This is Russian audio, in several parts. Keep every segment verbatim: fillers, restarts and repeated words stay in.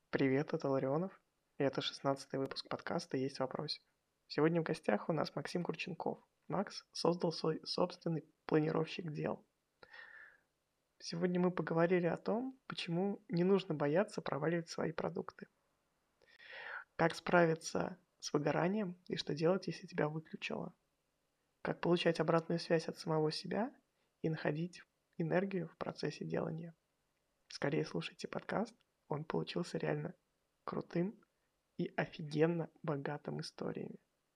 Привет, это Ларионов, и это шестнадцатый выпуск подкаста «Есть вопросы». Сегодня в гостях у нас Максим Курченков. Макс создал свой собственный планировщик дел. Сегодня мы поговорили о том, почему не нужно бояться проваливать свои продукты, как справиться с выгоранием и что делать, если тебя выключило, как получать обратную связь от самого себя и находить энергию в процессе делания. Скорее слушайте подкаст, он получился реально крутым и офигенно богатым историями.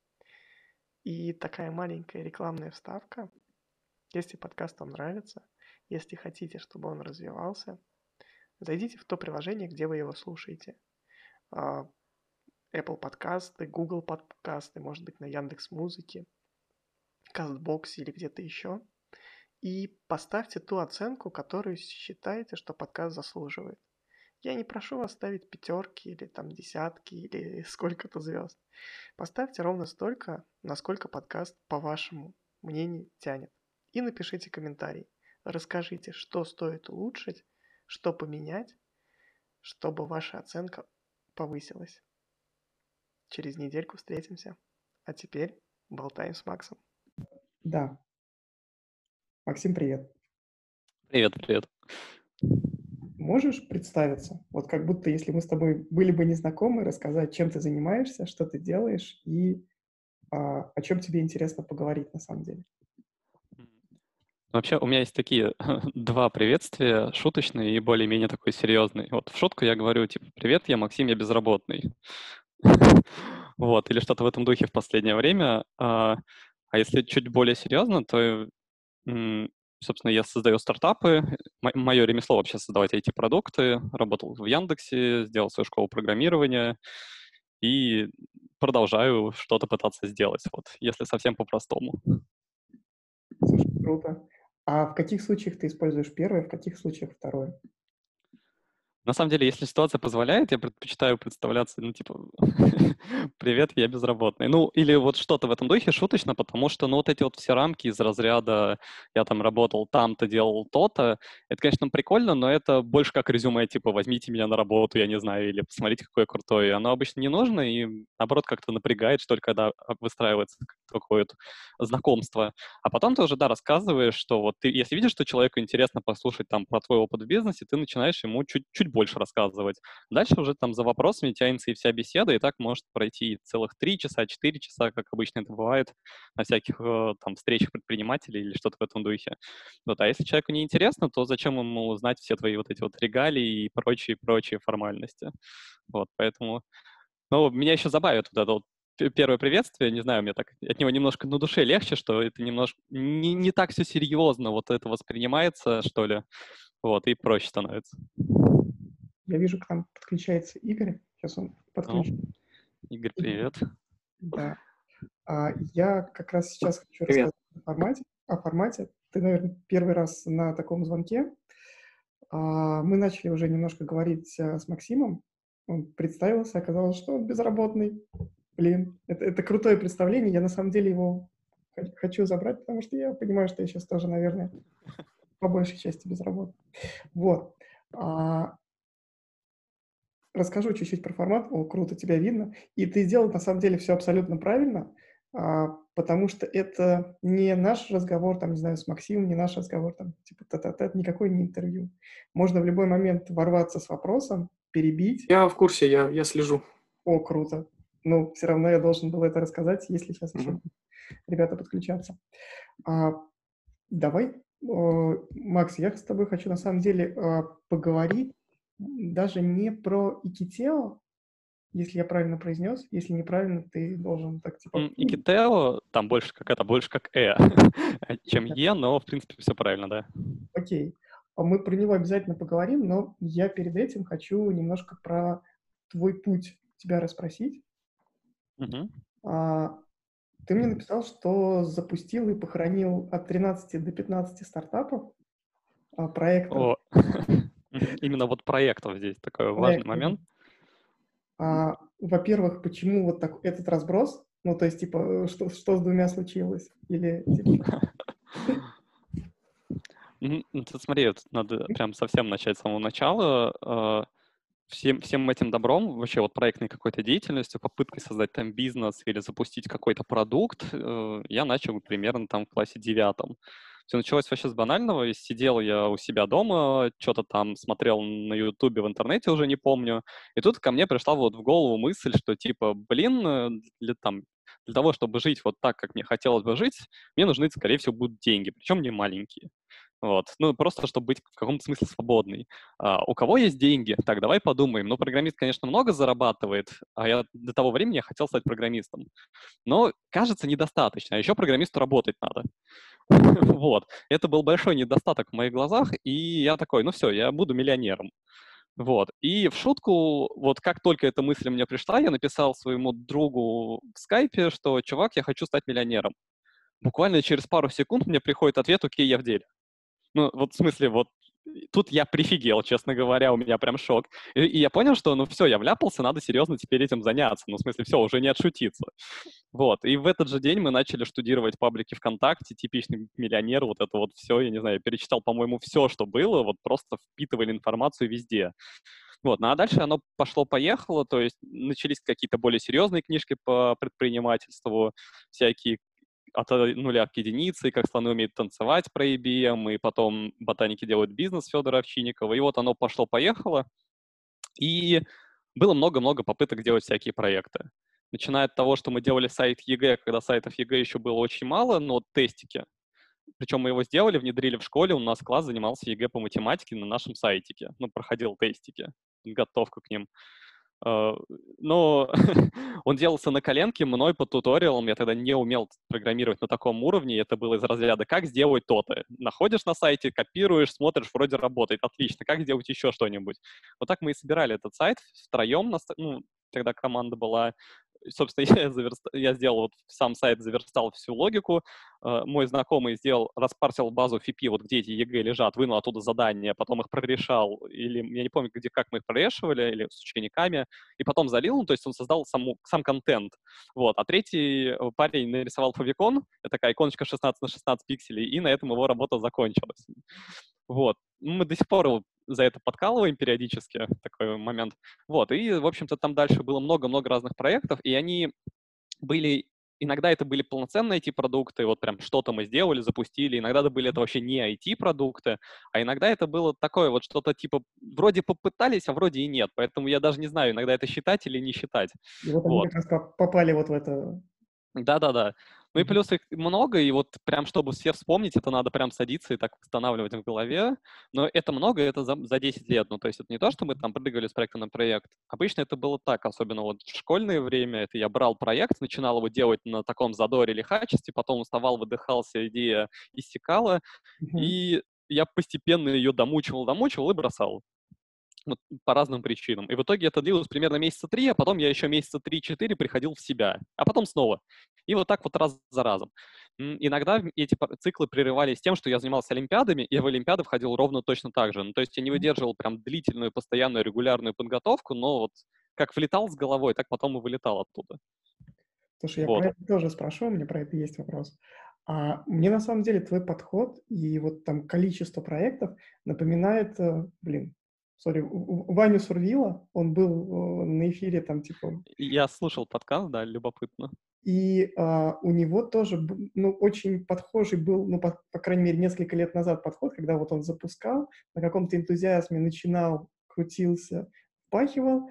И такая маленькая рекламная вставка. Если подкаст вам нравится, если хотите, чтобы он развивался, зайдите в то приложение, где вы его слушаете. А, Apple подкасты, Google подкасты, может быть, на Яндекс.Музыке, Кастбоксе или где-то еще. И поставьте ту оценку, которую считаете, что подкаст заслуживает. Я не прошу вас ставить пятерки или там десятки или сколько-то звезд. Поставьте ровно столько, насколько подкаст, по вашему мнению, тянет. И напишите комментарий. Расскажите, что стоит улучшить, что поменять, чтобы ваша оценка повысилась. Через недельку встретимся. А теперь болтаем с Максом. Да. Максим, привет. Привет, привет. Можешь представиться? Вот как будто если мы с тобой были бы незнакомы, рассказать, чем ты занимаешься, что ты делаешь и а, о чем тебе интересно поговорить на самом деле. Вообще, у меня есть такие два приветствия, шуточный и более-менее такой серьезный. Вот в шутку я говорю, типа, привет, я Максим, я безработный. Вот, или что-то в этом духе в последнее время. А, а если чуть более серьезно, то, м, собственно, я создаю стартапы. Мое ремесло вообще создавать ай ти-продукты. Работал в Яндексе, сделал свою школу программирования и продолжаю что-то пытаться сделать, вот, если совсем по-простому. Слушай, круто. А в каких случаях ты используешь первое, в каких случаях второе? На самом деле, если ситуация позволяет, я предпочитаю представляться, ну, типа, привет, я безработный. Ну, или вот что-то в этом духе шуточно, потому что, ну, вот эти вот все рамки из разряда я там работал там-то, делал то-то, это, конечно, прикольно, но это больше как резюме, типа, возьмите меня на работу, я не знаю, или посмотрите, какой я крутой. Оно обычно не нужно, и, наоборот, как-то напрягает, что ли, когда а, выстраивается какое-то знакомство. А потом ты уже, да, рассказываешь, что вот ты, если видишь, что человеку интересно послушать там про твой опыт в бизнесе, ты начинаешь ему чуть-чуть больше рассказывать. Дальше уже там за вопросами тянется и вся беседа, и так может пройти целых три часа, четыре часа, как обычно это бывает на всяких э, там встречах предпринимателей или что-то в этом духе. Вот. А если человеку не интересно, то зачем ему знать все твои вот эти вот регалии и прочие-прочие формальности? Вот, поэтому ну, меня еще забавит вот это вот п- первое приветствие, не знаю, мне так от него немножко на душе легче, что это немножко не, не так все серьезно вот это воспринимается, что ли, вот, и проще становится. Я вижу, к нам подключается Игорь. Сейчас он Ну, подключится. Игорь, привет. Да. А, я как раз сейчас хочу Привет. рассказать о формате. О формате. Ты, наверное, первый раз на таком звонке. А, Мы начали уже немножко говорить а, с Максимом. Он представился, оказалось, что он безработный. Блин, это, это крутое представление. Я на самом деле его х- хочу забрать, потому что я понимаю, что я сейчас тоже, наверное, по большей части безработный. Вот. А, Расскажу чуть-чуть про формат. О, круто, тебя видно. И ты сделал на самом деле все абсолютно правильно, а, потому что это не наш разговор, там, не знаю, с Максимом, не наш разговор, там, типа, тет-а-тет, никакой не интервью. Можно в любой момент ворваться с вопросом, перебить. Я в курсе, я, я слежу. О, круто. Ну, все равно я должен был это рассказать, если сейчас еще Мгм. ребята подключаться. А, давай, э, Макс, я с тобой хочу на самом деле э, поговорить м, даже не про Икитео, если я правильно произнес. Если неправильно, ты должен так типа... М, И Китео, там больше как это, больше как Э, чем Е, но, в принципе, все правильно, да. Окей. А мы про него обязательно поговорим, но я перед этим хочу немножко про твой путь тебя расспросить. Мгм. А, Ты мне написал, что запустил и похоронил от тринадцати до пятнадцати стартапов, а, проектов. О, мгм. Именно вот проектов здесь такой важный проектов. момент. А, во-первых, почему вот так, этот разброс? Ну, то есть, типа, что, что с двумя случилось? Или, типа, Мгм. Ну, тут смотри, вот надо прям совсем начать с самого начала. Э, всем, всем этим добром, вообще вот проектной какой-то деятельностью, попыткой создать там бизнес или запустить какой-то продукт, э, я начал примерно там в классе девятом. Все началось вообще с банального. И Сидел я у себя дома, что-то там смотрел на Ютубе, в интернете уже не помню. И тут ко мне пришла вот в голову мысль, что типа, блин, э, для, там, для того, чтобы жить вот так, как мне хотелось бы жить, мне нужны, скорее всего, будут деньги, причем не маленькие. Вот. Ну, просто чтобы быть в каком-то смысле свободной. А, у кого есть деньги? Так, давай подумаем. Ну, программист, конечно, много зарабатывает, а я до того времени я хотел стать программистом. Но, кажется, недостаточно. А еще программисту работать надо. Вот. Это был большой недостаток в моих глазах, и я такой, ну все, я буду миллионером. Вот. И в шутку, вот как только эта мысль мне пришла, я написал своему другу в скайпе, что, чувак, я хочу стать миллионером. Буквально через пару секунд мне приходит ответ, окей, я в деле. Ну, вот в смысле, вот тут я прифигел, честно говоря, у меня прям шок. И, и я понял, что, ну, все, я вляпался, надо серьезно теперь этим заняться. Ну, в смысле, все, уже не отшутиться. Вот. И в этот же день мы начали штудировать паблики ВКонтакте, типичный миллионер, вот это вот все, я не знаю, я перечитал, по-моему, все, что было, вот просто впитывали информацию везде. Вот. Ну, а дальше оно пошло-поехало, то есть начались какие-то более серьезные книжки по предпринимательству, всякие от э, нуля к единице, как слоны умеют танцевать про I B M, и потом ботаники делают бизнес Федора Овчинникова. И вот оно пошло-поехало, и было много-много попыток делать всякие проекты. Начиная от того, что мы делали сайт ЕГЭ, когда сайтов ЕГЭ еще было очень мало, но вот тестики. Причем мы его сделали, внедрили в школе, у нас класс занимался ЕГЭ по математике на нашем сайтике. Ну, проходил тестики, подготовку к ним. Э, Но он делался на коленке мной по туториалам. Я тогда не умел программировать на таком уровне. Это было из разряда «как сделать то-то?». Находишь на сайте, копируешь, смотришь, вроде работает. Отлично. Как сделать еще что-нибудь? Вот так мы и собирали этот сайт втроем. на ст- Ну, тогда команда была. И, Собственно, я, заверст- я сделал вот сам сайт, заверстал всю логику. Э, Мой знакомый сделал, распарсил базу эф ай пи, вот где эти ЕГЭ лежат, вынул оттуда задания, потом их прорешал, или я не помню, где, как мы их прорешивали, или с учениками, и потом залил, ну, то есть он создал саму, сам контент. Вот. А третий э, парень нарисовал фавикон, это такая иконочка шестнадцать на шестнадцать пикселей, и на этом его работа закончилась. Вот. Мы до сих пор его за это подкалываем периодически, такой момент. Вот. И, в общем-то, там дальше было много-много разных проектов, и они были... Иногда это были полноценные ай ти-продукты, вот прям что-то мы сделали, запустили. Иногда это были это вообще не ай ти-продукты, а иногда это было такое вот что-то типа вроде попытались, а вроде и нет. Поэтому я даже не знаю, иногда это считать или не считать. И вот они Вот. как раз поп- попали вот в это. Да-да-да. Ну и Мгм. плюс их много, и вот прям чтобы все вспомнить, это надо прям садиться и так восстанавливать в голове. Но это много, это за, за десять лет. Ну, то есть это не то, что мы там прыгали с проекта на проект. Обычно это было так, особенно вот в школьное время. Это я брал проект, начинал его делать на таком задоре, лихачестве, потом уставал, выдыхался, идея иссякала, Мгм. и я постепенно ее домучивал, домучивал и бросал. Вот по разным причинам. И в итоге это длилось примерно месяца три, а потом я еще месяца три-четыре приходил в себя, а потом снова. И вот так вот раз за разом. М, Иногда в- эти по- циклы прерывались тем, что я занимался олимпиадами, и в олимпиады входил ровно точно так же. Ну, то есть я не выдерживал прям длительную, постоянную, регулярную подготовку, но вот как влетал с головой, так потом и вылетал оттуда. Слушай, я Вот. про это тоже спрошу, у меня про это есть вопрос. А мне на самом деле твой подход и вот там количество проектов напоминает, э, блин, сори, В- В- Ваню Сурвила, он был э, на эфире там типа, И Я слушал подкаст, да, любопытно. и а, у него тоже, б- ну, очень подхожий был, ну, по, по крайней мере, несколько лет назад подход, когда вот он запускал, на каком-то энтузиазме начинал, крутился, впахивал,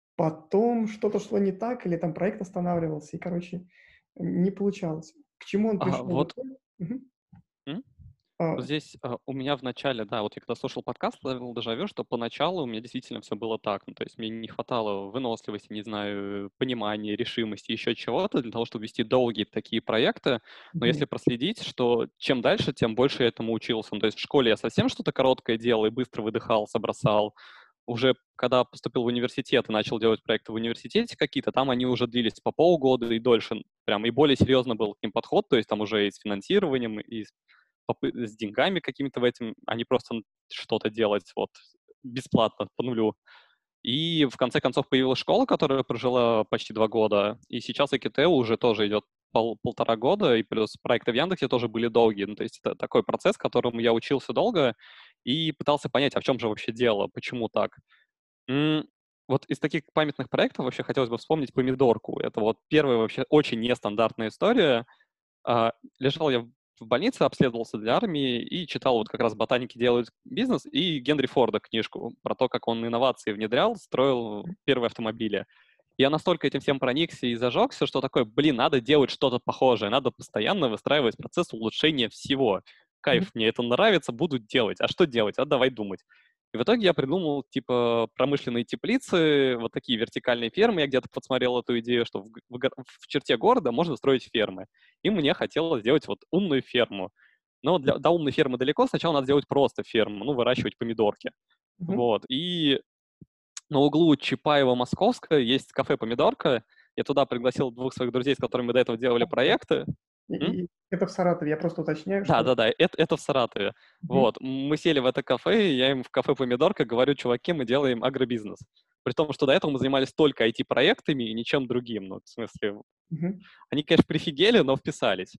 потом что-то шло не так, или там проект останавливался, и, короче, не получалось. К чему он А пришел в вот итоге? Мгм. м? Вот А, здесь а, у меня в начале, да, вот я когда слушал подкаст, ловил дежавю, что поначалу у меня действительно все было так. Ну, то есть мне не хватало выносливости, не знаю, понимания, решимости, еще чего-то для того, чтобы вести долгие такие проекты. Но мгм, если проследить, что чем дальше, тем больше я этому учился. Ну, то есть в школе я совсем что-то короткое делал и быстро выдыхался, бросал. Уже когда поступил в университет и начал делать проекты в университете какие-то, там они уже длились по полгода и дольше. Прям и более серьезно был к ним подход, то есть там уже и с финансированием, и с попы- с деньгами какими-то в этом, а не просто н- что-то делать вот бесплатно, по нулю. И в конце концов появилась школа, которая прожила почти два года, и сейчас Экитео уже тоже идет пол- полтора года, и плюс проекты в Яндексе тоже были долгие. Ну, то есть это такой процесс, которому я учился долго и пытался понять, а в чем же вообще дело, почему так. Вот из таких памятных проектов вообще хотелось бы вспомнить помидорку. Это вот первая вообще очень нестандартная история. А, лежал я в в больнице, обследовался для армии и читал вот как раз «Ботаники делают бизнес» и Генри Форда книжку про то, как он инновации внедрял, строил первые автомобили. Я настолько этим всем проникся и зажегся, что такое, блин, надо делать что-то похожее, надо постоянно выстраивать процесс улучшения всего. Мгм. Кайф, мне это нравится, буду делать. А что делать? А давай думать. И в итоге я придумал, типа, промышленные теплицы, вот такие вертикальные фермы. Я где-то подсмотрел эту идею, что в, г- в го- в черте города можно строить фермы. И мне хотелось сделать вот умную ферму. Но для, до умной фермы далеко, сначала надо сделать просто ферму, ну, выращивать помидорки. Мгм. Вот. И на углу Чапаева-Московская есть кафе «Помидорка». Я туда пригласил двух своих друзей, с которыми мы до этого делали проекты. И, М? и это в Саратове. Я просто уточняю, что... Да-да-да, это, это в Саратове. Мгм. Вот, мы сели в это кафе, и я им в кафе «Помидорка» говорю: чуваки, мы делаем агробизнес. При том, что до этого мы занимались только ай ти-проектами и ничем другим. Ну, в смысле, Мгм. они, конечно, прифигели, но вписались.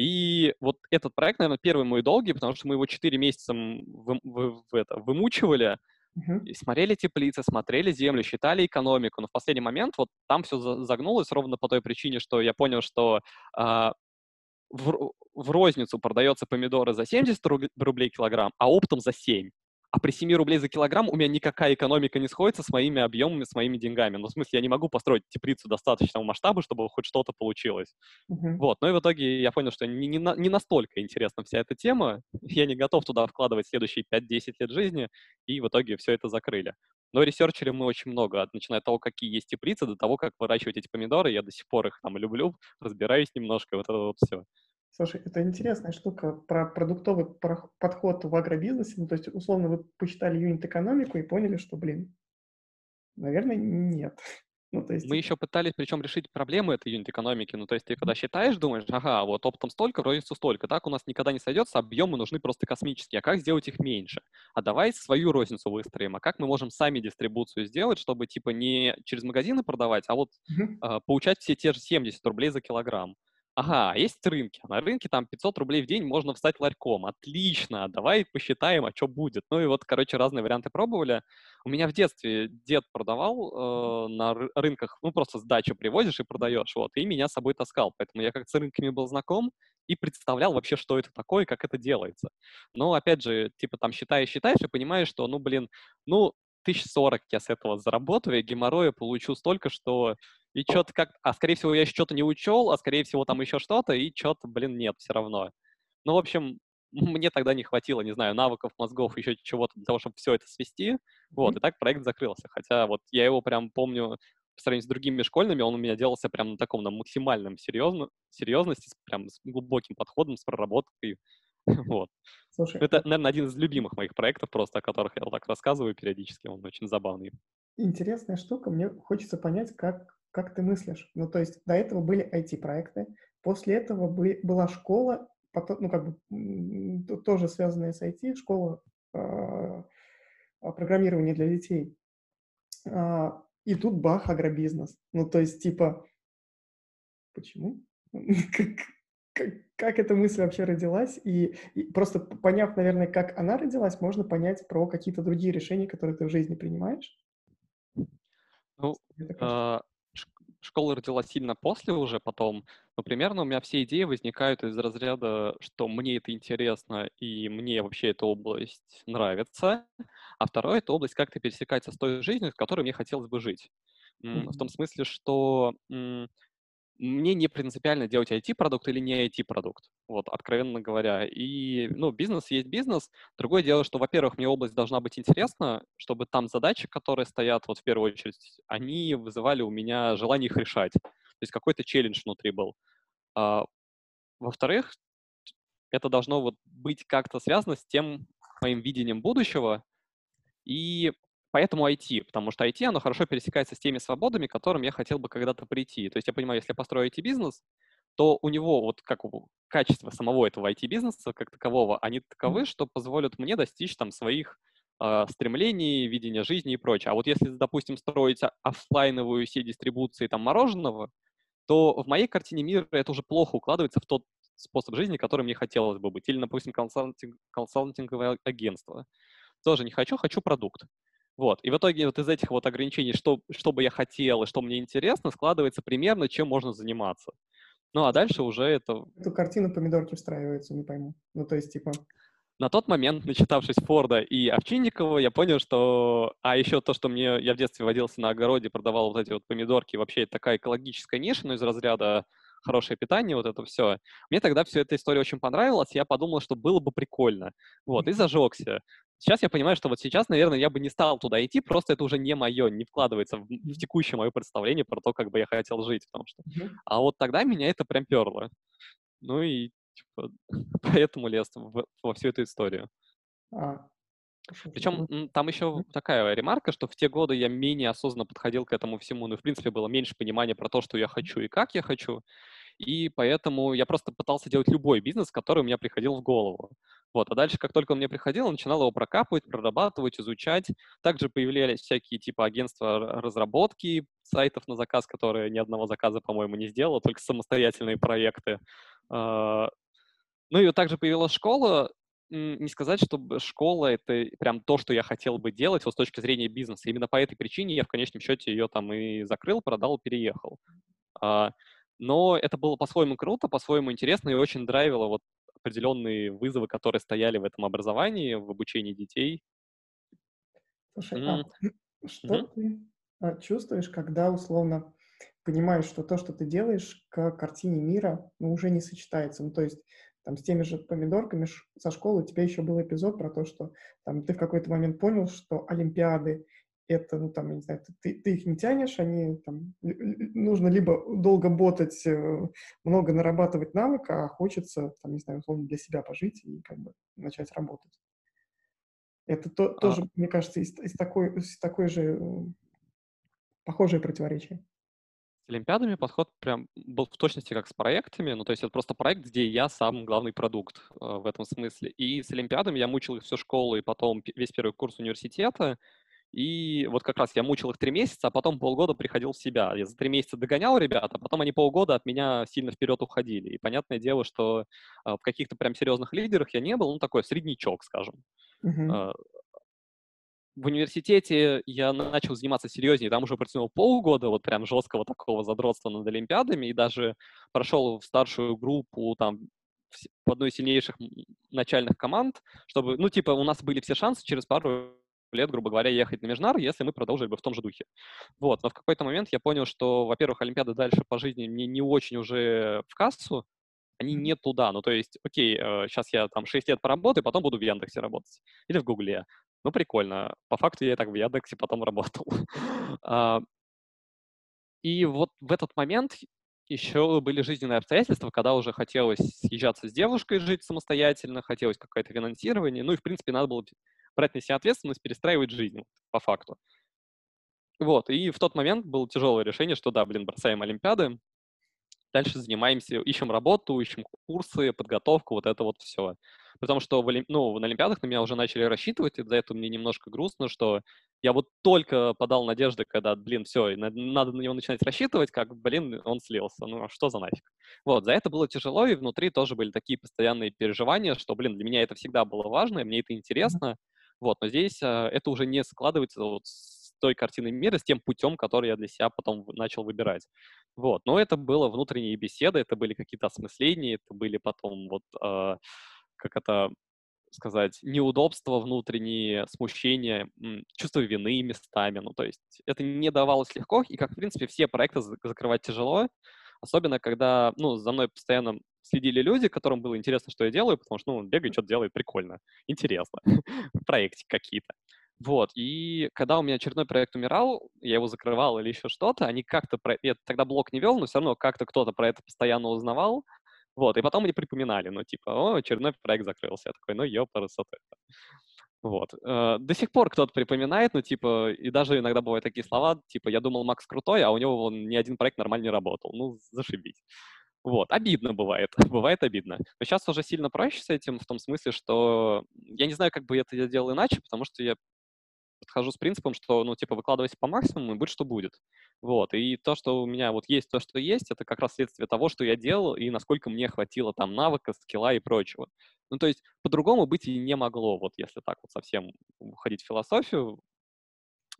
И вот этот проект, наверное, первый мой долгий, потому что мы его четыре месяца м, вы- вы- в это, вымучивали, Мгм. и смотрели теплицы, смотрели землю, считали экономику, но в последний момент вот там все загнулось ровно по той причине, что я понял, что а, в, ро- в розницу продается помидоры за семьдесят руб- рублей килограмм, а оптом за семь. А при семи рублей за килограмм у меня никакая экономика не сходится с моими объемами, с моими деньгами. Ну, в смысле, я не могу построить теплицу достаточного масштаба, чтобы хоть что-то получилось. Мгм. Вот, ну и в итоге я понял, что не, не, на- не настолько интересна вся эта тема, я не готов туда вкладывать следующие пять-десять лет жизни, и в итоге все это закрыли. Но ресерчили мы очень много, от, начиная от того, какие есть теплицы, до того, как выращивать эти помидоры, я до сих пор их там люблю, разбираюсь немножко, вот это вот все. Слушай, это интересная штука про продуктовый прох- подход в агробизнесе. Ну, то есть, условно, вы посчитали юнит-экономику и поняли, что, блин, наверное, нет. Ну, то есть, Мы типа, еще пытались, причем, решить проблемы этой юнит-экономики. Ну, то есть ты когда считаешь, думаешь, ага, вот оптом столько, в розницу столько. Так у нас никогда не сойдется, объемы нужны просто космические. А как сделать их меньше? А давай свою розницу выстроим. А как мы можем сами дистрибуцию сделать, чтобы, типа, не через магазины продавать, а вот мгм, э, получать все те же семьдесят рублей за килограмм? Ага, а есть рынки. На рынке там пятьсот рублей в день можно встать ларьком. Отлично, давай посчитаем, а что будет. Ну и вот, короче, разные варианты пробовали. У меня в детстве дед продавал э, на ры- рынках, ну, просто с дачи привозишь и продаешь, вот, и меня с собой таскал, поэтому я как с рынками был знаком и представлял вообще, что это такое, как это делается. Но, опять же, типа там считаешь, считаешь и понимаешь, что, ну, блин, ну, тысяч сорок я с этого заработаю, я геморроя получу столько, что и что-то как... А, скорее всего, я еще что-то не учел, а, скорее всего, там еще что-то, и что-то, блин, нет все равно. Ну, в общем, мне тогда не хватило, не знаю, навыков, мозгов, еще чего-то для того, чтобы все это свести. Вот, мгм. и так проект закрылся. Хотя вот я его прям помню по сравнению с другими школьными, он у меня делался прям на таком, на максимальном серьезно, серьезности, с- прям с глубоким подходом, с проработкой. Вот. Слушай, Это, а наверное, один из любимых моих проектов, просто о которых я вот так рассказываю периодически. Он очень забавный. интересная штука. Мне хочется понять, как, как ты мыслишь. Ну, то есть, до этого были ай ти-проекты, после этого бы, была школа, потом, ну, как бы, м, т- тоже связанная с ай ти, школа а, а, программирования для детей. А, и тут бах, агробизнес. Ну, то есть, типа, почему? Как как как эта мысль вообще родилась? И и просто п поняв, наверное, как она родилась, можно понять про какие-то другие решения, которые ты в жизни принимаешь. Ну, Мне так кажется. а, ш- школа родилась сильно после уже потом, но примерно у меня все идеи возникают из разряда, что мне это интересно и мне вообще эта область нравится, а второе, эта область как-то пересекается с той жизнью, в которой мне хотелось бы жить. М, В том Мгм. смысле, что мне не принципиально делать ай ти-продукт или не ай ти-продукт, вот, откровенно говоря. И, ну, бизнес есть бизнес. Другое дело, что, во-первых, мне область должна быть интересна, чтобы там задачи, которые стоят, вот в первую очередь, они вызывали у меня желание их решать. То есть какой-то челлендж внутри был. А, во-вторых, это должно вот быть как-то связано с тем моим видением будущего, и поэтому ай ти, потому что ай ти, оно хорошо пересекается с теми свободами, к которым я хотел бы когда-то прийти. То есть я понимаю, если я построю ай ти-бизнес, то у него вот как у качество самого этого ай ти-бизнеса как такового, они таковы, что позволят мне достичь там своих э, стремлений, видения жизни и прочее. А вот если, допустим, строить а- оффлайновую сеть дистрибуции там мороженого, то в моей картине мира это уже плохо укладывается в тот способ жизни, который мне хотелось бы быть. Или, допустим, консалтинг, консалтинговое агентство. Тоже не хочу, хочу продукт. Вот. И в итоге вот из этих вот ограничений, что, что бы я хотел и что мне интересно, складывается примерно, чем можно заниматься. Ну, а дальше уже это... Эту картину помидорки встраиваются, не пойму. Ну, то есть, типа, На тот момент, начитавшись Форда и Овчинникова, я понял, что... А еще то, что мне... Я в детстве водился на огороде, продавал вот эти вот помидорки. Вообще, это такая экологическая ниша, но из разряда хорошее питание, вот это все. Мне тогда все эта история очень понравилась, и я подумал, что было бы прикольно. Вот, и зажегся. Сейчас я понимаю, что вот сейчас, наверное, я бы не стал туда идти, просто это уже не мое, не вкладывается в, в мгм, текущее мое представление про то, как бы я хотел жить, потому что... мгм. А вот тогда меня это прям перло. Ну и типа, поэтому лез в- во всю эту историю. А, слушай, это Причем круто. м, там еще Мгм, такая ремарка, что в те годы я менее осознанно подходил к этому всему, ну, и, в принципе, было меньше понимания про то, что я хочу и как я хочу, и поэтому я просто пытался делать любой бизнес, который у меня приходил в голову. Вот, а дальше, как только он мне приходил, я начинал его прокапывать, прорабатывать, изучать. Также появлялись всякие типа агентства р- разработки сайтов на заказ, которые ни одного заказа, по-моему, не сделало, только самостоятельные проекты. А, Ну и вот также появилась школа. М, Не сказать, чтобы школа — это прям то, что я хотел бы делать вот с точки зрения бизнеса. Именно по этой причине я в конечном счете ее там и закрыл, продал, переехал. А, Но это было по-своему круто, по-своему интересно и очень драйвило вот определенные вызовы, которые стояли в этом образовании, в обучении детей. Слушай, М, а что мгм. ты а, чувствуешь, когда условно понимаешь, что то, что ты делаешь, к картине мира, ну, уже не сочетается? Ну, то есть там с теми же помидорками ш- со школы у тебя еще был эпизод про то, что там ты в какой-то момент понял, что олимпиады это, ну, там, я не знаю, ты, ты- ты их не тянешь, они там, л- л- нужно либо долго ботать, э, много нарабатывать навыка, а хочется, там, не знаю, условно для себя пожить и как бы начать работать. Это то А, тоже, мне кажется, из из такой из такой же, м, похожее противоречие. С олимпиадами подход прям был в точности как с проектами. Ну, то есть это просто проект, где я сам главный продукт э, в этом смысле. И с олимпиадами я мучил их всю школу и потом пе- весь первый курс университета. И вот как раз я мучил их три месяца, а потом полгода приходил в себя. Я за три месяца догонял ребят, а потом они полгода от меня сильно вперед уходили. И понятное дело, что а, в каких-то прям серьезных лидерах я не был, ну, такой среднячок, скажем. Мгм. А, В университете я начал заниматься серьезнее, там уже протянул полгода вот прям жесткого такого задротства над олимпиадами, и даже прошел в старшую группу там в с- в одной из сильнейших м, начальных команд, чтобы, ну, типа, у нас были все шансы через пару лет, грубо говоря, ехать на межнар, если мы продолжили бы в том же духе. Вот, но в какой-то момент я понял, что, во-первых, олимпиады дальше по жизни мне не очень уже в кассу, они Мгм. не туда. Ну, то есть, окей, сейчас я там шесть лет поработаю, потом буду в Яндексе работать или в Гугле. Ну, прикольно. По факту я и так в Яндексе потом работал. А, И вот в этот момент еще были жизненные обстоятельства, когда уже хотелось съезжаться с девушкой, жить самостоятельно, хотелось какое-то финансирование. Ну и, в принципе, надо было брать на себя ответственность, перестраивать жизнь, вот, по факту. Вот, и в тот момент было тяжелое решение, что да, блин, бросаем Олимпиады, дальше занимаемся, ищем работу, ищем курсы, подготовку, вот это вот все. Потому что в, олим- ну, на Олимпиадах на меня уже начали рассчитывать, и за это мне немножко грустно, что я вот только подал надежды, когда, блин, все, надо на него начинать рассчитывать, как, блин, он слился. Ну, а что за нафиг? Вот, за это было тяжело, и внутри тоже были такие постоянные переживания, что, блин, для меня это всегда было важно, и мне это Мгм. интересно. Вот, но здесь а, это уже не складывается вот с той картиной мира, с тем путем, который я для себя потом в- начал выбирать. Вот, но это было внутренние беседы, это были какие-то осмысления, это были потом вот, а, как это сказать, неудобства внутренние, смущения, м, чувство вины местами. Ну, то есть это не давалось легко, и, как, в принципе, все проекты за- закрывать тяжело, особенно когда, ну, за мной постоянно следили люди, которым было интересно, что я делаю, потому что, ну, он бегает, что-то делает, прикольно, интересно, проекты какие-то. Вот, и когда у меня очередной проект умирал, я его закрывал или еще что-то, они как-то, про... я тогда блог не вел, но все равно как-то кто-то про это постоянно узнавал, вот, и потом мне припоминали, ну, типа, о, очередной проект закрылся. Я такой, ну, ёпарасоте. Вот. Э, До сих пор кто-то припоминает, ну, типа, и даже иногда бывают такие слова, типа, я думал, Макс крутой, а у него вон ни один проект нормально не работал. Ну, зашибись. Вот, обидно бывает, бывает обидно. Но сейчас уже сильно проще с этим, в том смысле, что я не знаю, как бы я это делал иначе, потому что я подхожу с принципом, что, ну, типа, выкладывайся по максимуму, и будь что будет. Вот, и то, что у меня вот есть то, что есть, это как раз следствие того, что я делал, и насколько мне хватило там навыка, скилла и прочего. Ну, то есть, по-другому быть и не могло, вот если так вот совсем уходить в философию.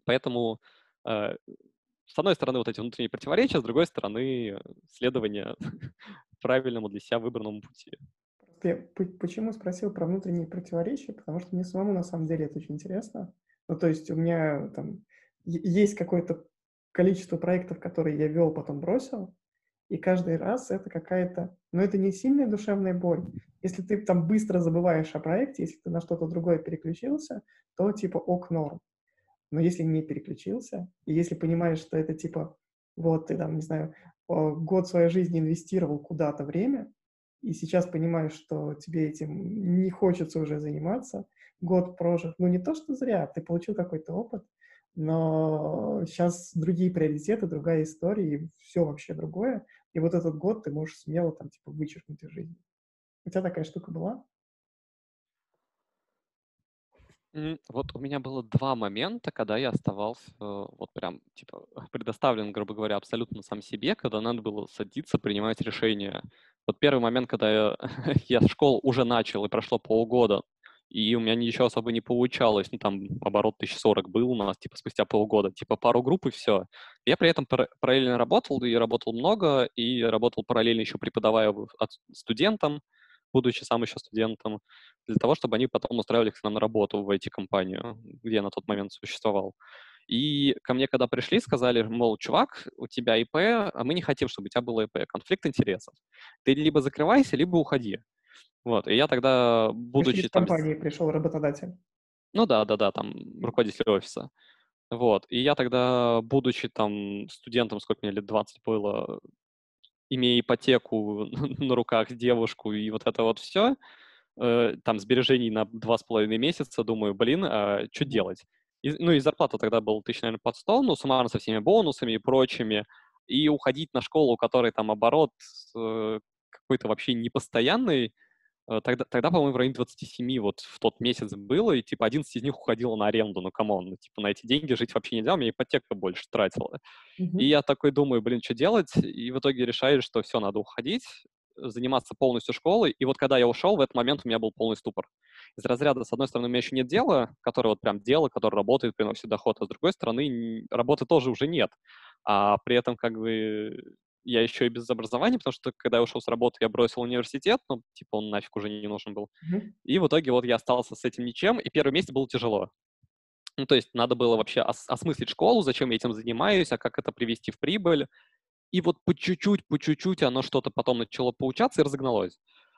Поэтому, э, с одной стороны, вот эти внутренние противоречия, с другой стороны, э, следование правильному для себя выбранному пути. Просто я п почему спросил про внутренние противоречия? Потому что мне самому на самом деле это очень интересно. Ну, то есть у меня там е есть какое-то количество проектов, которые я вел, потом бросил, и каждый раз это какая-то, ну, это не сильная душевная боль. Если ты там быстро забываешь о проекте, если ты на что-то другое переключился, то типа ок, норм. Но если не переключился, и если понимаешь, что это типа, вот ты там, не знаю, а, год своей жизни инвестировал куда-то время, и сейчас понимаешь, что тебе этим не хочется уже заниматься, год прожит, ну не то, что зря, ты получил какой-то опыт, но сейчас другие приоритеты, другая история, и все вообще другое. И вот этот год ты можешь смело там типа вычеркнуть из жизни. У тебя такая штука была? М, вот у меня было два момента, когда я оставался, э, вот прям, типа, предоставлен, грубо говоря, абсолютно сам себе, когда надо было садиться, принимать решения. Вот первый момент, когда я я школу уже начал, и прошло полгода, и у меня ничего особо не получалось. Ну, там оборот тысяча сорок был у нас, типа, спустя полгода, типа, пару групп и все. Я при этом пара параллельно работал, и работал много, и работал параллельно еще преподавая в от студентам, будучи сам еще студентом, для того, чтобы они потом устраивались к нам на работу в I T-компанию, где я на тот момент существовал. И ко мне, когда пришли, сказали, мол, чувак, у тебя ИП, а мы не хотим, чтобы у тебя было ИП, конфликт интересов. Ты либо закрывайся, либо уходи. Вот, и я тогда, Пришли будучи из там, с- компании, пришел работодатель. ну да, да, да, там, руководитель офиса, вот, и я тогда, будучи там студентом, сколько мне лет, двадцать было, имея ипотеку на руках, девушку и вот это вот все, э, там сбережений на два с половиной месяца, думаю, блин, а чё Мгм. делать? И, ну, и зарплата тогда была тысяч, наверное, под сто, ну, суммарно со всеми бонусами и прочими. И уходить на школу, у которой там оборот э, какой-то вообще непостоянный, э, тогда, тогда, по-моему, в районе двадцати семи вот в тот месяц было, и типа одиннадцать из них уходило на аренду, ну, камон, ну, типа на эти деньги жить вообще нельзя, у меня ипотека больше тратила. И Мгм. я такой думаю, блин, что делать? И в итоге решаю, что все, надо уходить, заниматься полностью школой. И вот когда я ушел, в этот момент у меня был полный ступор. Из разряда, с одной стороны, у меня еще нет дела, которое вот прям дело, которое работает, приносит доход, а с другой стороны, н- работы тоже уже нет. А при этом как бы я еще и без образования, потому что когда я ушел с работы, я бросил университет, ну, типа он нафиг уже не нужен был. Мгм. И в итоге вот я остался с этим ничем, и первый месяц было тяжело. Ну, то есть надо было вообще ос- осмыслить школу, зачем я этим занимаюсь, а как это привести в прибыль. И вот по чуть-чуть, по чуть-чуть оно что-то потом начало получаться и разогналось.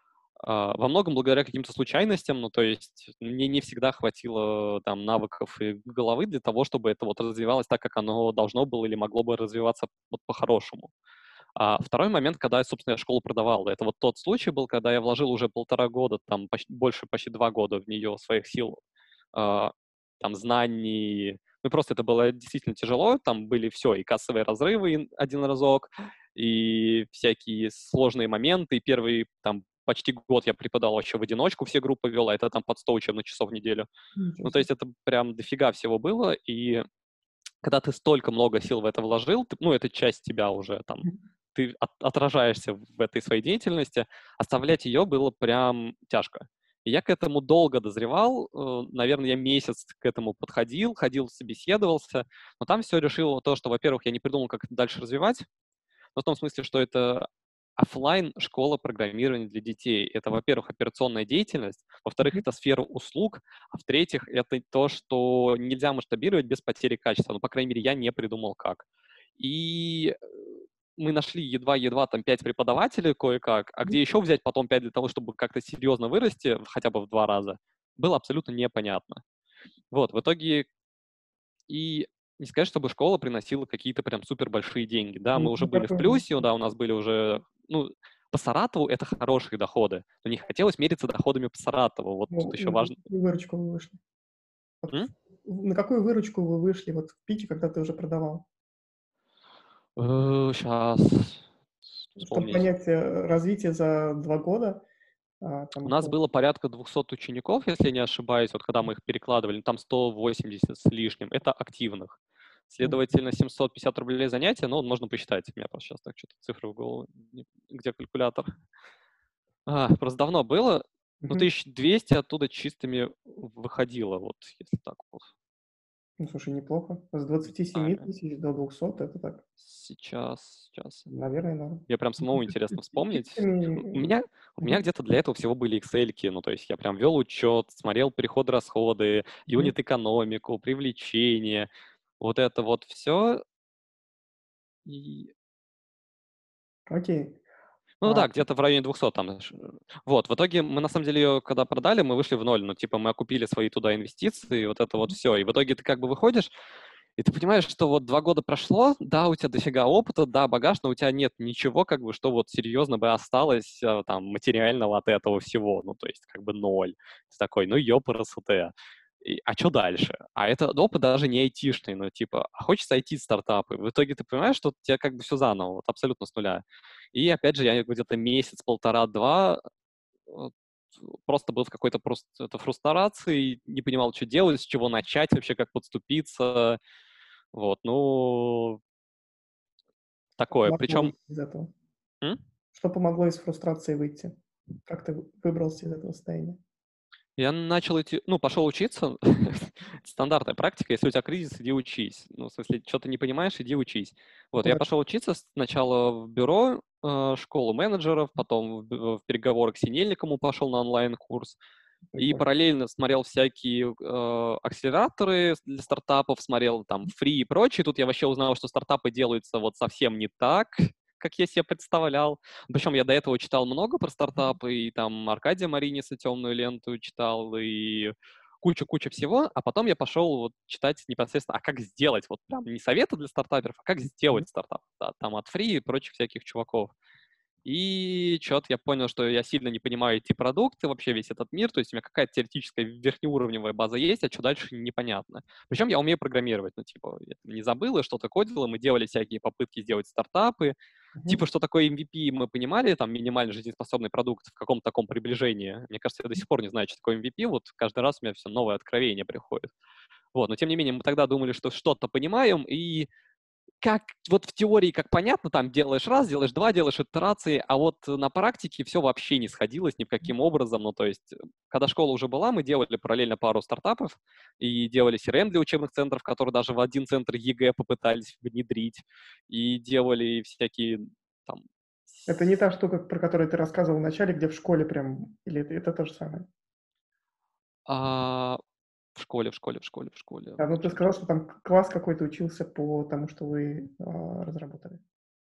А, во многом благодаря каким-то случайностям, ну, то есть мне не всегда хватило там навыков и головы для того, чтобы это вот развивалось так, как оно должно было или могло бы развиваться вот по-хорошему. А второй момент, когда, собственно, я школу продавал, это вот тот случай был, когда я вложил уже полтора года, там почти, больше почти два года в нее своих сил, а, там знаний. Ну, просто это было действительно тяжело, там были все, и кассовые разрывы ин- один разок, и всякие сложные моменты. И первый там почти год я преподавал вообще в одиночку, все группы вел, а это там под сто учебных часов в неделю. Ничего Ну, то себе. есть это прям дофига всего было, и когда ты столько много сил в это вложил, ты, ну, это часть тебя уже там, Мгм. ты от- отражаешься в этой своей деятельности, оставлять ее было прям тяжко. И я к этому долго дозревал, э, наверное, я месяц к этому подходил, ходил, собеседовался, но там все решило то, что, во-первых, я не придумал, как это дальше развивать, но в том смысле, что это оффлайн школа программирования для детей. Это, во-первых, операционная деятельность, во-вторых, Мгм. это сфера услуг, а в-третьих, это то, что нельзя масштабировать без потери качества. Ну, по крайней мере, я не придумал как. И э, мы нашли едва-едва там пять преподавателей кое-как, а где еще взять потом пять для того, чтобы как-то серьезно вырасти, хотя бы в два раза, было абсолютно непонятно. Вот, в итоге и не сказать, чтобы школа приносила какие-то прям супер большие деньги. Да, мы Ну, уже ну, были в какой же? плюсе, да, у нас были уже, ну, по Саратову это хорошие доходы, но не хотелось мериться доходами по Саратову. Вот тут Ну, еще на важно. какую выручку вы вышли? Вот М? в на какую выручку вы вышли вот в пике, когда ты уже продавал? Сейчас Чтобы вспомнить. понять, э, развитие за два года, а, У там нас около. было порядка двухсот учеников, если я не ошибаюсь, вот когда мы их перекладывали, ну, там сто восемьдесят с лишним, это активных. М, Следовательно, семьсот пятьдесят рублей занятия, ну, можно посчитать. У меня просто сейчас так что-то цифры в голову. не- Где калькулятор? А, просто давно было. Ну, мгм. тысяч двести оттуда чистыми выходило, вот, если так вот. Ну, слушай, неплохо. С двадцати семи Знаю. тысяч до двухсот это так, Сейчас, сейчас. наверное, норм. Мне прям Ну, самому с интересно вспомнить. У статистиками, меня, у меня мгм, где-то для этого всего были Excel-ки, ну, то есть я прям вел учет, смотрел переход-расходы, мгм. юнит-экономику, привлечение, вот это вот все. И, Окей. ну А, да, где-то в районе двухсот там. ш- Вот, в итоге мы на самом деле ее, когда продали, мы вышли в ноль, ну, типа мы окупили свои туда инвестиции, вот это вот мгм, все. И в итоге ты как бы выходишь, и ты понимаешь, что вот два года прошло, да, у тебя дофига опыта, да, багаж, но у тебя нет ничего, как бы, что вот серьезно бы осталось а, там материального от этого всего. Ну, то есть как бы ноль. Ты такой, ну, ёпрст. И, а что дальше? А это опыт даже не айтишный, ну, типа, а хочется ай ти-стартапы. В итоге ты понимаешь, что у тебя как бы все заново, вот абсолютно с нуля. И опять же, я где-то месяц, полтора-два вот, просто был в какой-то просто это фрустрации, не понимал, что делать, с чего начать вообще, как подступиться. Вот, ну, что такое. помогло Причем, выйти из этого? м? Что помогло из фрустрации выйти? Как ты вы выбрался из этого состояния? Я начал идти, ну, пошел учиться. Стандартная практика. Если у тебя кризис, иди учись. Ну, в смысле, что-то не понимаешь, иди учись. А Вот, я куда пошел учиться сначала в бюро, э, школу менеджеров, потом в, б- в переговоры к Синельникову пошел на онлайн-курс. И прикольно? параллельно смотрел всякие э, акселераторы для стартапов, смотрел там фри и прочее. Тут я вообще узнал, что стартапы делаются вот совсем не так, как я себе представлял. Причем я до этого читал много про Мгм. стартапы, и там Аркадия Мариниса «Темную ленту» читал, и кучу-кучу всего, а потом я пошел вот читать непосредственно, а как сделать, вот прям не советы для стартаперов, а как Мгм. сделать стартап, да, там от фри и прочих всяких чуваков. И что-то я понял, что я сильно не понимаю эти продукты, вообще весь этот мир. То есть у меня какая-то теоретическая верхнеуровневая база есть, а что дальше непонятно. Причем я умею программировать. Ну, типа, я не забыл, я что-то кодил, и мы делали всякие попытки сделать стартапы. Мгм. Типа, что такое эм ви пи, мы понимали, там, минимально жизнеспособный продукт в каком-то таком приближении. Мне кажется, я до сих пор не знаю, что такое эм ви пи. Вот каждый раз у меня все новое откровение приходит. Вот, но тем не менее, мы тогда думали, что что-то понимаем, и как вот в теории, как понятно, там делаешь раз, делаешь два, делаешь итерации, а вот на практике все вообще не сходилось ни каким образом. Ну, то есть, э, когда школа уже была, мы делали параллельно пару стартапов и делали си эр эм для учебных центров, которые даже в один центр ЕГЭ попытались внедрить, и делали всякие там... Это не с- та штука, про которую ты рассказывал в начале, где в школе прям, или это это то же самое? а, в школе, в школе, в школе, в школе. А, ну, ты Чем, сказал, чем? что там к класс какой-то учился по тому, что вы, а, разработали.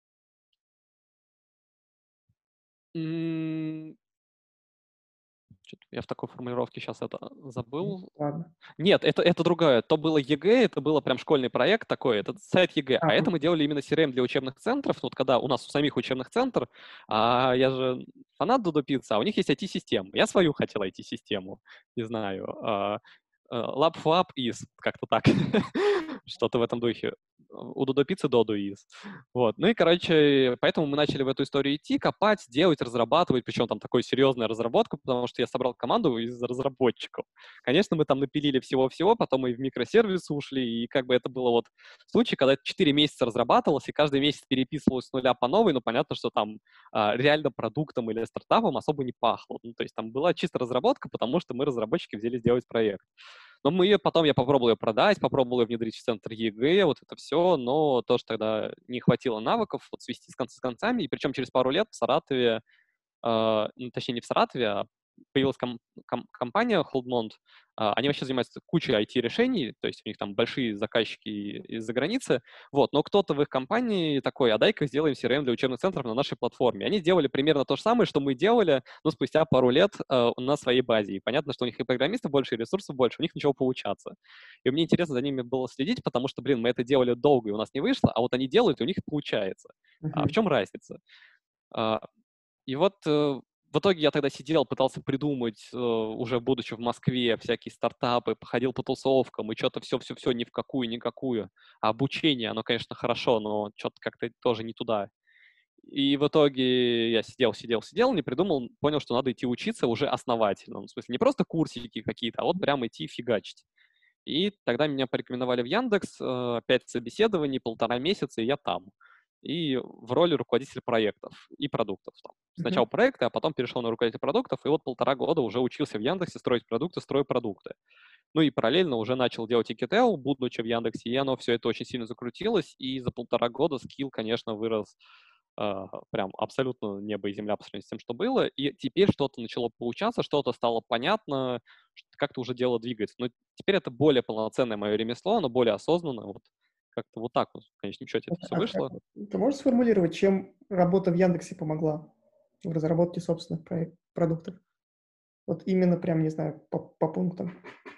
М, чё-то я в такой формулировке сейчас это Мгм. забыл. Ладно. Нет, это, это другое. То было ЕГЭ, это было прям школьный проект такой, это сайт ЕГЭ. А, А это м, мы делали именно си эр эм для учебных центров. Вот когда у нас у самих учебных центров, а я же фанат Дудо Пицца, а у них есть ай ти-система. Я свою хотел ай ти-систему. Не знаю. а, а, Lab Fab is, как-то так. Что-то в этом духе. У Дудо Пиццы Додо is. Вот. Ну и, короче, поэтому мы начали в эту историю идти, копать, делать, разрабатывать, причем там такой серьезная разработка, потому что я собрал команду из разработчиков. Конечно, мы там напилили всего-всего, потом мы в микросервисы ушли, и как бы это было вот случай, когда это четыре месяца разрабатывалось, и каждый месяц переписывалось с нуля по новой, но понятно, что там а, реально продуктом или стартапом особо не пахло. Ну, то есть там была чисто разработка, потому что мы, разработчики, взялись делать проект. Но мы ее потом, я попробовал ее продать, попробовал ее внедрить в центр ЕГЭ, вот это все, но тоже тогда не хватило навыков вот свести с конца с концами, и причем через пару лет в Саратове а, ну, точнее, не в Саратове, а появилась ком- ком- компания Holdmont. А, Они вообще занимаются кучей ай ти-решений, то есть у них там большие заказчики из-за границы. Вот, но кто-то в их компании такой, а дай-ка сделаем си эр эм для учебных центров на нашей платформе. Они делали примерно то же самое, что мы делали, но спустя пару лет э, на своей базе. И понятно, что у них и программистов больше, и ресурсов больше, у них ничего получаться. И мне интересно за ними было следить, потому что, блин, мы это делали долго, и у нас не вышло, а вот они делают, и у них получается. А в мгм, чем разница? А, и вот э, в итоге я тогда сидел, пытался придумать, э, уже будучи в Москве, всякие стартапы, походил по тусовкам, и что-то все-все-все ни в какую, никакую. А обучение, оно, конечно, хорошо, но что-то как-то тоже не туда. И в итоге я сидел, сидел, сидел, не придумал, понял, что надо идти учиться уже основательно. Ну, в смысле, не просто курсики какие-то, а вот прям идти фигачить. И тогда меня порекомендовали в Яндекс, э, опять собеседований, полтора месяца, и я там. И в роли руководителя проектов и продуктов. Там. мгм. Сначала проекты, а потом перешел на руководителя продуктов, и вот полтора года уже учился в Яндексе строить продукты, строю продукты. Ну и параллельно уже начал делать Икитео, будучи в Яндексе, и оно все это очень сильно закрутилось, и за полтора года скилл, конечно, вырос а, прям абсолютно небо и земля по сравнению с тем, что было, и теперь что-то начало получаться, что-то стало понятно, что как-то уже дело двигается. Но теперь это более полноценное мое ремесло, оно более осознанное, вот как-то вот так вот в конечном счете это Слушай, все а как- вышло. ты можешь сформулировать, чем работа в Яндексе помогла в разработке собственных проек- продуктов? Вот именно прям, не знаю, по, по пунктам.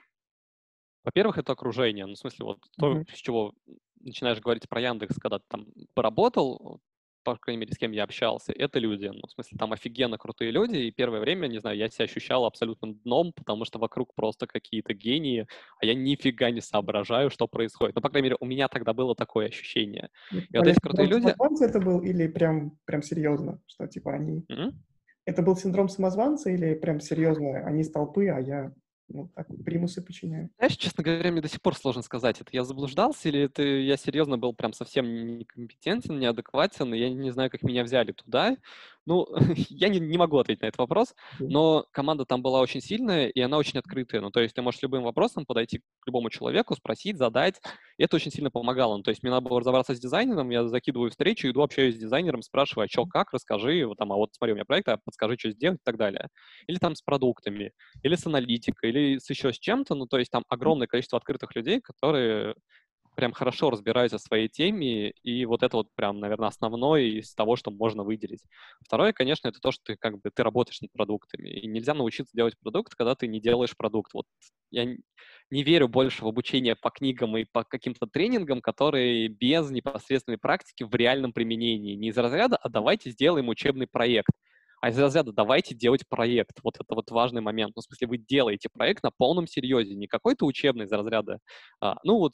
Во-первых, это окружение. Ну, в смысле, вот то, Мгм. с чего начинаешь говорить про Яндекс, когда ты там поработал, вот, по крайней мере, с кем я общался, это люди. Ну, в смысле, там офигенно крутые люди, и первое время, не знаю, я себя ощущал абсолютным дном, потому что вокруг просто какие-то гении, а я нифига не соображаю, что происходит. Ну, по крайней мере, у меня тогда было такое ощущение. И вот Валя, эти крутые синдром люди... самозванца это был или прям, прям серьезно, что типа они... М? Это был синдром самозванца или прям серьезно, они из толпы, а я, ну, так, примусы подчиняю? Знаешь, честно говоря, мне до сих пор сложно сказать, это я заблуждался или это я серьезно был прям совсем некомпетентен, неадекватен, и я не знаю, как меня взяли туда. Ну, я не, не могу ответить на этот вопрос, Окей. но команда там была очень сильная, и она очень открытая. Ну, то есть ты можешь любым вопросом подойти к любому человеку, спросить, задать, и это очень сильно помогало. Ну, то есть мне надо было разобраться с дизайнером, я закидываю встречу, иду, общаюсь с дизайнером, спрашиваю, а что, как, расскажи, вот там, а вот смотри, у меня проект, а подскажи, что сделать и так далее. Или там с продуктами или с аналитикой, или с еще с чем-то. Ну, то есть там огромное количество открытых людей, которые прям хорошо разбираются в своей теме, и вот это вот прям, наверное, основное из того, что можно выделить. Второе, конечно, это то, что ты как бы ты работаешь над продуктами, и нельзя научиться делать продукт, когда ты не делаешь продукт. Вот я н- не верю больше в обучение по книгам и по каким-то тренингам, которые без непосредственной практики в реальном применении. Не из разряда, а давайте сделаем учебный проект. А из разряда давайте делать проект. Вот это вот важный момент. Ну, в смысле, вы делаете проект на полном серьезе, не какой-то учебный из разряда. а, ну, вот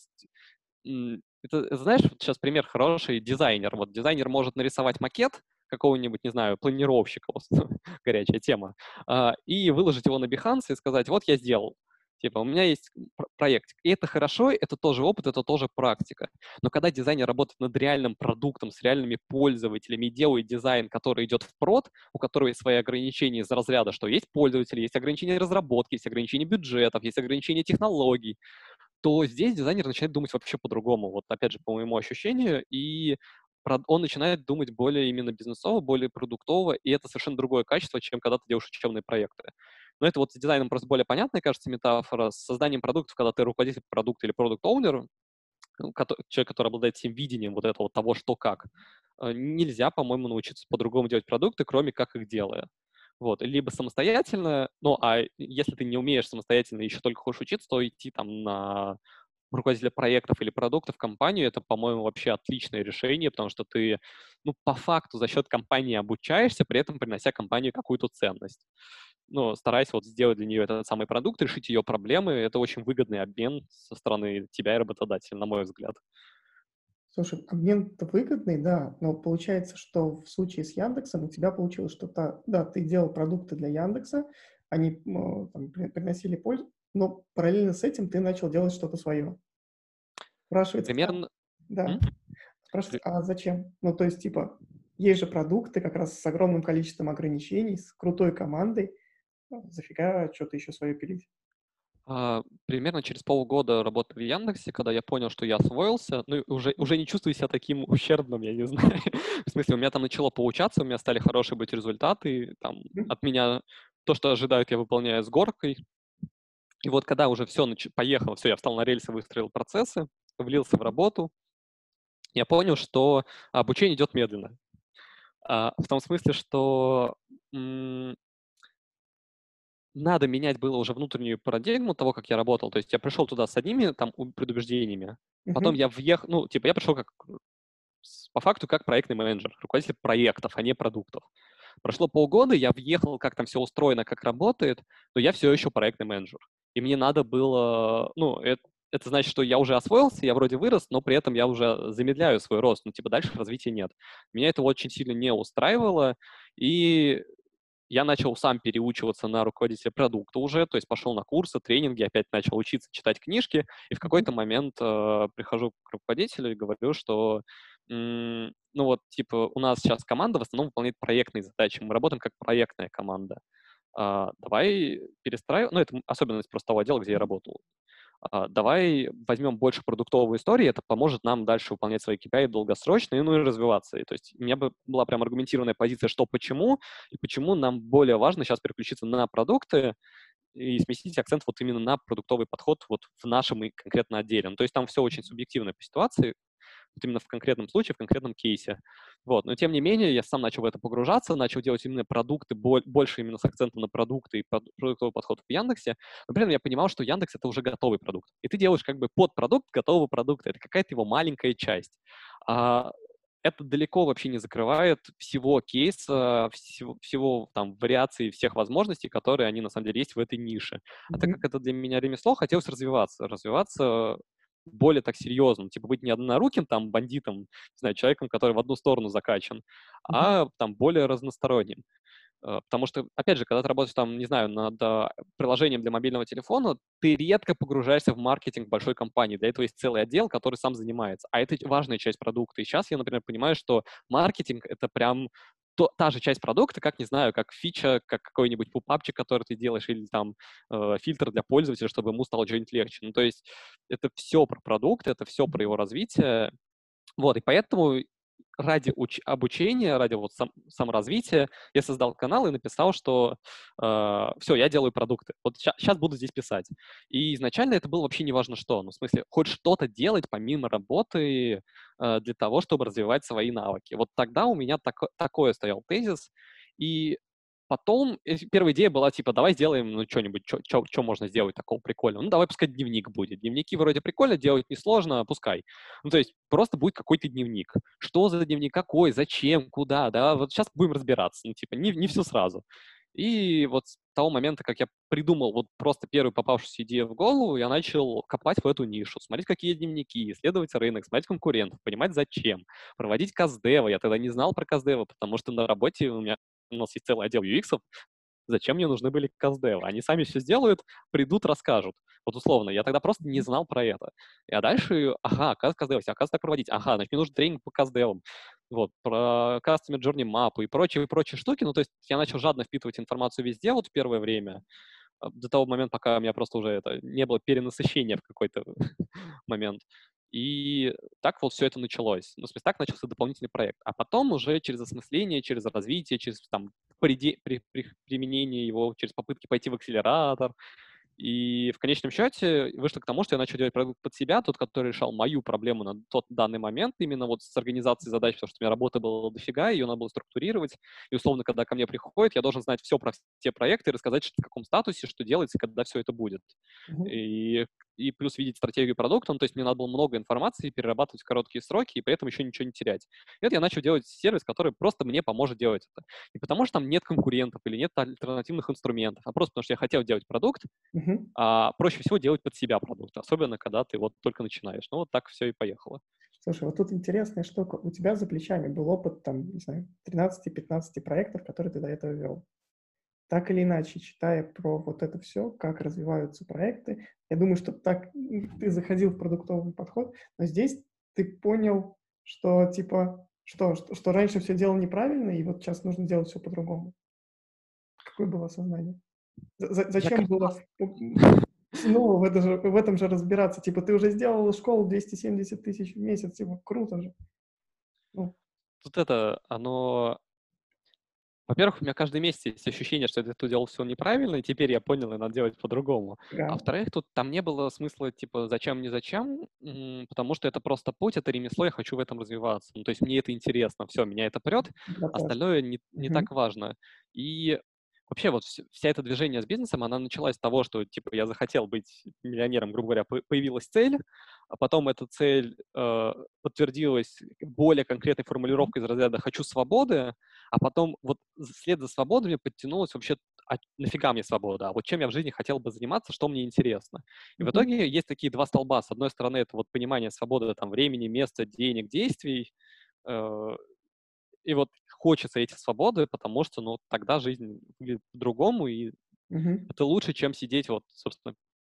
м, это, это, знаешь, вот сейчас пример хороший, дизайнер. Вот дизайнер может нарисовать макет какого-нибудь, не знаю, планировщика, вот, горячая тема, а, и выложить его на Behance и сказать, вот я сделал. Типа, у меня есть пр- проект. И это хорошо, это тоже опыт, это тоже практика. Но когда дизайнер работает над реальным продуктом, с реальными пользователями и делает дизайн, который идет в прод, у которого есть свои ограничения из разряда, что есть пользователи, есть ограничения разработки, есть ограничения бюджетов, есть ограничения технологий, то здесь дизайнер начинает думать вообще по-другому. Вот опять же, по моему ощущению, и прод- он начинает думать более именно бизнесово, более продуктово, и это совершенно другое качество, чем когда ты делаешь учебные проекты. Но это вот с дизайном просто более понятная, кажется, метафора. С созданием продуктов, когда ты руководитель продукта или продукт-оунер, ну, кото- человек, который обладает всем видением вот этого того, что как, э, нельзя, по-моему, научиться по-другому делать продукты, кроме как их делая. Вот, либо самостоятельно, ну, а если ты не умеешь самостоятельно, еще только хочешь учиться, то идти там на руководителя проектов или продуктов в компанию, это, по-моему, вообще отличное решение, потому что ты, ну, по факту за счет компании обучаешься, при этом принося компании какую-то ценность. Ну, стараясь вот сделать для нее этот самый продукт, решить ее проблемы, это очень выгодный обмен со стороны тебя и работодателя, на мой взгляд. Слушай, обмен-то выгодный, да, но получается, что в случае с Яндексом у тебя получилось что-то, да, ты делал продукты для Яндекса, они м, там, при- приносили пользу, но параллельно с этим ты начал делать что-то свое. Спрашивается, а, Примерно... да, м? спрашивается, При- а зачем? Ну, то есть, типа, есть же продукты как раз с огромным количеством ограничений, с крутой командой, а, зафига что-то еще свое пилить. а, примерно через полгода работы в Яндексе, когда я понял, что я освоился, ну, и уже, уже не чувствую себя таким ущербным, я не знаю. В смысле, у меня там начало получаться, у меня стали хорошие быть результаты, там, Мгм. от меня то, что ожидают, я выполняю с горкой. И вот когда уже все поехало, все, я встал на рельсы, выстроил процессы, влился в работу, я понял, что обучение идет медленно. А, в том смысле, что м, надо менять было уже внутреннюю парадигму того, как я работал. То есть я пришел туда с одними там у- предубеждениями, потом Мгм. я въехал, ну, типа я пришел как с- по факту как проектный менеджер, руководитель проектов, а не продуктов. Прошло полгода, я въехал, как там все устроено, как работает, но я все еще проектный менеджер. И мне надо было, ну, это, это значит, что я уже освоился, я вроде вырос, но при этом я уже замедляю свой рост, ну, типа дальше развития нет. Меня это очень сильно не устраивало, и я начал сам переучиваться на руководителя продукта уже, то есть пошел на курсы, тренинги, опять начал учиться читать книжки, и в Мгм. какой-то момент э, прихожу к руководителю и говорю, что, м, ну вот, типа, у нас сейчас команда в основном выполняет проектные задачи, мы работаем как проектная команда. а, давай перестраивать, ну, это особенность просто того отдела, где я работал. А, давай возьмем больше продуктовой истории, это поможет нам дальше выполнять свои кей пи ай долгосрочно и, ну, и развиваться. И, то есть у меня бы была прям аргументированная позиция, что почему, и почему нам более важно сейчас переключиться на продукты и сместить акцент вот именно на продуктовый подход вот в нашем и конкретно отделе. Ну, то есть там все очень субъективно по ситуации, вот именно в конкретном случае, в конкретном кейсе. Вот. Но тем не менее, я сам начал в это погружаться, начал делать именно продукты, бо- больше именно с акцентом на продукты и прод- продуктовый подход в Яндексе. Но при этом я понимал, что Яндекс — это уже готовый продукт. И ты делаешь как бы подпродукт готового продукта. Это какая-то его маленькая часть. А это далеко вообще не закрывает всего кейса, всего, всего там вариаций, всех возможностей, которые они на самом деле есть в этой нише. А так как Мгм. это для меня ремесло, хотелось развиваться. Развиваться более так серьезным, типа быть не одноруким там бандитом, не знаю, человеком, который в одну сторону закачан, Мгм. а там более разносторонним. Э, Потому что, опять же, когда ты работаешь там, не знаю, над а, приложением для мобильного телефона, ты редко погружаешься в маркетинг большой компании. Для этого есть целый отдел, который сам занимается. А это важная часть продукта. И сейчас я, например, понимаю, что маркетинг — это прям то- та же часть продукта, как, не знаю, как фича, как какой-нибудь пупапчик, который ты делаешь, или там э, фильтр для пользователя, чтобы ему стало что-нибудь легче. Ну, то есть это все про продукт, это все про его развитие. Вот, и поэтому ради уч- обучения, ради вот сам- саморазвития я создал канал и написал, что все, я делаю продукты. Вот сейчас буду здесь писать. И изначально это было вообще не важно что. Ну, в смысле, хоть что-то делать помимо работы э, для того, чтобы развивать свои навыки. Вот тогда у меня тако- такое стоял тезис. И потом э, первая идея была типа, давай сделаем ну, что-нибудь, что можно сделать такого прикольного. Ну, давай пускай дневник будет. Дневники вроде прикольно, делать несложно, пускай. Ну, то есть просто будет какой-то дневник. Что за дневник, какой, зачем, куда, да, вот сейчас будем разбираться, ну, типа, не, не все сразу. И вот с того момента, как я придумал вот просто первую попавшуюся идею в голову, я начал копать в эту нишу, смотреть, какие дневники, исследовать рынок, смотреть конкурентов, понимать, зачем, проводить каздева. Я тогда не знал про каздева, потому что на работе у меня у нас есть целый отдел ю экс, зачем мне нужны были каздевы? Они сами все сделают, придут, расскажут. Вот условно, я тогда просто не знал про это. И а дальше, ага, оказывается, каздевы, оказывается, так проводить. Ага, значит, мне нужен тренинг по каздевам. Вот, про Customer Journey Map и прочие, и прочие штуки. Ну, то есть я начал жадно впитывать информацию везде вот в первое время, а, до того момента, пока у меня просто уже это не было перенасыщения в какой-то момент. И так вот все это началось. Ну, в смысле, так начался дополнительный проект. А потом уже через осмысление, через развитие, через там приде- при- при- применение его, через попытки пойти в акселератор, и в конечном счете вышло к тому, что я начал делать продукт под себя, тот, который решал мою проблему на тот данный момент, именно вот с организацией задач, потому что у меня работы было дофига, ее надо было структурировать. И условно, когда ко мне приходит, я должен знать все про все проекты и рассказать, что- в каком статусе, что делается, когда все это будет. Мгм. И, и плюс видеть стратегию продукта, ну, то есть мне надо было много информации перерабатывать в короткие сроки и при этом еще ничего не терять. И это я начал делать сервис, который просто мне поможет делать это. Не потому что там нет конкурентов или нет альтернативных инструментов, а просто потому что я хотел делать продукт, Мгм. а проще всего делать под себя продукт, особенно когда ты вот только начинаешь. Ну, вот так все и поехало. Слушай, вот тут интересная штука. У тебя за плечами был опыт, там, не знаю, тринадцати-пятнадцати проектов, которые ты до этого вел. Так или иначе, читая про вот это все, как развиваются проекты, я думаю, что так м, ты заходил в продуктовый подход, но здесь ты понял, что типа, что, что, что раньше все делал неправильно, и вот сейчас нужно делать все по-другому. Какое было осознание? За- за- Я зачем каждый было раз... м, снова в, это же, в этом же разбираться? Типа, ты уже сделал школу двести семьдесят тысяч в месяц, типа, круто же. Ну, Тут это, оно... Во-первых, у меня каждый месяц есть ощущение, что я тут делал все неправильно, и теперь я понял, и надо делать по-другому. А да. во-вторых, тут там не было смысла, типа, зачем, не зачем, м, потому что это просто путь, это ремесло, я хочу в этом развиваться. Ну, то есть мне это интересно, все, меня это прет, Процесс. остальное не, не Мгм. так важно. И вообще вот вс- вся это движение с бизнесом, она началась с того, что, типа, я захотел быть миллионером, грубо говоря, по- появилась цель, а потом эта цель э, подтвердилась более конкретной формулировкой из разряда «хочу свободы», а потом вот вслед за свободой мне подтянулось вообще, а нафига мне свобода? А вот чем я в жизни хотел бы заниматься, что мне интересно? И в Мгм. итоге есть такие два столба. С одной стороны, это вот понимание свободы там, времени, места, денег, действий. э, И вот хочется эти свободы, потому что, ну, тогда жизнь выглядит по-другому, и Мгм. это лучше, чем сидеть вот, собственно,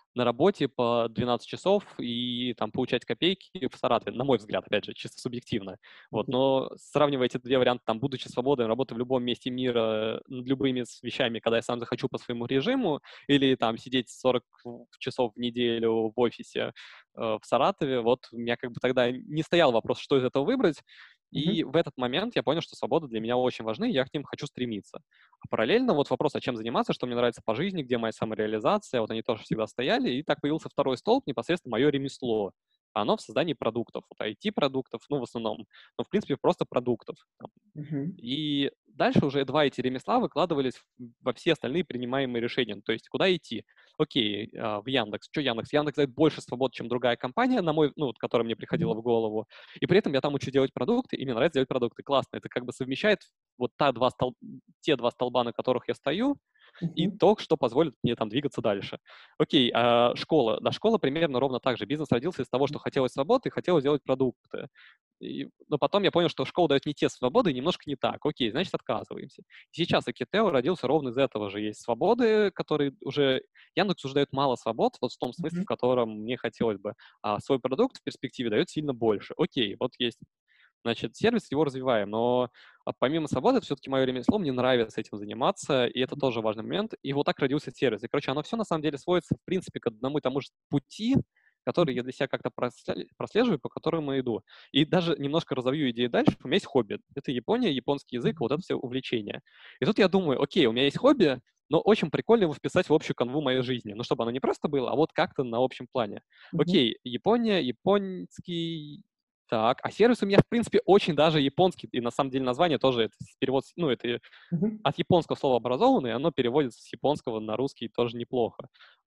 на работе по двенадцать часов и там получать копейки в Саратове, на мой взгляд, опять же, чисто субъективно. Вот, Мгм. но сравнивая эти две варианта, там, будучи свободным, работая в любом месте мира над любыми с вещами, когда я сам захочу по своему режиму, или там сидеть сорок в- часов в неделю в офисе э, в Саратове, вот у меня как бы тогда не стоял вопрос, что из этого выбрать. И Мгм. в этот момент я понял, что свобода для меня очень важны, и я к ним хочу стремиться. А параллельно вот вопрос, а чем заниматься, что мне нравится по жизни, где моя самореализация, вот они тоже всегда стояли, и так появился второй столб, непосредственно мое ремесло. Оно в создании продуктов, вот ай ти-продуктов, ну, в основном, но, в принципе, просто продуктов. Мгм. И дальше уже два эти ремесла выкладывались в- во все остальные принимаемые решения. Ну, то есть куда идти? Окей, а, в Яндекс. Что Яндекс? Яндекс дает больше свобод, чем другая компания, на мой, ну, вот, которая мне приходила Мгм. в голову. И при этом я там учу делать продукты, и мне нравится делать продукты. Классно. Это как бы совмещает вот та два стол... те два столба, на которых я стою, и Мгм. то, что позволит мне там двигаться дальше. Окей, а школа. Да, школа примерно ровно так же. Бизнес родился из того, что хотелось свободы и хотелось делать продукты. И, но потом я понял, что школа дает не те свободы, немножко не так. Окей, значит, отказываемся. Сейчас Акитео родился ровно из этого же. Есть свободы, которые уже... Яндекс уже дает мало свобод, вот в том смысле, Мгм. в котором мне хотелось бы. А свой продукт в перспективе дает сильно больше. Окей, вот есть, значит, сервис, его развиваем, но а помимо свободы, это все-таки мое ремесло, мне нравится этим заниматься, и это тоже важный момент. И вот так родился сервис. И, короче, оно все на самом деле сводится, в принципе, к одному и тому же пути, который я для себя как-то просле- прослеживаю, по которому иду. И даже немножко разовью идею дальше. У меня есть хобби. Это Япония, японский язык, вот это все увлечение. И тут я думаю, окей, у меня есть хобби, но очень прикольно его вписать в общую канву моей жизни. Ну, чтобы оно не просто было, а вот как-то на общем плане. Мгм. Окей, Япония, японский. Так, а сервис у меня, в принципе, очень даже японский, и на самом деле название тоже это с- перевод, с- ну, это Мгм. от японского слова образованный, оно переводится с японского на русский тоже неплохо.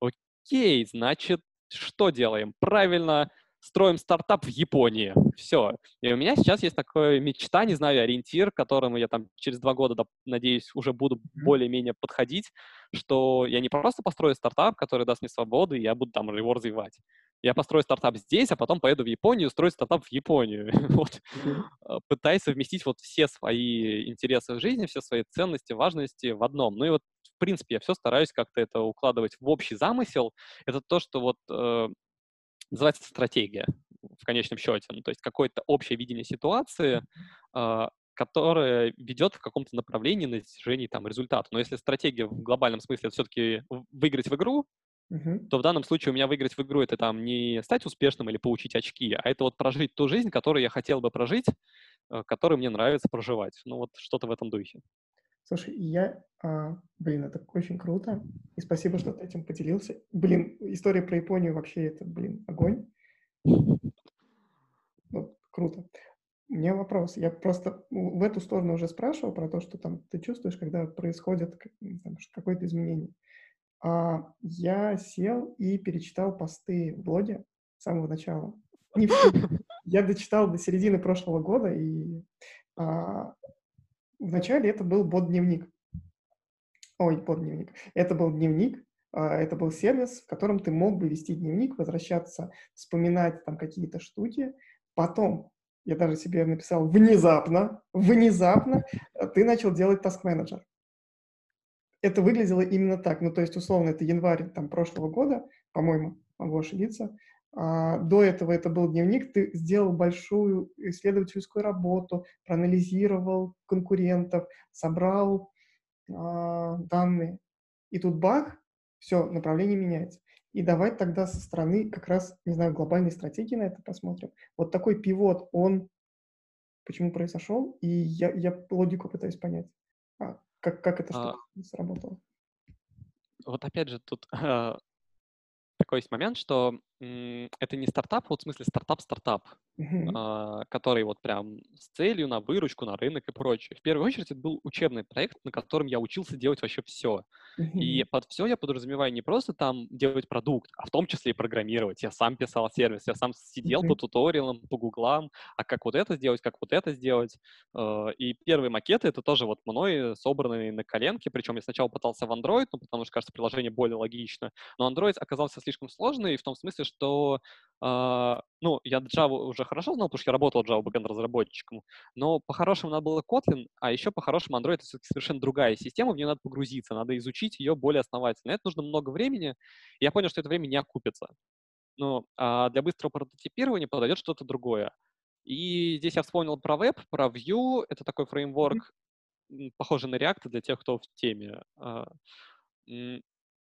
Окей, значит, что делаем? Правильно, строим стартап в Японии. Все. И у меня сейчас есть такая мечта, не знаю, ориентир, к которому я там через два года, доп- надеюсь, уже буду Мгм. более-менее подходить, что я не просто построю стартап, который даст мне свободу, и я буду там его развивать. Я построю стартап здесь, а потом поеду в Японию, устрою стартап в Японию. Вот. Мгм. Э, Пытаясь совместить вот все свои интересы в жизни, все свои ценности, важности в одном. Ну и вот, в принципе, я все стараюсь как-то это укладывать в общий замысел. Это то, что вот э, называется стратегия в конечном счете. Ну, то есть какое-то общее видение ситуации, а, которое ведет в каком-то направлении на достижении там результата. Но если стратегия в глобальном смысле это все-таки выиграть в игру, Мгм. то в данном случае у меня выиграть в игру это там не стать успешным или получить очки, а это вот прожить ту жизнь, которую я хотел бы прожить, э, которую мне нравится проживать. Ну вот что-то в этом духе. Слушай, я, а, блин, это очень круто. И спасибо, что ты этим поделился. Блин, история про Японию вообще это, блин, огонь. Ну, круто. У меня вопрос. Я просто в эту сторону уже спрашивал про то, что там ты чувствуешь, когда происходит как- не знаю, ш- какое-то изменение. А я сел и перечитал посты в блоге с самого начала. Не все. Я дочитал до середины прошлого года, и а, вначале это был бот-дневник. Ой, бот-дневник. Это был дневник, а, это был сервис, в котором ты мог бы вести дневник, возвращаться, вспоминать там какие-то штуки. Потом я даже себе написал внезапно, внезапно э, ты начал делать таск-менеджер. Это выглядело именно так. Ну, то есть, условно, это январь там прошлого года, по-моему, могу ошибиться. А, до этого это был дневник, ты сделал большую исследовательскую работу, проанализировал конкурентов, собрал а, данные. И тут бах, все, направление меняется. И давай тогда со стороны как раз, не знаю, глобальной стратегии на это посмотрим. Вот такой пивот, он почему произошел, и я, я логику пытаюсь понять. А, как, как эта А, штука сработала. вот опять же тут такой есть момент, что м, это не стартап, вот в смысле стартап-стартап, Мгм. а, который вот прям с целью на выручку, на рынок и прочее. В первую очередь это был учебный проект, на котором я учился делать вообще все. И Мгм. под все я подразумеваю не просто там делать продукт, а в том числе и программировать. Я сам писал сервис, я сам сидел по Мгм. туториалам, по гуглам, а как вот это сделать, как вот это сделать. Э, И первые макеты — это тоже вот мной собранные на коленке, причем я сначала пытался в Android, ну, потому что, кажется, приложение более логично, но Android оказался слишком сложный в том смысле, что, а, ну, я Java уже хорошо знал, потому что я работал Java бэкэнд-разработчиком, но по-хорошему надо было Kotlin, а еще по-хорошему Android — это все-таки совершенно другая система, в нее надо погрузиться, надо изучить ее более основательно. Это нужно много времени, и я понял, что это время не окупится. Ну, а для быстрого прототипирования подойдет что-то другое. И здесь я вспомнил про веб, про Vue. Это такой Мгм. фреймворк, м, похожий на React для тех, кто в теме. А, м,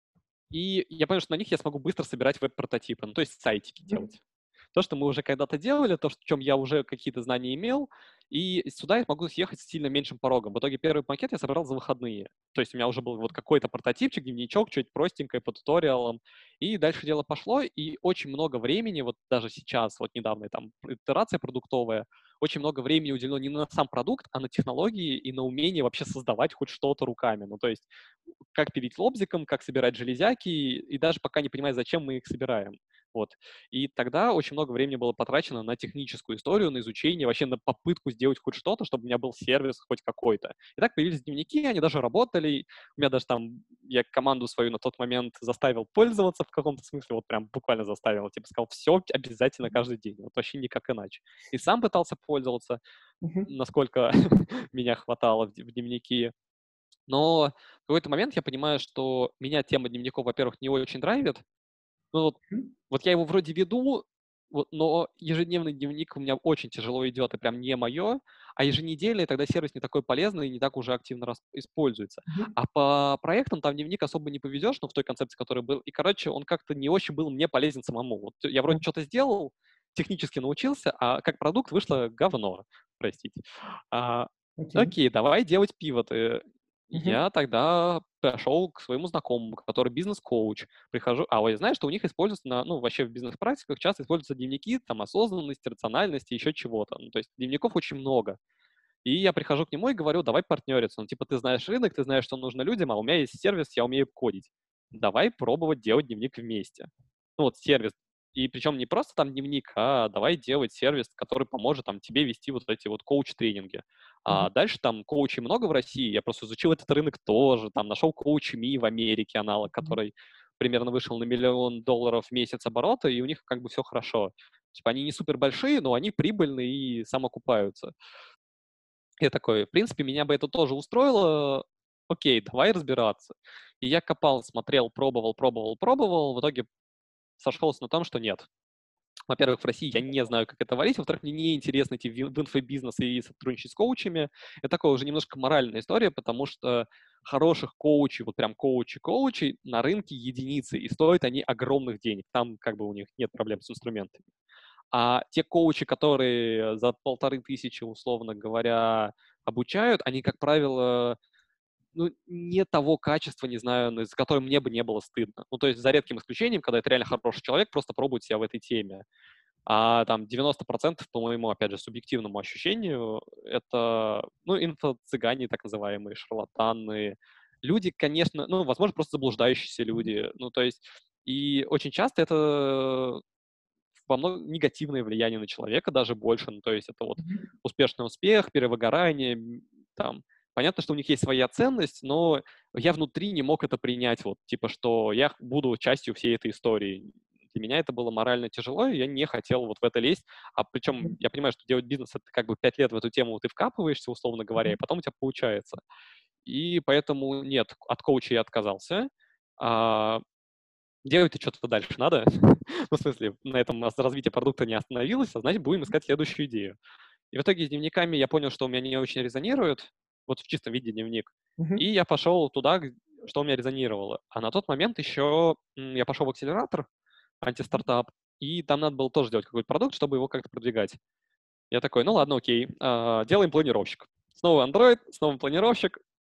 И я понял, что на них я смогу быстро собирать веб-прототипы, ну, то есть сайтики Мгм. делать. То, что мы уже когда-то делали, то, в чем я уже какие-то знания имел, и сюда я могу съехать с сильно меньшим порогом. В итоге первый макет я собрал за выходные. То есть у меня уже был вот какой-то прототипчик, дневничок, чуть простенькое по туториалам, и дальше дело пошло, и очень много времени, вот даже сейчас, вот недавно там итерация продуктовая, очень много времени уделено не на сам продукт, а на технологии и на умение вообще создавать хоть что-то руками. Ну, то есть как пилить лобзиком, как собирать железяки, и даже пока не понимаю, зачем мы их собираем. Вот. И тогда очень много времени было потрачено на техническую историю, на изучение, вообще на попытку сделать хоть что-то, чтобы у меня был сервис хоть какой-то. И так появились дневники, они даже работали. У меня даже там, я команду свою на тот момент заставил пользоваться в каком-то смысле, вот прям буквально заставил. Типа сказал, все обязательно каждый день, вот вообще никак иначе. И сам пытался пользоваться, Мгм. насколько меня хватало в д- в дневники. Но в какой-то момент я понимаю, что меня тема дневников, во-первых, не очень драйвит. Ну, вот, Мгм. вот я его вроде веду, вот, но ежедневный дневник у меня очень тяжело идет, и прям не мое, а еженедельный тогда сервис не такой полезный и не так уже активно рас- используется. Мгм. А по проектам там дневник особо не поведешь, ну, в той концепции, который был. И, короче, он как-то не очень был мне полезен самому. Вот я вроде Да. что-то сделал, технически научился, а как продукт вышло говно, простите. А, Окей. окей, давай делать пивоты. Мгм. Я тогда пошел к своему знакомому, который бизнес-коуч. Прихожу, а вот я знаю, что у них используются, на, ну, вообще в бизнес-практиках часто используются дневники, там, осознанности, рациональности, еще чего-то. Ну, то есть дневников очень много. И я прихожу к нему и говорю, давай партнериться. Ну, типа, ты знаешь рынок, ты знаешь, что нужно людям, а у меня есть сервис, я умею кодить. Давай пробовать делать дневник вместе. Ну, вот сервис. И причем не просто там дневник, а давай делать сервис, который поможет там тебе вести вот эти вот коуч-тренинги. Мгм. А дальше там коучей много в России, я просто изучил этот рынок тоже, там нашел коуч ми в Америке аналог, Мгм. который примерно вышел на миллион долларов в месяц оборота, и у них как бы все хорошо. Типа они не супер большие, но они прибыльные и самоокупаются. Я такой, в принципе, меня бы это тоже устроило. Окей, давай разбираться. И я копал, смотрел, пробовал, пробовал, пробовал. В итоге сошелся на том, что нет. Во-первых, в России я не знаю, как это варить. Во-вторых, мне не интересно идти в ин- в инфобизнес и сотрудничать с коучами. Это такая уже немножко моральная история, потому что хороших коучей, вот прям коучи-коучей на рынке единицы, и стоят они огромных денег. Там как бы у них нет проблем с инструментами. А те коучи, которые за полторы тысячи, условно говоря, обучают, они, как правило, ну, не того качества, не знаю, ну, за которое мне бы не было стыдно. Ну, то есть за редким исключением, когда это реально хороший человек, просто пробует себя в этой теме. А там девяносто процентов, по моему, опять же, субъективному ощущению, это, ну, инфо-цыгане, так называемые, шарлатаны. Люди, конечно, ну, возможно, просто заблуждающиеся Мгм. люди. Ну, то есть, и очень часто это во многом негативное влияние на человека, даже больше. Ну, то есть это вот Мгм. успешный успех, перевыгорание, м, там. Понятно, что у них есть своя ценность, но я внутри не мог это принять, вот, типа, что я буду частью всей этой истории. Для меня это было морально тяжело, и я не хотел вот в это лезть. А причем Мгм. я понимаю, что делать бизнес — это как бы пять лет в эту тему ты вкапываешься, условно говоря, и Мгм. потом у тебя получается. И поэтому нет, от коуча я отказался. А, Делать-то что-то дальше надо. Ну, в смысле, на этом ас- развитие продукта не остановилось, а значит, будем искать следующую идею. И в итоге с дневниками я понял, что у меня не очень резонирует, вот в чистом виде дневник. Мгм. И я пошел туда, г- что у меня резонировало. А на тот момент еще м, я пошел в акселератор, антистартап, и там надо было тоже делать какой-то продукт, чтобы его как-то продвигать. Я такой, ну ладно, окей, а, делаем планировщик. Снова Android, снова планировщик.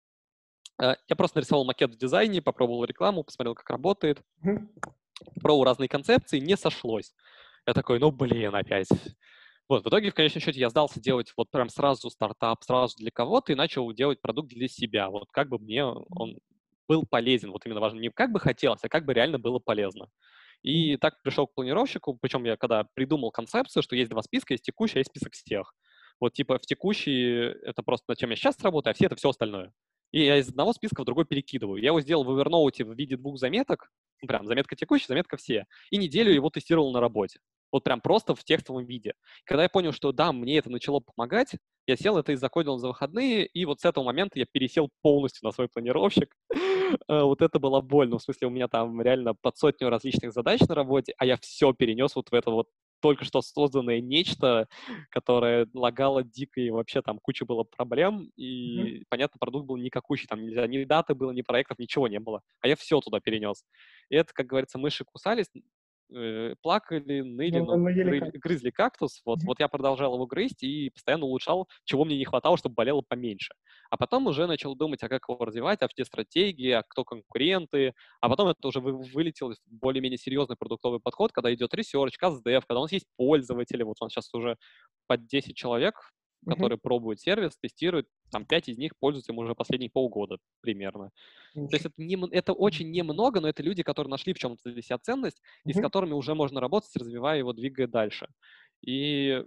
А, Я просто нарисовал макет в дизайне, попробовал рекламу, посмотрел, как работает. Мгм. Пробовал разные концепции, не сошлось. Я такой, ну блин, опять. Вот, в итоге, в конечном счете, я сдался делать вот прям сразу стартап, сразу для кого-то и начал делать продукт для себя. Вот как бы мне он был полезен, вот именно важно, не как бы хотелось, а как бы реально было полезно. Мгм. И так пришел к планировщику, причем я когда придумал концепцию, что есть два списка, есть текущий, а есть список всех. Вот типа в текущий это просто над чем я сейчас работаю, а все это все остальное. И я из одного списка в другой перекидываю. Я его сделал в Evernote в виде двух заметок, Ну, прям заметка текущая, заметка все. И неделю его тестировал на работе. Вот прям просто в текстовом виде. Когда я понял, что да, мне это начало помогать, я сел это и закодил за выходные, и вот с этого момента я пересел полностью на свой планировщик. Э, Вот это было больно. В смысле, у меня там реально под сотню различных задач на работе, а я все перенес вот в это вот только что созданное нечто, которое лагало дико, и вообще там куча было проблем, Мгм. и, понятно, продукт был никакущий, там нельзя, ни даты было, ни проектов, ничего не было. А я все туда перенес. И это, как говорится, мыши кусались, э, плакали, ныли, Ну, но ну, ели гры- как. грызли кактус. Вот, Мгм. вот я продолжал его грызть и постоянно улучшал, чего мне не хватало, чтобы болело поменьше. А потом уже начал думать, а как его развивать, а где стратегии, а кто конкуренты. А потом это уже вы- вылетело в более-менее серьезный продуктовый подход, когда идет ресерч, каздев, когда у нас есть пользователи. Вот у нас сейчас уже под десять человек, Мгм. которые пробуют сервис, тестируют, там пять из них пользуются им уже последние полгода примерно. То есть Ничего. это, не, м- это очень немного, но это люди, которые нашли в чем-то для себя ценность, и с Мгм. которыми уже можно работать, развивая его, двигая дальше. И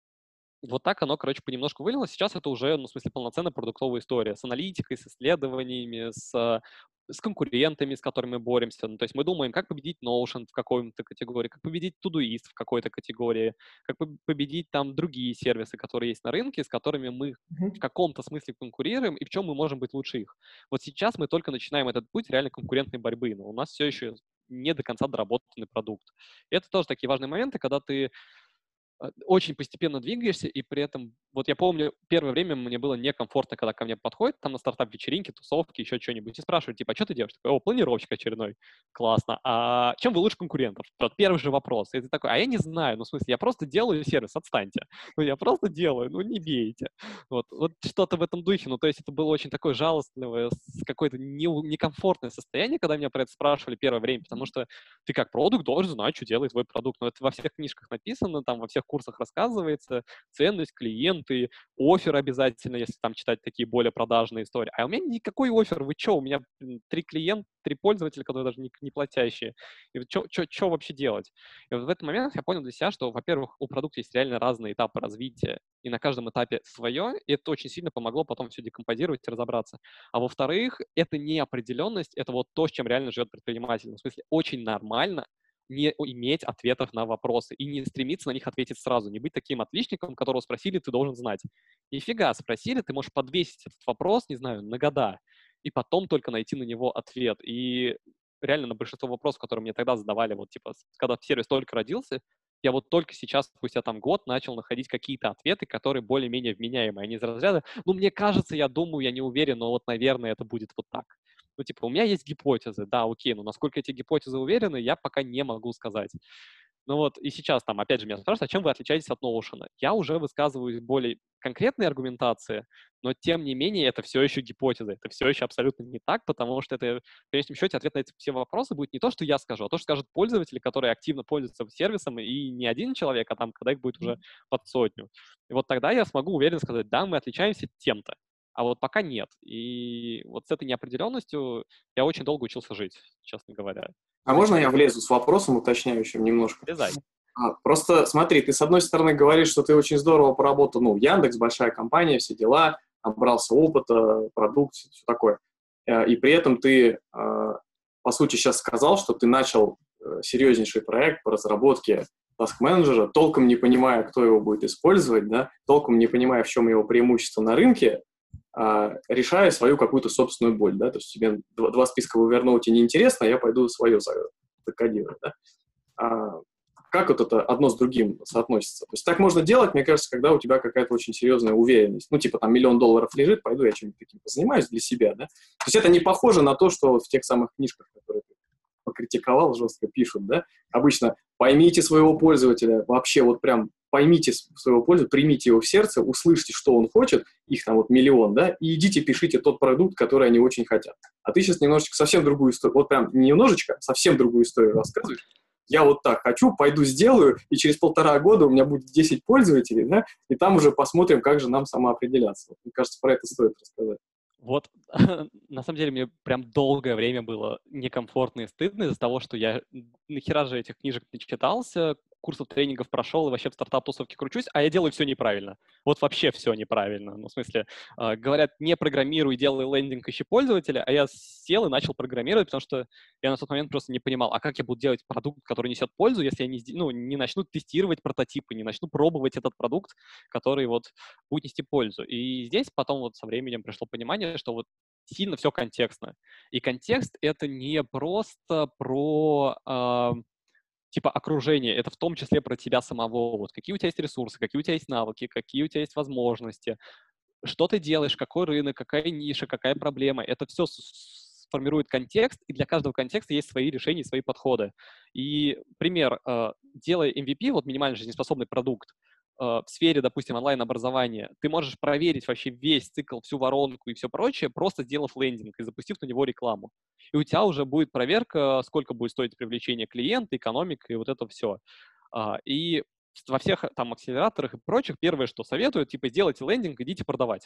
вот так оно, короче, понемножку вылилось. Сейчас это уже, ну, в смысле, полноценная продуктовая история с аналитикой, с исследованиями, с, а, с конкурентами, с которыми мы боремся. Ну, то есть мы думаем, как победить Notion в какой-то категории, как победить Todoist в какой-то категории, как поб- победить там другие сервисы, которые есть на рынке, с которыми мы в Мгм. каком-то смысле конкурируем, и в чем мы можем быть лучше их. Вот сейчас мы только начинаем этот путь реально конкурентной борьбы, но у нас все еще не до конца доработанный продукт. И это тоже такие важные моменты, когда ты э, очень постепенно двигаешься, и при этом, вот я помню, первое время мне было некомфортно, когда ко мне подходят там на стартап-вечеринки, тусовки, еще что-нибудь, и спрашивают, типа, а что ты делаешь? Такой, о, планировщик очередной. Классно. А чем вы лучше конкурентов? Вот первый же вопрос. И ты такой, а я не знаю, ну, в смысле, я просто делаю сервис, отстаньте. Ну, я просто делаю, ну, не бейте. Вот, вот что-то в этом духе. Ну, то есть это было очень такое жалостливое, с- какое-то не, некомфортное состояние, когда меня про это спрашивали первое время, потому что ты как продукт должен знать, что делает твой продукт. Но это во всех книжках написано, там во всех курсах рассказывается, ценность, клиенты, оффер обязательно, если там читать такие более продажные истории. А у меня никакой оффер, вы что, у меня м, три клиента, три пользователя, которые даже не, не платящие. И вот что вообще делать? И вот в этот момент я понял для себя, что, во-первых, у продукта есть реально разные этапы развития, и на каждом этапе свое, и это очень сильно помогло потом все декомпозировать и разобраться. А во-вторых, это неопределенность, это вот то, с чем реально живет предприниматель. Ну, в смысле, очень нормально не иметь ответов на вопросы и не стремиться на них ответить сразу, не быть таким отличником, которого спросили, ты должен знать. Нифига, спросили, ты можешь подвесить этот вопрос, не знаю, на года, и потом только найти на него ответ. И реально на большинство вопросов, которые мне тогда задавали, вот типа, с- когда сервис только родился, я вот только сейчас, спустя там год, начал находить какие-то ответы, которые более-менее вменяемые. Они из разряда, ну, мне кажется, я думаю, я не уверен, но вот, наверное, это будет вот так. Ну, типа, у меня есть гипотезы, да, окей, но насколько эти гипотезы уверены, я пока не могу сказать. Ну вот и сейчас там, опять же, меня спрашивают, а чем вы отличаетесь от Notion? Я уже высказываю более конкретные аргументации, но тем не менее это все еще гипотеза, это все еще абсолютно не так, потому что это, в конечном счете, ответ на эти все вопросы будет не то, что я скажу, а то, что скажут пользователи, которые активно пользуются сервисом, и не один человек, а там, когда их будет уже под сотню. И вот тогда я смогу уверенно сказать, да, мы отличаемся тем-то, а вот пока нет. И вот с этой неопределенностью я очень долго учился жить, честно говоря. А можно я влезу с вопросом уточняющим немножко? Влезай. А, просто смотри, ты с одной стороны говоришь, что ты очень здорово поработал, ну, Яндекс, большая компания, все дела, набрался опыта, продукт, все такое. Э, И при этом ты, э, по сути, сейчас сказал, что ты начал э, серьезнейший проект по разработке таск-менеджера, толком не понимая, кто его будет использовать, да, толком не понимая, в чем его преимущество на рынке, а, решая свою какую-то собственную боль, да, то есть тебе два, два списка в Evernote неинтересно, а я пойду свое закодирую, да. А, как вот это одно с другим соотносится? То есть так можно делать, мне кажется, когда у тебя какая-то очень серьезная уверенность. Ну, типа там миллион долларов лежит, пойду я чем-нибудь таким позанимаюсь для себя, да. То есть это не похоже на то, что вот в тех самых книжках, которые ты покритиковал, жестко пишут, да. Обычно поймите своего пользователя, вообще вот прям поймите своего пользователя, примите его в сердце, услышьте, что он хочет, их там вот миллион, да, и идите пишите тот продукт, который они очень хотят. А ты сейчас немножечко совсем другую историю, вот прям не немножечко, а совсем другую историю рассказываешь. Я вот так хочу, пойду сделаю, и через полтора года у меня будет десять пользователей, да, и там уже посмотрим, как же нам самоопределяться. Вот, мне кажется, про это стоит рассказать. Вот, на самом деле, мне прям долгое время было некомфортно и стыдно из-за того, что я н- нахера же этих книжек не читался, курсов, тренингов прошел, и вообще в стартап-тусовке кручусь, а я делаю все неправильно. Вот вообще все неправильно. Ну, в смысле, э, говорят, не программируй, делай лендинг, ищи пользователя, а я сел и начал программировать, потому что я на тот момент просто не понимал, а как я буду делать продукт, который несет пользу, если я не, ну, не начну тестировать прототипы, не начну пробовать этот продукт, который вот будет нести пользу. И здесь потом вот со временем пришло понимание, что вот сильно все контекстно. И контекст — это не просто про э, типа окружение, это в том числе про тебя самого. Вот какие у тебя есть ресурсы, какие у тебя есть навыки, какие у тебя есть возможности, что ты делаешь, какой рынок, какая ниша, какая проблема. Это все формирует контекст, и для каждого контекста есть свои решения, свои подходы. И пример, э, делая эм ви пи, вот минимально жизнеспособный продукт, в сфере, допустим, онлайн-образования, ты можешь проверить вообще весь цикл, всю воронку и все прочее, просто сделав лендинг и запустив на него рекламу. И у тебя уже будет проверка, сколько будет стоить привлечение клиента, экономика и вот это все. И во всех там акселераторах и прочих первое, что советуют, типа, сделайте лендинг, идите продавать.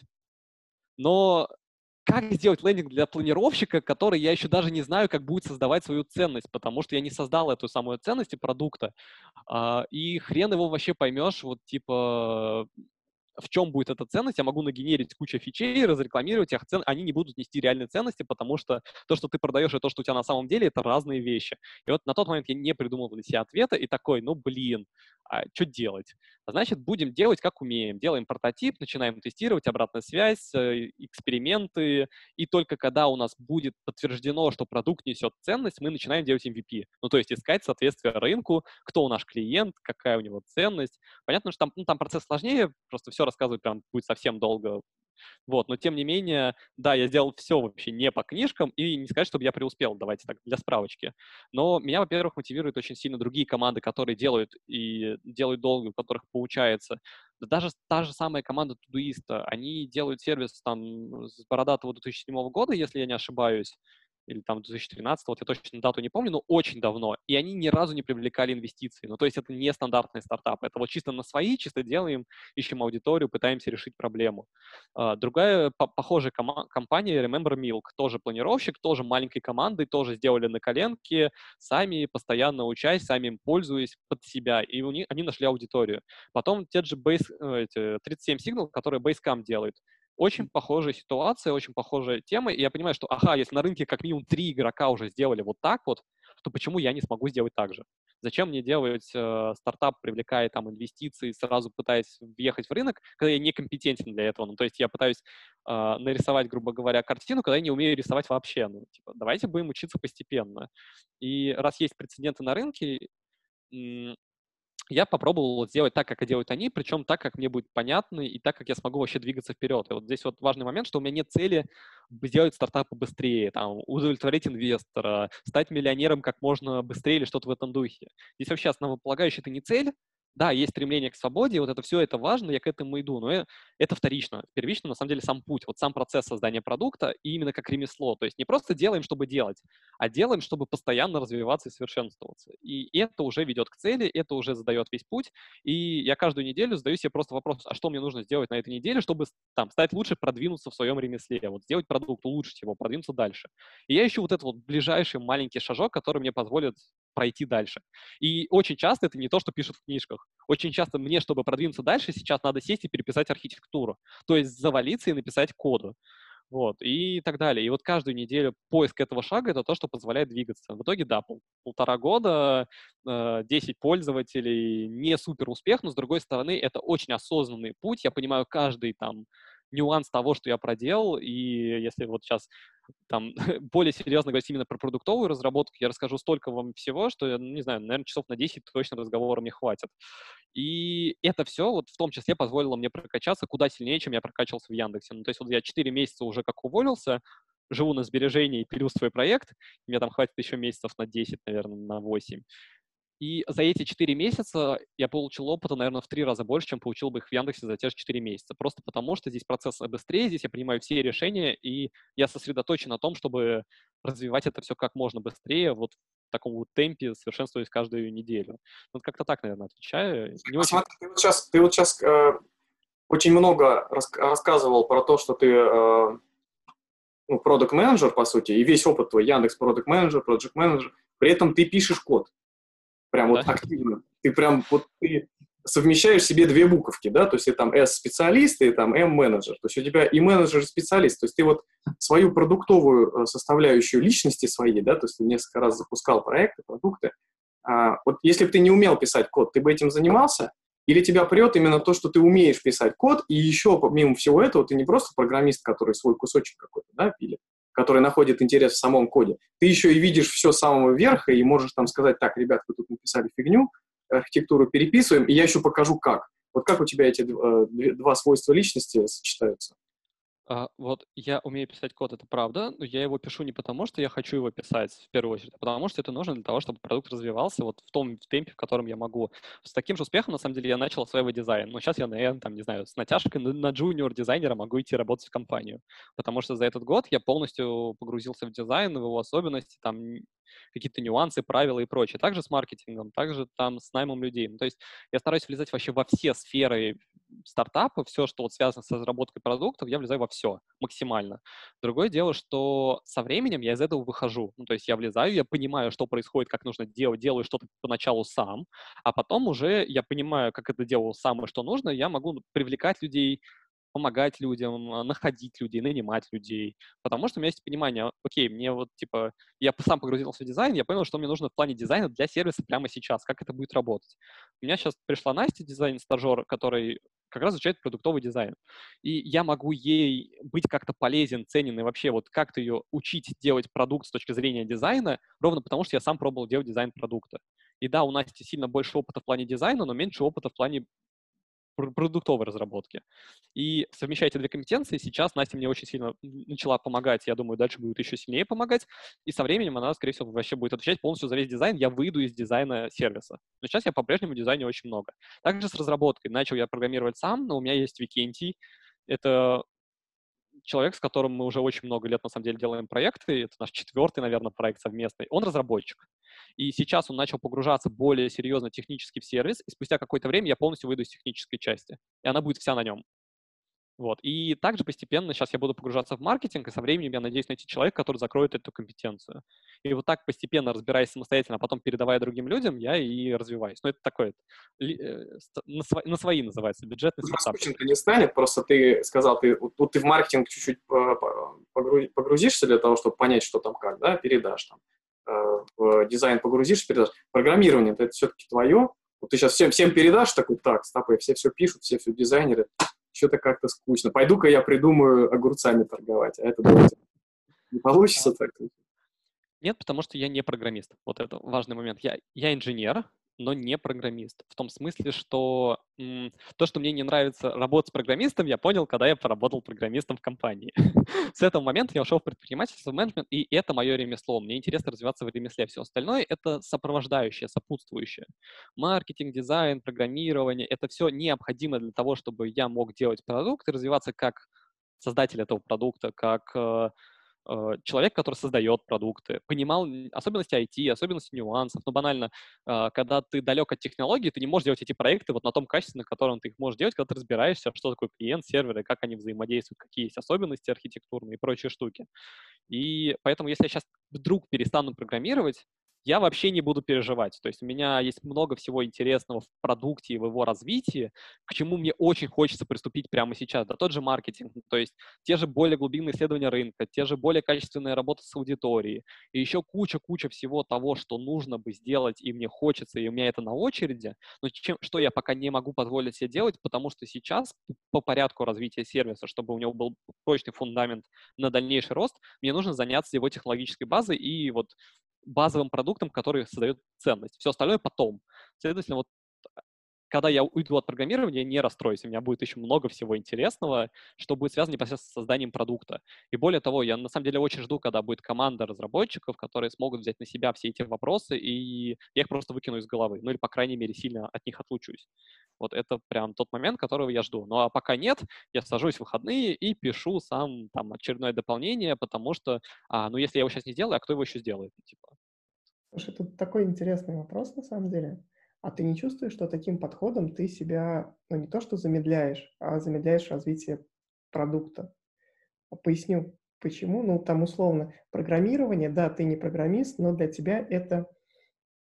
Но как сделать лендинг для планировщика, который я еще даже не знаю, как будет создавать свою ценность, потому что я не создал эту самую ценность и продукта. И хрен его вообще поймешь, вот типа, в чем будет эта ценность. Я могу нагенерить кучу фичей, разрекламировать их, цен... они не будут нести реальной ценности, потому что то, что ты продаешь, и то, что у тебя на самом деле, это разные вещи. И вот на тот момент я не придумал для себя ответа и такой, ну блин, а что делать? Значит, будем делать, как умеем. Делаем прототип, начинаем тестировать, обратная связь, эксперименты, и только когда у нас будет подтверждено, что продукт несет ценность, мы начинаем делать эм ви пи. Ну, то есть искать соответствие рынку, кто у наш клиент, какая у него ценность. Понятно, что там, ну, там процесс сложнее, просто все рассказывать прям будет совсем долго. Вот, но тем не менее, да, я сделал все вообще не по книжкам, и не сказать, чтобы я преуспел, давайте так, для справочки. Но меня, во-первых, мотивируют очень сильно другие команды, которые делают и делают долго, у которых получается. Да даже та же самая команда Todoist, они делают сервис там с бородатого две тысячи седьмого года, если я не ошибаюсь, или там две тысячи тринадцатого, вот я точно дату не помню, но очень давно, и они ни разу не привлекали инвестиции. Ну, то есть это не стандартный стартап, это вот чисто на свои, чисто делаем, ищем аудиторию, пытаемся решить проблему. Uh, другая по- похожая кома- компания Remember Milk, тоже планировщик, тоже маленькой командой, тоже сделали на коленке, сами постоянно учась, сами им пользуясь под себя, и у них, они нашли аудиторию. Потом те же Base, эти, тридцать семь Signal, которые Basecamp делает. Очень похожая ситуация, очень похожая тема, и я понимаю, что, ага, если на рынке как минимум три игрока уже сделали вот так вот, то почему я не смогу сделать так же? Зачем мне делать э, стартап, привлекая там инвестиции, сразу пытаясь въехать в рынок, когда я некомпетентен для этого? Ну, то есть я пытаюсь э, нарисовать, грубо говоря, картину, когда я не умею рисовать вообще. Ну, типа, давайте будем учиться постепенно. И раз есть прецеденты на рынке, я попробовал сделать так, как и делают они, причем так, как мне будет понятно, и так, как я смогу вообще двигаться вперед. И вот здесь вот важный момент, что у меня нет цели сделать стартапы быстрее, там, удовлетворить инвестора, стать миллионером как можно быстрее или что-то в этом духе. Здесь вообще основополагающее — это не цель. Да, есть стремление к свободе, вот это все, это важно, я к этому иду, но это вторично. Первично, на самом деле, сам путь, вот сам процесс создания продукта, и именно как ремесло. То есть не просто делаем, чтобы делать, а делаем, чтобы постоянно развиваться и совершенствоваться. И это уже ведет к цели, это уже задает весь путь. И я каждую неделю задаю себе просто вопрос, а что мне нужно сделать на этой неделе, чтобы там стать лучше, продвинуться в своем ремесле, вот сделать продукт, улучшить его, продвинуться дальше. И я ищу вот этот вот ближайший маленький шажок, который мне позволит пройти дальше. И очень часто это не то, что пишут в книжках. Очень часто мне, чтобы продвинуться дальше, сейчас надо сесть и переписать архитектуру. То есть завалиться и написать коду. Вот, и так далее. И вот каждую неделю поиск этого шага — это то, что позволяет двигаться. В итоге, да, пол, полтора года, э, десять пользователей, не супер успех, но, с другой стороны, это очень осознанный путь. Я понимаю каждый там нюанс того, что я проделал, и если вот сейчас там более серьезно говорить именно про продуктовую разработку, я расскажу столько вам всего, что, не знаю, наверное, часов на десять точно разговора мне хватит. И это все вот в том числе позволило мне прокачаться куда сильнее, чем я прокачивался в Яндексе. Ну, то есть вот я четыре месяца уже как уволился, живу на сбережения и пилю свой проект, мне там хватит еще месяцев на десять, наверное, на восемь. И за эти четыре месяца я получил опыта, наверное, в три раза больше, чем получил бы их в Яндексе за те же четыре месяца. Просто потому, что здесь процесс быстрее, здесь я принимаю все решения, и я сосредоточен на том, чтобы развивать это все как можно быстрее, вот в таком вот темпе, совершенствуясь каждую неделю. Вот как-то так, наверное, отвечаю. Не очень... Смотри, ты вот сейчас, ты вот сейчас э, очень много рас- рассказывал про то, что ты э, ну, продакт-менеджер, по сути, и весь опыт твой Яндекс продакт-менеджер, проджект-менеджер, при этом ты пишешь код. Прям Да. вот активно. Ты прям вот ты совмещаешь себе две буковки, да, то есть ты там S-специалист и там M-менеджер. То есть у тебя и менеджер, и специалист. То есть ты вот свою продуктовую составляющую личности своей, да, то есть ты несколько раз запускал проекты, продукты. А, вот если бы ты не умел писать код, ты бы этим занимался? Или тебя прет именно то, что ты умеешь писать код, и еще помимо всего этого ты не просто программист, который свой кусочек какой-то, да, пилит, который находит интерес в самом коде. Ты еще и видишь все с самого верха и можешь там сказать: так, ребят, вы тут написали фигню, архитектуру переписываем, и я еще покажу как. Вот как у тебя эти э, два свойства личности сочетаются? А, вот я умею писать код, это правда, но я его пишу не потому, что я хочу его писать в первую очередь, а потому что это нужно для того, чтобы продукт развивался вот в том темпе, в котором я могу. С таким же успехом, на самом деле, я начал осваивать дизайн. Но сейчас я, наверное, там, не знаю, с натяжкой на, на джуниор-дизайнера могу идти работать в компанию. Потому что за этот год я полностью погрузился в дизайн, в его особенности, там, н- какие-то нюансы, правила и прочее. Также с маркетингом, также там с наймом людей. Ну, то есть я стараюсь влезать вообще во все сферы стартапа, все, что вот связано с разработкой продуктов, я влезаю во все максимально. Другое дело, что со временем я из этого выхожу. Ну, то есть я влезаю, я понимаю, что происходит, как нужно делать, делаю что-то поначалу сам, а потом уже я понимаю, как это делал сам и что нужно, я могу привлекать людей, помогать людям, а, находить людей, нанимать людей. Потому что у меня есть понимание: окей, мне вот, типа, я п- сам погрузился в дизайн, я понял, что мне нужно в плане дизайна для сервиса прямо сейчас, как это будет работать. У меня сейчас пришла Настя, дизайн-стажер, который как раз изучает продуктовый дизайн. И я могу ей быть как-то полезен, ценен, и вообще вот как-то ее учить делать продукт с точки зрения дизайна, ровно потому что я сам пробовал делать дизайн продукта. И да, у Насти сильно больше опыта в плане дизайна, но меньше опыта в плане пр- продуктовой разработки. И совмещая эти две компетенции, сейчас Настя мне очень сильно начала помогать. Я думаю, дальше будет еще сильнее помогать. И со временем она, скорее всего, вообще будет отвечать полностью за весь дизайн. Я выйду из дизайна сервиса. Но сейчас я по-прежнему дизайню очень много. Также с разработкой. Начал я программировать сам, но у меня есть Викентий. Это человек, с которым мы уже очень много лет, на самом деле, делаем проекты. Это наш четвертый, наверное, проект совместный. Он разработчик. И сейчас он начал погружаться более серьезно технически в сервис, и спустя какое-то время я полностью выйду из технической части, и она будет вся на нем. Вот. И также постепенно сейчас я буду погружаться в маркетинг, и со временем я надеюсь найти человека, который закроет эту компетенцию. И вот так постепенно, разбираясь самостоятельно, а потом передавая другим людям, я и развиваюсь. Но это такое, ли- э, ст- на, сво- на свои называется, бюджетный Тут стартапчик. скучно не станет, просто ты сказал, ты, вот тут ты в маркетинг чуть-чуть по- по- погру- погрузишься для того, чтобы понять, что там как, да, передашь там. Э, В дизайн погрузишься, передашь. Программирование, это все-таки твое. Вот ты сейчас всем, всем передашь такой: так, стопы, все все пишут, все все дизайнеры, что-то как-то скучно. Пойду-ка я придумаю огурцами торговать, а это давайте. Не получится так? Нет, потому что я не программист. Вот это важный момент. Я, я инженер, но не программист. В том смысле, что м, то, что мне не нравится работать с программистом, я понял, когда я поработал программистом в компании. С этого момента я ушел в предпринимательство, в менеджмент, и это мое ремесло. Мне интересно развиваться в ремесле. Все остальное — это сопровождающее, сопутствующее. Маркетинг, дизайн, программирование — это все необходимо для того, чтобы я мог делать продукт и развиваться как создатель этого продукта, как э, э, человек, который создает продукты, понимал н- особенности ай ти, особенности нюансов. Ну, банально, э, когда ты далек от технологий, ты не можешь делать эти проекты вот на том качестве, на котором ты их можешь делать, когда ты разбираешься, что такое клиент, серверы, как они взаимодействуют, какие есть особенности архитектурные и прочие штуки. И поэтому, если я сейчас вдруг перестану программировать, я вообще не буду переживать. То есть у меня есть много всего интересного в продукте и в его развитии, к чему мне очень хочется приступить прямо сейчас. Да тот же маркетинг, ну, то есть те же более глубинные исследования рынка, те же более качественная работа с аудиторией, и еще куча-куча всего того, что нужно бы сделать, и мне хочется, и у меня это на очереди, но чем, что я пока не могу позволить себе делать, потому что сейчас по порядку развития сервиса, чтобы у него был прочный фундамент на дальнейший рост, мне нужно заняться его технологической базой и вот базовым продуктом, который создает ценность. Все остальное потом. Следовательно, вот когда я уйду от программирования, я не расстроюсь. У меня будет еще много всего интересного, что будет связано непосредственно с созданием продукта. И более того, я на самом деле очень жду, когда будет команда разработчиков, которые смогут взять на себя все эти вопросы, и я их просто выкину из головы. Ну или, по крайней мере, сильно от них отлучусь. Вот это прям тот момент, которого я жду. Ну а пока нет, я сажусь в выходные и пишу сам там очередное дополнение, потому что, а, ну если я его сейчас не сделаю, а кто его еще сделает? Типа. Слушай, тут такой интересный вопрос на самом деле. А ты не чувствуешь, что таким подходом ты себя, ну, не то что замедляешь, а замедляешь развитие продукта? Поясню, почему. Ну, там условно программирование, да, ты не программист, но для тебя это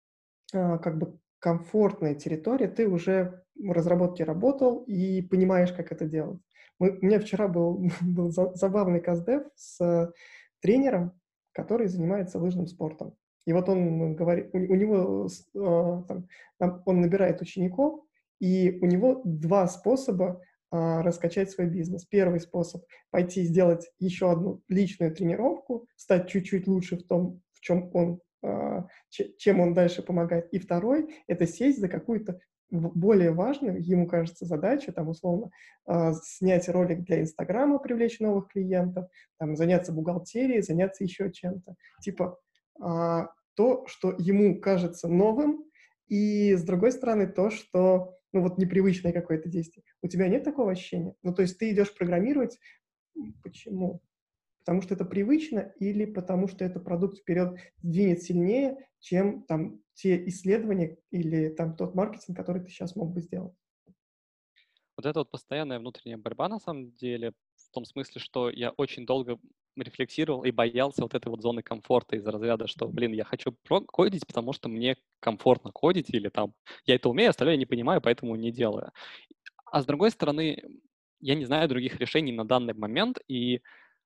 а, как бы комфортная территория, ты уже в разработке работал и понимаешь, как это делать. Мы, у меня вчера был, был за- забавный каздев с э, тренером, который занимается лыжным спортом. И вот он говорит, у, у него с- э, там, там он набирает учеников, и у него два способа а, раскачать свой бизнес. Первый способ — пойти сделать еще одну личную тренировку, стать чуть-чуть лучше в том, в чем он а, чем он дальше помогает. И второй — это сесть за какую-то более важную, ему кажется, задачу, там, условно, э, снять ролик для Инстаграма, привлечь новых клиентов, там, заняться бухгалтерией, заняться еще чем-то. Типа э, то, что ему кажется новым, и, с другой стороны, то, что, ну, вот непривычное какое-то действие. У тебя нет такого ощущения? Ну, то есть ты идешь программировать, почему? Потому что это привычно или потому что этот продукт вперед двинет сильнее, чем там те исследования или там тот маркетинг, который ты сейчас мог бы сделать? Вот это вот постоянная внутренняя борьба, на самом деле, в том смысле, что я очень долго рефлексировал и боялся вот этой вот зоны комфорта из разряда, что, блин, я хочу про- кодить, потому что мне комфортно кодить, или там я это умею, остальное я не понимаю, поэтому не делаю. А с другой стороны, я не знаю других решений на данный момент, и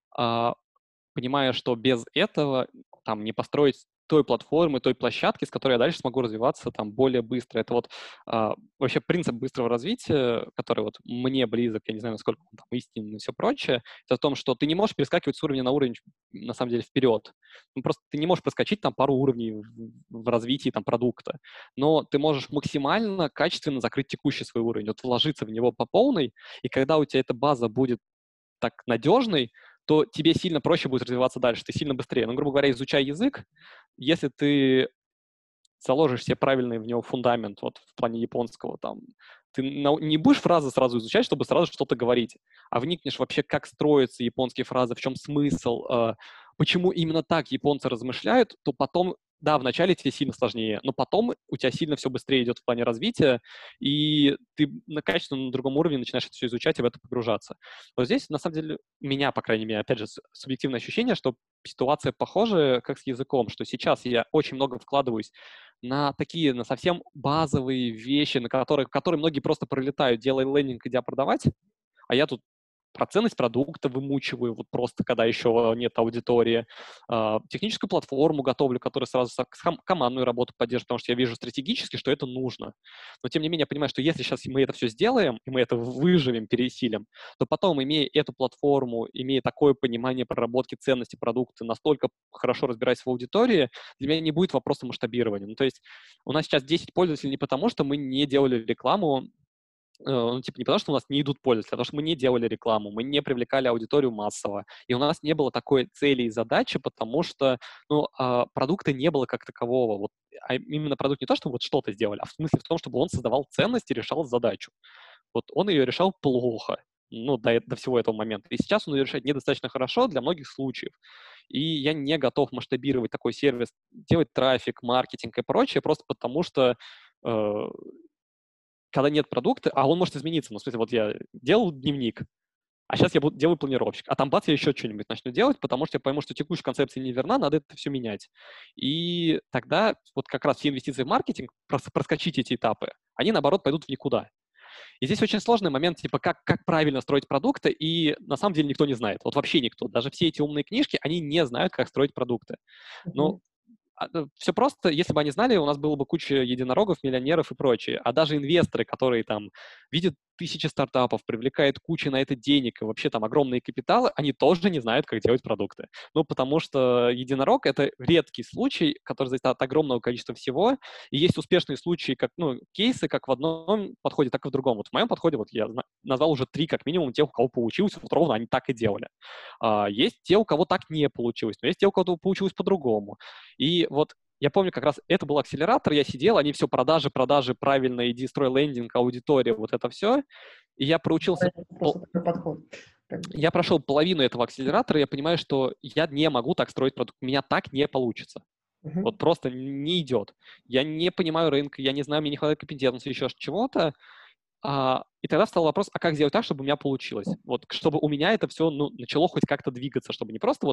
а, понимая, что без этого там не построить той платформы, той площадки, с которой я дальше смогу развиваться там более быстро. Это вот а, вообще принцип быстрого развития, который вот мне близок, я не знаю, насколько он там истинный и все прочее, это о том, что ты не можешь перескакивать с уровня на уровень, на самом деле, вперед. Ну, просто ты не можешь проскочить там пару уровней в, в развитии там продукта, но ты можешь максимально качественно закрыть текущий свой уровень, вот вложиться в него по полной, и когда у тебя эта база будет так надежный, то тебе сильно проще будет развиваться дальше, ты сильно быстрее. Ну, грубо говоря, изучай язык, если ты заложишь себе правильный в него фундамент, вот в плане японского, там, ты нау- не будешь фразы сразу изучать, чтобы сразу что-то говорить, а вникнешь вообще, как строятся японские фразы, в чем смысл, э, почему именно так японцы размышляют, то потом, да, вначале тебе сильно сложнее, но потом у тебя сильно все быстрее идет в плане развития, и ты на качественно на другом уровне начинаешь это все изучать и в это погружаться. Вот здесь, на самом деле, у меня, по крайней мере, опять же, с- субъективное ощущение, что ситуация похожая, как с языком, что сейчас я очень много вкладываюсь на такие, на совсем базовые вещи, на которые, которые многие просто пролетают, делая лендинг, идя продавать, а я тут про ценность продукта вымучиваю, вот просто когда еще нет аудитории, а, техническую платформу готовлю, которая сразу с с хом- командную работу поддержит, потому что я вижу стратегически, что это нужно. Но тем не менее я понимаю, что если сейчас мы это все сделаем, и мы это выживем, пересилим, то потом, имея эту платформу, имея такое понимание проработки ценности продукта, настолько хорошо разбираясь в аудитории, для меня не будет вопроса масштабирования. Ну, то есть у нас сейчас десять пользователей не потому, что мы не делали рекламу, Э, ну, типа, не потому, что у нас не идут пользователи, а потому что мы не делали рекламу, мы не привлекали аудиторию массово, и у нас не было такой цели и задачи, потому что, ну, а, продукта не было как такового. Вот, а именно продукт не то, что вот что-то сделали, а в смысле в том, чтобы он создавал ценность и решал задачу. Вот он ее решал плохо, ну, до, э- до всего этого момента. И сейчас он ее решает недостаточно хорошо для многих случаев. И я не готов масштабировать такой сервис, делать трафик, маркетинг и прочее, просто потому что э, когда нет продукта, а он может измениться. Ну, в смысле, вот я делал дневник, а сейчас я буду, делаю планировщик. А там бац, я еще что-нибудь начну делать, потому что я пойму, что текущая концепция не верна, надо это все менять. И тогда вот как раз все инвестиции в маркетинг, прос- проскочить эти этапы, они, наоборот, пойдут в никуда. И здесь очень сложный момент, типа, как, как правильно строить продукты, и на самом деле никто не знает. Вот вообще никто. Даже все эти умные книжки, они не знают, как строить продукты. Ну, Мгм. все просто, если бы они знали, у нас было бы куча единорогов, миллионеров и прочее. А даже инвесторы, которые там видят тысячи стартапов, привлекают кучу на это денег и вообще там огромные капиталы, они тоже не знают, как делать продукты. Ну, потому что единорог — это редкий случай, который зависит от огромного количества всего, и есть успешные случаи, как, ну, кейсы, как в одном подходе, так и в другом. Вот в моем подходе, вот я зна- назвал уже три, как минимум, тех, у кого получилось, вот ровно они так и делали. А, есть те, у кого так не получилось, но есть те, у кого получилось по-другому. И вот я помню, как раз это был акселератор, я сидел, они все продажи, продажи, правильно, иди, строй лендинг, аудитория, вот это все. И я проучился, Это пол- просто такой подход. Как бы. я прошел половину этого акселератора, и я понимаю, что я не могу так строить продукт, у меня так не получится. Вот Мгм. просто не идет. Я не понимаю рынка, я не знаю, мне не хватает компетенции, еще чего-то. А, и тогда встал вопрос, а как сделать так, чтобы у меня получилось? Вот, чтобы у меня это все, ну, начало хоть как-то двигаться, чтобы не просто вот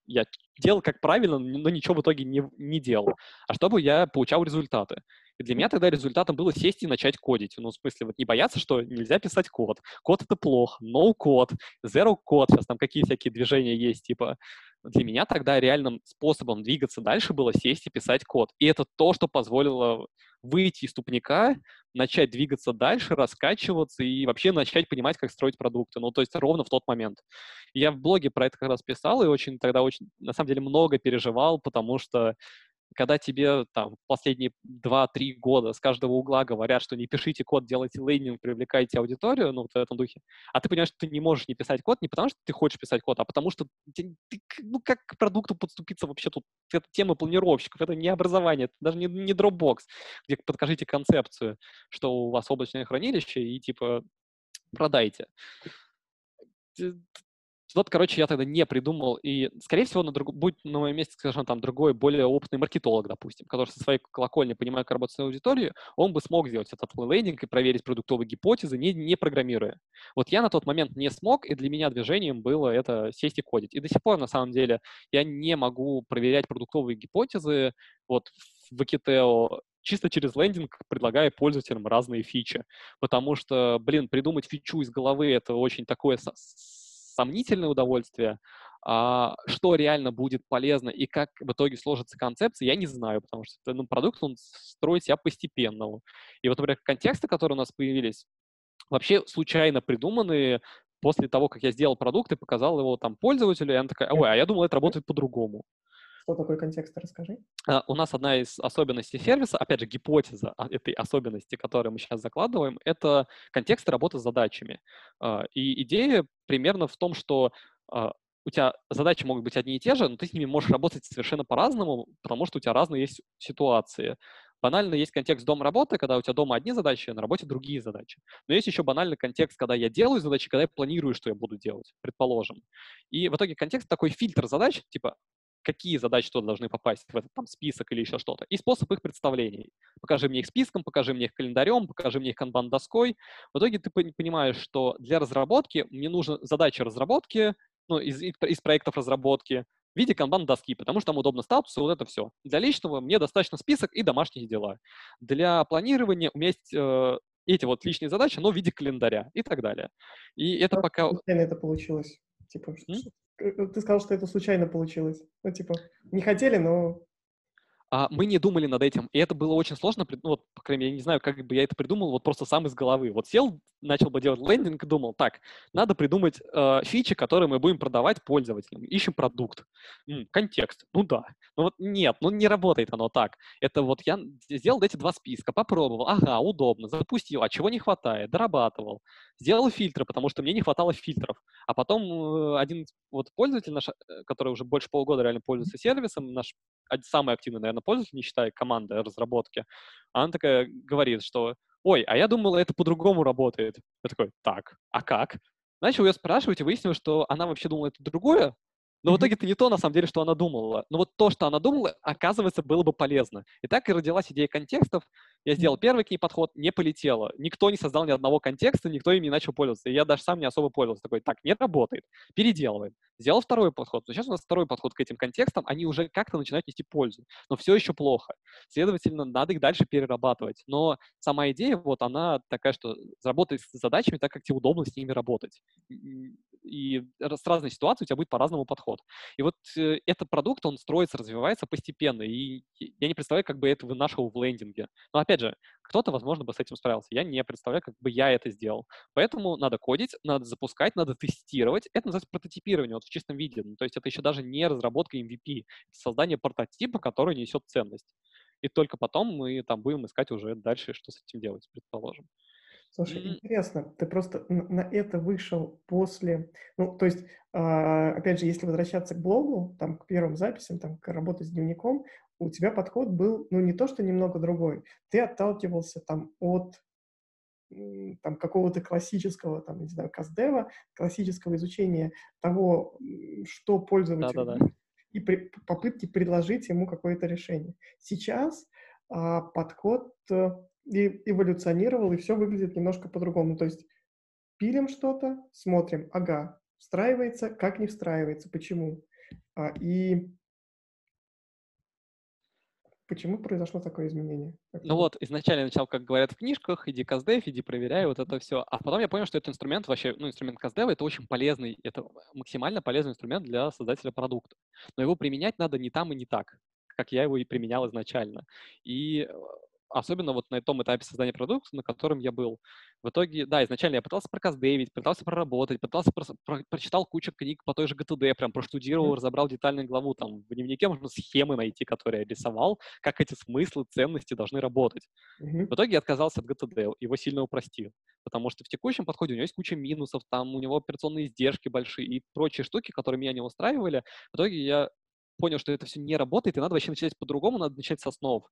я делал как правильно, но ничего в итоге не, не делал, а чтобы я получал результаты. И для меня тогда результатом было сесть и начать кодить. Ну, в смысле, вот не бояться, что нельзя писать код. Код — это плохо. No код, zero код. Сейчас там какие всякие движения есть, типа. Для меня тогда реальным способом двигаться дальше было сесть и писать код. И это то, что позволило выйти из тупника, начать двигаться дальше, раскачиваться и вообще начать понимать, как строить продукты. Ну, то есть ровно в тот момент. Я в блоге про это как раз писал и очень тогда очень, на самом деле, много переживал, потому что когда тебе там последние два-три года с каждого угла говорят, что не пишите код, делайте лендинг, привлекайте аудиторию, ну, вот в этом духе, а ты понимаешь, что ты не можешь не писать код не потому, что ты хочешь писать код, а потому что ты, ты, ну, как к продукту подступиться вообще тут? Это тема планировщиков, это не образование, это даже не, не Dropbox, где подкажите концепцию, что у вас облачное хранилище, и типа продайте. Вот, короче, я тогда не придумал, и, скорее всего, на друг... будет на моем месте, скажем, там, другой, более опытный маркетолог, допустим, который со своей колокольни понимает, как работать с аудиторией, он бы смог сделать этот лендинг и проверить продуктовые гипотезы, не, не программируя. Вот я на тот момент не смог, и для меня движением было это сесть и кодить. И до сих пор, на самом деле, я не могу проверять продуктовые гипотезы вот в Wikiteo чисто через лендинг, предлагая пользователям разные фичи. Потому что, блин, придумать фичу из головы — это очень такое сомнительное удовольствие. А что реально будет полезно и как в итоге сложится концепция, я не знаю, потому что ну, продукт, он строит себя постепенно. И вот, например, контексты, которые у нас появились, вообще случайно придуманные после того, как я сделал продукт и показал его там пользователю, и она такая: ой, а я думал, это работает по-другому. Что такое контекст, расскажи. Uh, у нас одна из особенностей сервиса, опять же, гипотеза этой особенности, которую мы сейчас закладываем, это контекст работы с задачами. Uh, и идея примерно в том, что uh, у тебя задачи могут быть одни и те же, но ты с ними можешь работать совершенно по-разному, потому что у тебя разные есть ситуации. Банально есть контекст дом-работы, когда у тебя дома одни задачи, а на работе другие задачи. Но есть еще банальный контекст, когда я делаю задачи, когда я планирую, что я буду делать, предположим. И в итоге контекст такой фильтр задач, типа какие задачи туда должны попасть в этот там список или еще что-то, и способ их представления. Покажи мне их списком, покажи мне их календарем, покажи мне их канбан-доской. В итоге ты понимаешь, что для разработки мне нужны задачи разработки, ну, из, из проектов разработки в виде канбан-доски, потому что там удобно статусы, вот это все. Для личного мне достаточно список и домашние дела. Для планирования у меня есть э, эти вот личные задачи, но в виде календаря и так далее. И это Как пока... случайно это получилось? Типа, М? ты сказал, что это случайно получилось. Ну, типа, не хотели, но... А мы не думали над этим, и это было очень сложно, ну, вот, по крайней мере, я не знаю, как бы я это придумал, вот просто сам из головы. Вот сел, начал бы делать лендинг и думал: так, надо придумать э, фичи, которые мы будем продавать пользователям. Ищем продукт. М, контекст. Ну да. Ну вот нет, ну не работает оно так. Это вот я сделал эти два списка, попробовал, ага, удобно, запустил, а чего не хватает, дорабатывал. Сделал фильтры, потому что мне не хватало фильтров. А потом э, один вот пользователь наш, э, который уже больше полугода реально пользуется сервисом, наш самый активный, наверное, пользователь, не считая команды разработки, она такая говорит, что: ой, а я думала, это по-другому работает. Я такой: так, а как? Начал ее спрашивать и выяснилось, что она вообще думала это другое, но в итоге это не то, на самом деле, что она думала. Но вот то, что она думала, оказывается, было бы полезно. И так и родилась идея контекстов. Я сделал первый к ней подход, не полетело. Никто не создал ни одного контекста, никто им не начал пользоваться. И я даже сам не особо пользовался. Такой: так, не работает, переделываем. Сделал второй подход. Но сейчас у нас второй подход к этим контекстам, они уже как-то начинают нести пользу. Но все еще плохо. Следовательно, надо их дальше перерабатывать. Но сама идея, вот она такая, что работать с задачами так, как тебе удобно с ними работать. И с разной ситуацией у тебя будет по-разному подход. И вот э, этот продукт, он строится, развивается постепенно. И я не представляю, как бы это вынашивал в лендинге. Но опять же, кто-то, возможно, бы с этим справился. Я не представляю, как бы я это сделал. Поэтому надо кодить, надо запускать, надо тестировать. Это называется прототипирование вот в чистом виде. Ну, то есть это еще даже не разработка эм ви пи, это создание прототипа, который несет ценность. И только потом мы там будем искать уже дальше, что с этим делать, предположим. Слушай, М. интересно, ты просто на, на это вышел после, ну, то есть, а, опять же, если возвращаться к блогу, там, к первым записям, там, к работе с дневником, у тебя подход был, ну, не то, что немного другой, ты отталкивался там от м, там, какого-то классического, там, не знаю, каздева, классического изучения того, м, что пользователь Да-да-да. любит, и при- попытки предложить ему какое-то решение. Сейчас а, подход э, и эволюционировал, и все выглядит немножко по-другому. То есть пилим что-то, смотрим, ага, встраивается, как не встраивается, почему. А, и почему произошло такое изменение? Как Ну ты вот, изначально я начал, как говорят в книжках, иди каздев, иди проверяй, вот это все. А потом я понял, что этот инструмент вообще, ну, инструмент каздева, это очень полезный, это максимально полезный инструмент для создателя продукта. Но его применять надо не там и не так, как я его и применял изначально. И э, особенно вот на том этапе создания продукта, на котором я был. В итоге, да, изначально я пытался проказдевить, пытался проработать, пытался прос- про- прочитал кучу книг по той же джи ти ди, прям проштудировал, Мгм. разобрал детальную главу, там в дневнике можно схемы найти, которые я рисовал, как эти смыслы, ценности должны работать. В Мгм. итоге я отказался от джи ти ди, его сильно упростил, потому что в текущем подходе у него есть куча минусов, там у него операционные издержки большие и прочие штуки, которые меня не устраивали. В итоге я понял, что это все не работает, и надо вообще начать по-другому, надо начать с основ.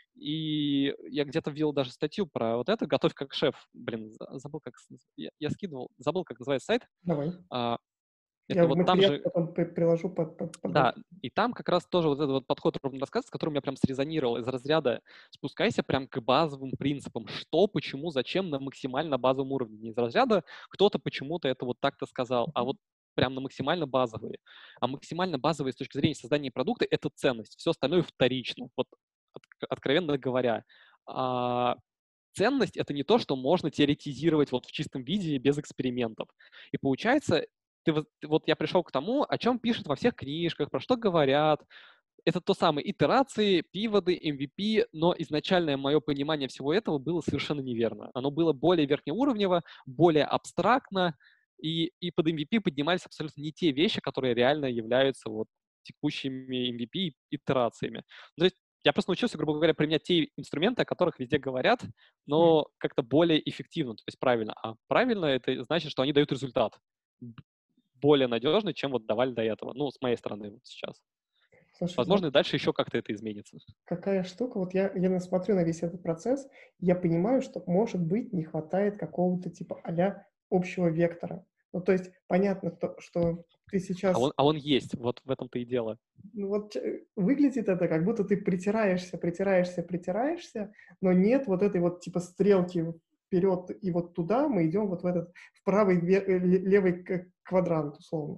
И я где-то ввел даже статью про вот это «Готовь как шеф». Блин, за- забыл, как... с- Я, я скидывал, забыл, как называется сайт. Давай. А, Я это в вот там материал же потом при- приложу под, под, да, подробно. и там как раз тоже вот этот вот подход ровно рассказ, с которым я прям срезонировал из разряда спускайся прям к базовым принципам, что, почему, зачем на максимально базовом уровне. Не из разряда кто-то почему-то это вот так-то сказал, а вот прям на максимально базовые. А максимально базовые с точки зрения создания продукта — это ценность, все остальное вторично, вот от- откровенно говоря. А ценность — это не то, что можно теоретизировать вот в чистом виде без экспериментов. И получается, ты, вот ты- вот я пришел к тому, о чем пишут во всех книжках, про что говорят. Это то самое итерации, пивоты, эм ви пи, но изначальное мое понимание всего этого было совершенно неверно. Оно было более верхнеуровнево, более абстрактно, и, и под эм ви пи поднимались абсолютно не те вещи, которые реально являются вот текущими эм ви пи и итерациями. Ну, то есть я просто научился, грубо говоря, применять те инструменты, о которых везде говорят, Мгм. но как-то более эффективно, то есть правильно. А правильно — это значит, что они дают результат б- более надежный, чем вот давали до этого. Ну, с моей стороны вот сейчас. Слушай, знаешь, Возможно, и дальше еще как-то это изменится. какая штука, вот я, я смотрю на весь этот процесс, я понимаю, что, может быть, не хватает какого-то типа а общего вектора. Ну, то есть понятно, то, что ты А сейчас, он, а он есть, вот в этом-то и дело. ну, вот э, выглядит это, как будто ты притираешься, притираешься, притираешься, но нет вот этой вот типа стрелки вперед, и вот туда мы идем вот в этот, в правый, ве- э, ле- левый к- квадрант, условно.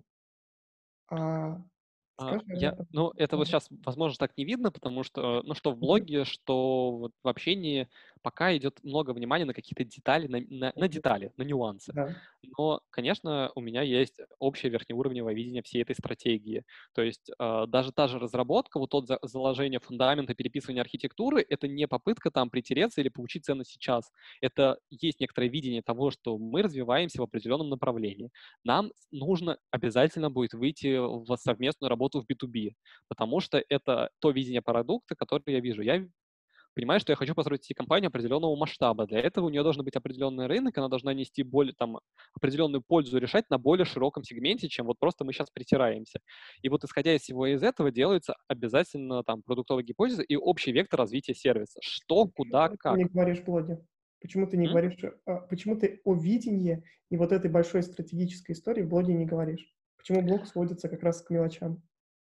А, А, скажи об я, этом. ну, это вот сейчас, возможно, так не видно, потому что, ну, что в Мгм. блоге, что вот в общении пока идет много внимания на какие-то детали, на, на, на Мгм. детали, на нюансы. Да. Но, конечно, у меня есть общее верхнеуровневое видение всей этой стратегии. То есть э, даже та же разработка, вот тот за- заложение фундамента, переписывание архитектуры — это не попытка там притереться или получить ценность сейчас. Это есть некоторое видение того, что мы развиваемся в определенном направлении. Нам нужно обязательно будет выйти в совместную работу в би ту би, потому что это то видение продукта, которое я вижу. Я понимаю, что я хочу построить себе компанию определенного масштаба. Для этого у нее должен быть определенный рынок, она должна нести более, там, определенную пользу, решать на более широком сегменте, чем вот просто мы сейчас притираемся. И вот исходя из всего из этого делается обязательно там продуктовая гипотеза и общий вектор развития сервиса. Что, куда, Почему ты не как. говоришь в блоге? Почему ты не М? говоришь, а, почему ты о видении и вот этой большой стратегической истории в блоге не говоришь? Почему блог сводится как раз к мелочам?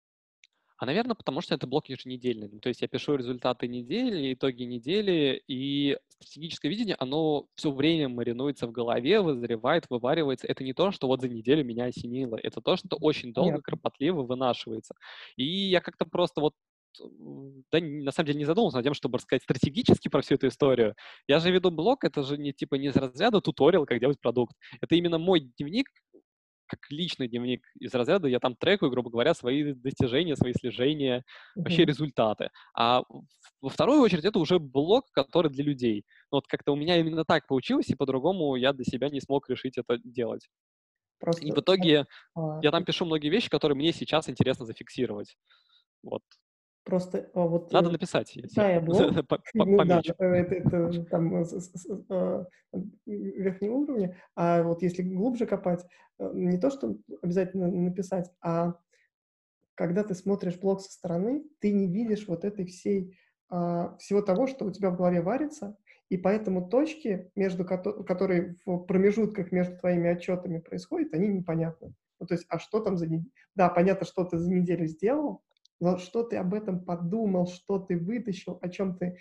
А, наверное, потому что это блок еженедельный. Ну, то есть я пишу результаты недели, итоги недели, и стратегическое видение, оно все время маринуется в голове, вызревает, вываривается. Это не то, что вот за неделю меня осенило. Это то, что очень долго, Понятно. кропотливо вынашивается. И я как-то просто вот м, да, н- на самом деле не задумывался над тем, чтобы рассказать стратегически про всю эту историю. Я же веду блог, это же не типа не из разряда туториал, как делать продукт. Это именно мой дневник, как личный дневник из разряда, я там трекаю, грубо говоря, свои достижения, свои слежения, вообще Мгм. результаты. А в- во вторую очередь это уже блог, который для людей. Ну, вот как-то у меня именно так получилось, и по-другому я для себя не смог решить это делать. И в Просто, итоге а, я там пишу многие вещи, которые мне сейчас интересно зафиксировать. Вот. просто а, вот Надо э, написать, я тебе читая блог, по- по- ну да, помечу. э, это, это там э, с- с- с- а, верхнего уровня, а вот если глубже копать, э, не то, что обязательно написать, а когда ты смотришь блог со стороны, ты не видишь вот этой всей, а, всего того, что у тебя в голове варится, и поэтому точки, между кото которые в промежутках между твоими отчетами происходят, они непонятны. Ну, то есть, а что там за не да, понятно, что ты за неделю сделал, но что ты об этом подумал, что ты вытащил, о чем ты,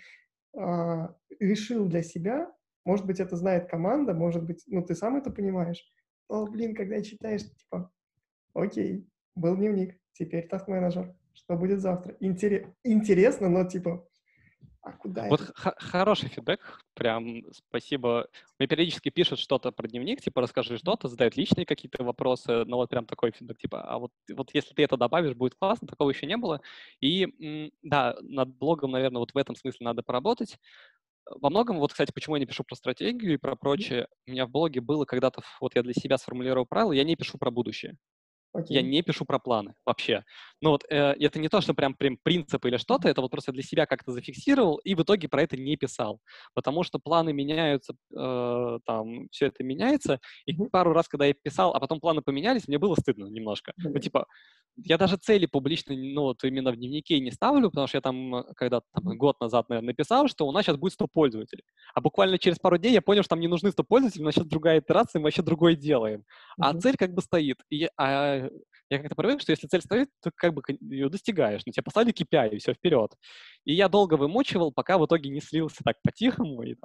а, решил для себя. Может быть, это знает команда, может быть, ну, ты сам это понимаешь. Но, блин, когда читаешь, типа, окей. Был дневник, теперь таск-менеджер. Что будет завтра? Интере- Интересно, но типа, а куда Вот это? х- хороший фидбэк, прям спасибо. Мне периодически пишут что-то про дневник, типа расскажи что-то, задают личные какие-то вопросы, но вот прям такой фидбэк, типа, а вот, вот если ты это добавишь, будет классно, такого еще не было. И м, да, над блогом, наверное, вот в этом смысле надо поработать. Во многом, вот, кстати, почему я не пишу про стратегию и про Мгм. прочее, у меня в блоге было когда-то, ф- вот я для себя сформулировал правило, я не пишу про будущее. Я Окей. не пишу про планы вообще. Ну вот э, это не то, что прям, прям принцип или что-то, это вот просто для себя как-то зафиксировал и в итоге про это не писал. Потому что планы меняются, э, там все это меняется. И Мгм. пару раз, когда я писал, а потом планы поменялись, мне было стыдно немножко. Ну Блин. типа, я даже цели публично, ну вот именно в дневнике не ставлю, потому что я там э, когда-то там, Мгм. год назад, наверное, написал, что у нас сейчас будет сто пользователей. А буквально через пару дней я понял, что там не нужны сто пользователей, у нас сейчас другая итерация, мы вообще другое делаем. А Мгм. цель как бы стоит. И, я- а я как-то привык, что если цель стоит, то как бы ее достигаешь. Ну, тебе поставили кей пи ай, и все, вперед. И я долго вымучивал, пока в итоге не слился так по-тихому, и там,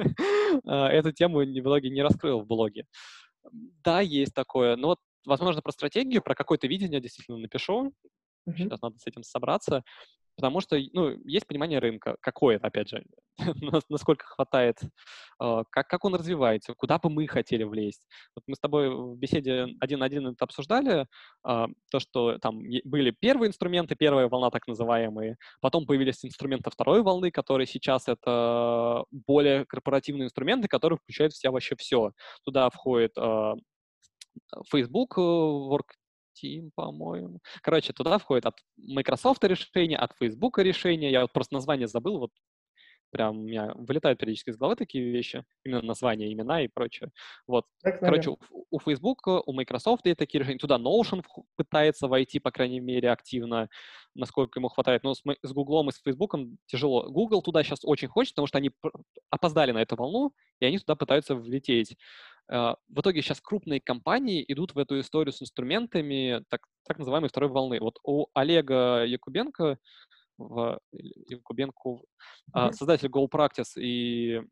а, эту тему не- в итоге не раскрыл в блоге. Да, есть такое. Но вот, возможно, про стратегию, про какое-то видение действительно напишу. Мгм. Сейчас надо с этим собраться. Потому что, ну, есть понимание рынка, какое, опять же, нас- насколько хватает, э, как, как он развивается, куда бы мы хотели влезть. Вот мы с тобой в беседе один на один это обсуждали, а, то, что там е- были первые инструменты, первая волна так называемые, потом появились инструменты второй волны, которые сейчас это более корпоративные инструменты, которые включают в себя вообще все. Туда входит а, Facebook, э, Work Team, по-моему. Короче, туда входит от Microsoft решение, от Facebook решение. Я вот просто название забыл, вот прям у меня вылетают периодически из головы такие вещи, именно названия, имена и прочее. Вот. Так, Короче, наверное. у, у Facebook, у Microsoft есть такие решения. Туда Notion вх- пытается войти, по крайней мере, активно, насколько ему хватает. Но с, М- с Google и с Facebook тяжело. Google туда сейчас очень хочет, потому что они пр- опоздали на эту волну, и они туда пытаются влететь. Э, В итоге сейчас крупные компании идут в эту историю с инструментами так, так называемой второй волны. Вот у Олега Якубенко, в, или Якубенко, а, Мгм. создатель Go Practice и,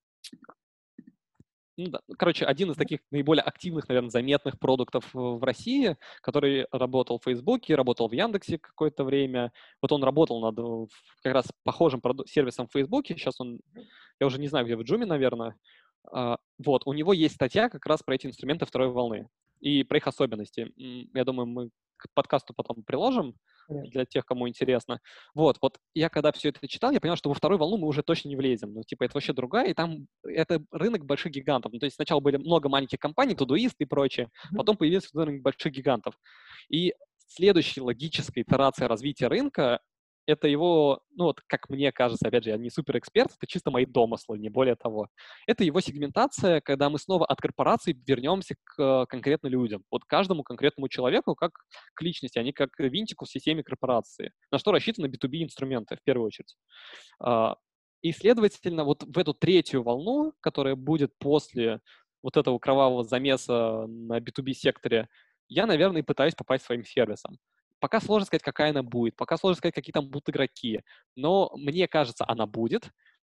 ну да, ну, короче, один из таких наиболее активных, наверное, заметных продуктов в в России, который работал в Фейсбуке, работал в Яндексе какое-то время. Вот он работал над э, в- как раз похожим проду- сервисом в Фейсбуке. Сейчас он, я уже не знаю, где в Джуме, наверное. А, Вот, у него есть статья как раз про эти инструменты второй волны и про их особенности. М, Я думаю, мы к подкасту потом приложим Конечно. для тех, кому интересно. Вот, вот я когда все это читал, я понял, что во вторую волну мы уже точно не влезем. Ну, типа, это вообще другая, и там это рынок больших гигантов. Ну, то есть сначала были много маленьких компаний, Todoist и прочее, Мгм. потом появился рынок больших гигантов. И следующей логической итерацией развития рынка это его, ну вот как мне кажется, опять же, я не суперэксперт, это чисто мои домыслы, не более того. Это его сегментация, когда мы снова от корпораций вернемся к э, конкретно людям. Вот каждому конкретному человеку как к личности, а не как винтику в системе корпорации. На что рассчитаны би ту би инструменты в первую очередь. А, И, следовательно, вот в эту третью волну, которая будет после вот этого кровавого замеса на би ту би секторе, я, наверное, и пытаюсь попасть своим сервисом. Пока сложно сказать, какая она будет, пока сложно сказать, какие там будут игроки, но мне кажется, она будет.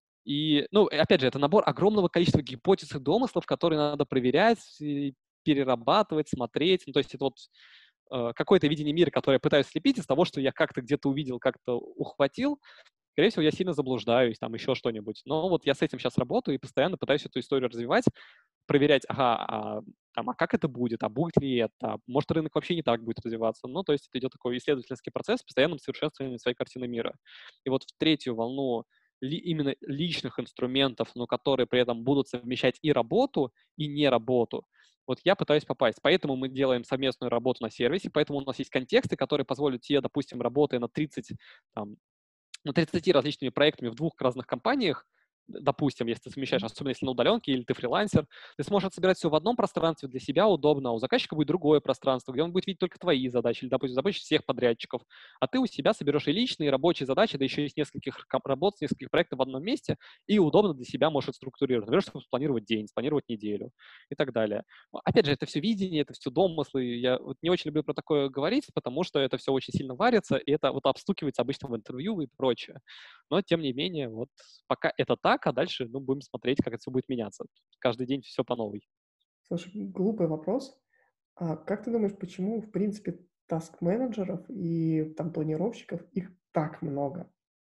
И, ну, и опять же, это набор огромного количества гипотез и домыслов, которые надо проверять, и перерабатывать, смотреть. Ну, то есть это вот э, какое-то видение мира, которое я пытаюсь слепить из того, что я как-то где-то увидел, как-то ухватил. Скорее всего, я сильно заблуждаюсь, там еще что-нибудь. Но вот я с этим сейчас работаю и постоянно пытаюсь эту историю развивать, проверять, ага, а, там, а как это будет, а будет ли это, может, рынок вообще не так будет развиваться. Ну, то есть это идет такой исследовательский процесс с постоянным совершенствованием своей картины мира. И вот в третью волну ли, именно личных инструментов, но которые при этом будут совмещать и работу, и не работу, вот я пытаюсь попасть. Поэтому мы делаем совместную работу на сервисе, поэтому у нас есть контексты, которые позволят тебе, допустим, работая на тридцать там, ну, тридцатью различными проектами в двух разных компаниях, д- допустим, если ты совмещаешь, особенно если на удаленке или ты фрилансер, ты сможешь собирать все в одном пространстве, для себя удобно, а у заказчика будет другое пространство, где он будет видеть только твои задачи, или, допустим, задачи всех подрядчиков, а ты у себя соберешь и личные, и рабочие задачи, да еще из нескольких ком- работ, с нескольких проектов в одном месте, и удобно для себя можешь это структурировать. Например, чтобы спланировать день, спланировать неделю и так далее. Ну, опять же, это все видение, это все домыслы. Я вот не очень люблю про такое говорить, потому что это все очень сильно варится, и это вот обстукивается обычно в интервью и прочее. Но, тем не менее, вот пока это так, а дальше, ну, будем смотреть, как это все будет меняться. Каждый день все по новой. Слушай, глупый вопрос. А как ты думаешь, почему, в принципе, таск-менеджеров и там планировщиков, их так много.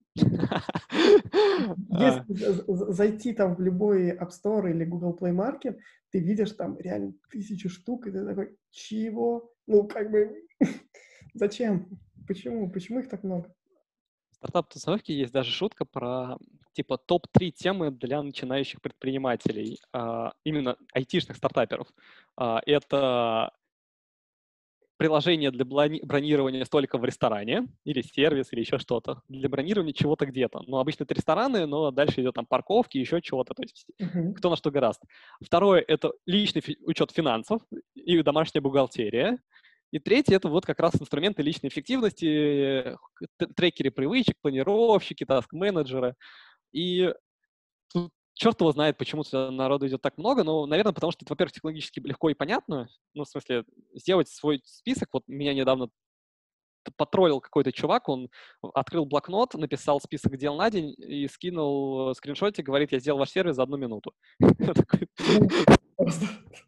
А, Если за- за- зайти там в любой App Store или Google Play Market, ты видишь там реально тысячи штук, и ты такой, чего? Ну, как бы, зачем? Почему? Почему их так много? В стартап-тусовке есть даже шутка про типа топ три темы для начинающих предпринимателей, а, именно айтишных стартаперов. А, Это приложение для блони- бронирования столика в ресторане или сервис, или еще что-то. Для бронирования чего-то где-то. Ну, обычно это рестораны, но дальше идет там парковки, еще чего-то. То есть Мгм. кто на что гораст. Второе — это личный фи- учет финансов и домашняя бухгалтерия. И третье — это вот как раз инструменты личной эффективности, э, т- трекеры привычек, планировщики, таск-менеджеры. И тут черт его знает, почему сюда народу идет так много, но, наверное, потому что это, во-первых, технологически легко и понятно. Ну, в смысле, сделать свой список. Вот меня недавно т- потроллил какой-то чувак, он открыл блокнот, написал список дел на день и скинул э, скриншотик, говорит, я сделал ваш сервис за одну минуту. Я такой, Ну, просто.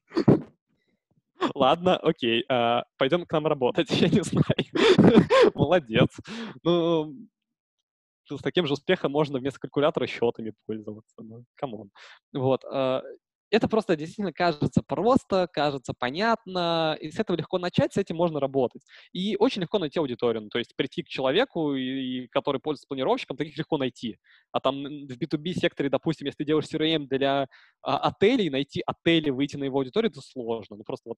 ладно, окей, а, пойдем к нам работать, я не знаю. Молодец. Ну, с таким же успехом можно вместо калькулятора счетами пользоваться. Ну, камон. Вот. а, Это просто действительно кажется просто, кажется понятно, и с этого легко начать, с этим можно работать. И очень легко найти аудиторию, ну, то есть прийти к человеку, и, и который пользуется планировщиком, таких легко найти. А там м, в би ту би секторе, допустим, если ты делаешь си эр эм для а, отелей, найти отели, выйти на его аудиторию, это сложно. Ну, просто вот.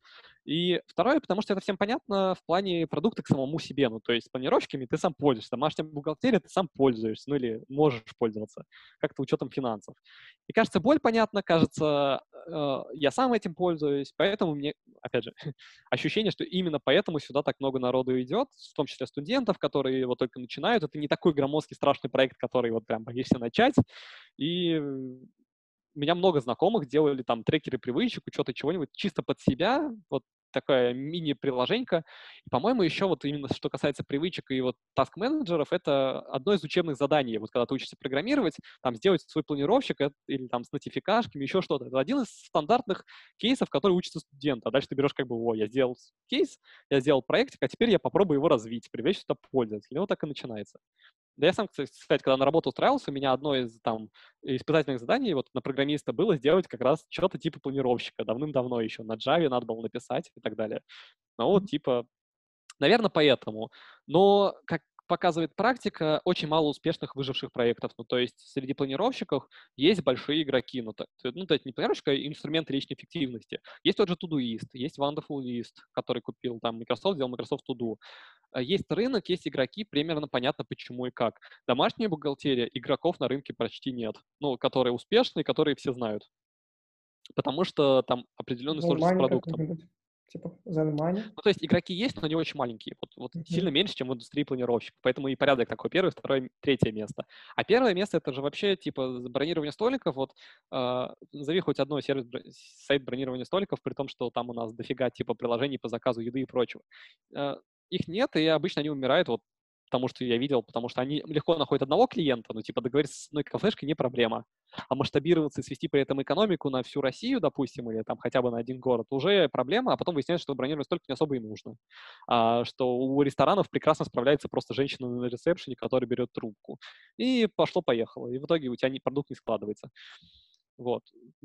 И второе, потому что это всем понятно в плане продукта к самому себе. Ну, то есть с планировщиками ты сам пользуешься, домашняя бухгалтерия ты сам пользуешься, ну или можешь пользоваться, как-то учетом финансов. И кажется, боль понятна, кажется, э, я сам этим пользуюсь, поэтому мне, опять же, ощущение, что именно поэтому сюда так много народу идет, в том числе студентов, которые вот только начинают. Это не такой громоздкий, страшный проект, который вот прям боишься начать. И у меня много знакомых делали там трекеры привычек, учета чего-нибудь чисто под себя, вот такая мини-приложенька. И, по-моему, еще вот именно что касается привычек и вот таск-менеджеров, это одно из учебных заданий. Вот когда ты учишься программировать, там сделать свой планировщик э, или там с нотификашками, еще что-то. Это один из стандартных кейсов, который учится студент. А дальше ты берешь как бы, о, я сделал кейс, я сделал проектик, а теперь я попробую его развить, привлечь сюда пользователя. Вот так и начинается. Да я сам, кстати, кстати, когда на работу устраивался, у меня одно из там испытательных заданий вот на программиста было сделать как раз что-то типа планировщика. Давным-давно еще на Java надо было написать и так далее. Ну вот типа, наверное, поэтому. Но, как показывает практика, очень мало успешных выживших проектов. Ну, то есть среди планировщиков есть большие игроки. Ну, то, ну, то есть не планировщик, а инструменты личной эффективности. Есть тот же Todoist, есть Wonderful List, который купил там Microsoft, сделал Microsoft To-Do. А Есть рынок, есть игроки, примерно понятно, почему и как. Домашняя бухгалтерия, игроков на рынке почти нет. Ну, которые успешные, которые все знают. Потому что там определенная сложность с Zenmoney продуктом. какой-нибудь. Типа Zenmoney. Ну, то есть игроки есть, но они очень маленькие. Вот, вот сильно Мгм. меньше, чем в индустрии планировщиков. Поэтому и порядок такой: первое, второе, третье место. А первое место — это же вообще типа бронирование столиков. Вот э, назови хоть одно сервис, бро- сайт бронирования столиков, при том, что там у нас дофига типа приложений по заказу еды и прочего. Э, Их нет, и обычно они умирают вот потому что я видел, потому что они легко находят одного клиента, ну, типа, договориться с одной кафешкой не проблема. А масштабироваться и свести при этом экономику на всю Россию, допустим, или там хотя бы на один город, уже проблема, а потом выясняется, что бронировать столько не особо и нужно. А, что у ресторанов прекрасно справляется просто женщина на ресепшене, которая берет трубку. И пошло-поехало. И в итоге у тебя не, продукт не складывается. Вот.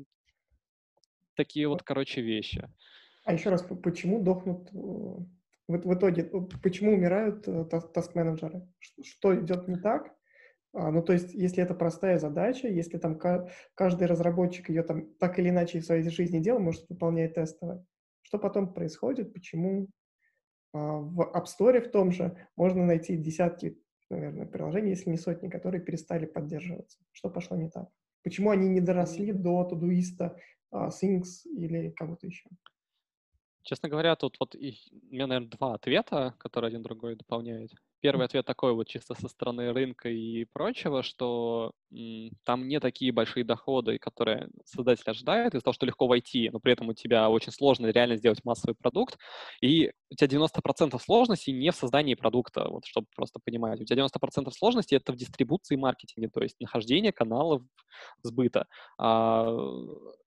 Такие вот, короче, вещи. А еще раз, п- почему дохнут, э, в, в итоге, э, почему умирают э, тас- таск-менеджеры? Ш- Что идет не так? А, ну, то есть, если это простая задача, если там ка- каждый разработчик ее там так или иначе в своей жизни делал, может, выполнять тестово, что потом происходит? Почему а, в App Store в том же можно найти десятки, наверное, приложений, если не сотни, которые перестали поддерживаться? Что пошло не так? Почему они не доросли до Todoist, а, Things или кого-то еще? Честно говоря, тут вот и у меня, наверное, два ответа, которые один другой дополняют. Первый ответ такой вот чисто со стороны рынка и прочего, что м, там не такие большие доходы, которые создатель ожидает, из-за того, что легко войти, но при этом у тебя очень сложно реально сделать массовый продукт, и у тебя девяносто процентов сложностей не в создании продукта, вот чтобы просто понимать. У тебя девяносто процентов сложностей — это в дистрибуции и маркетинге, то есть нахождение каналов сбыта. А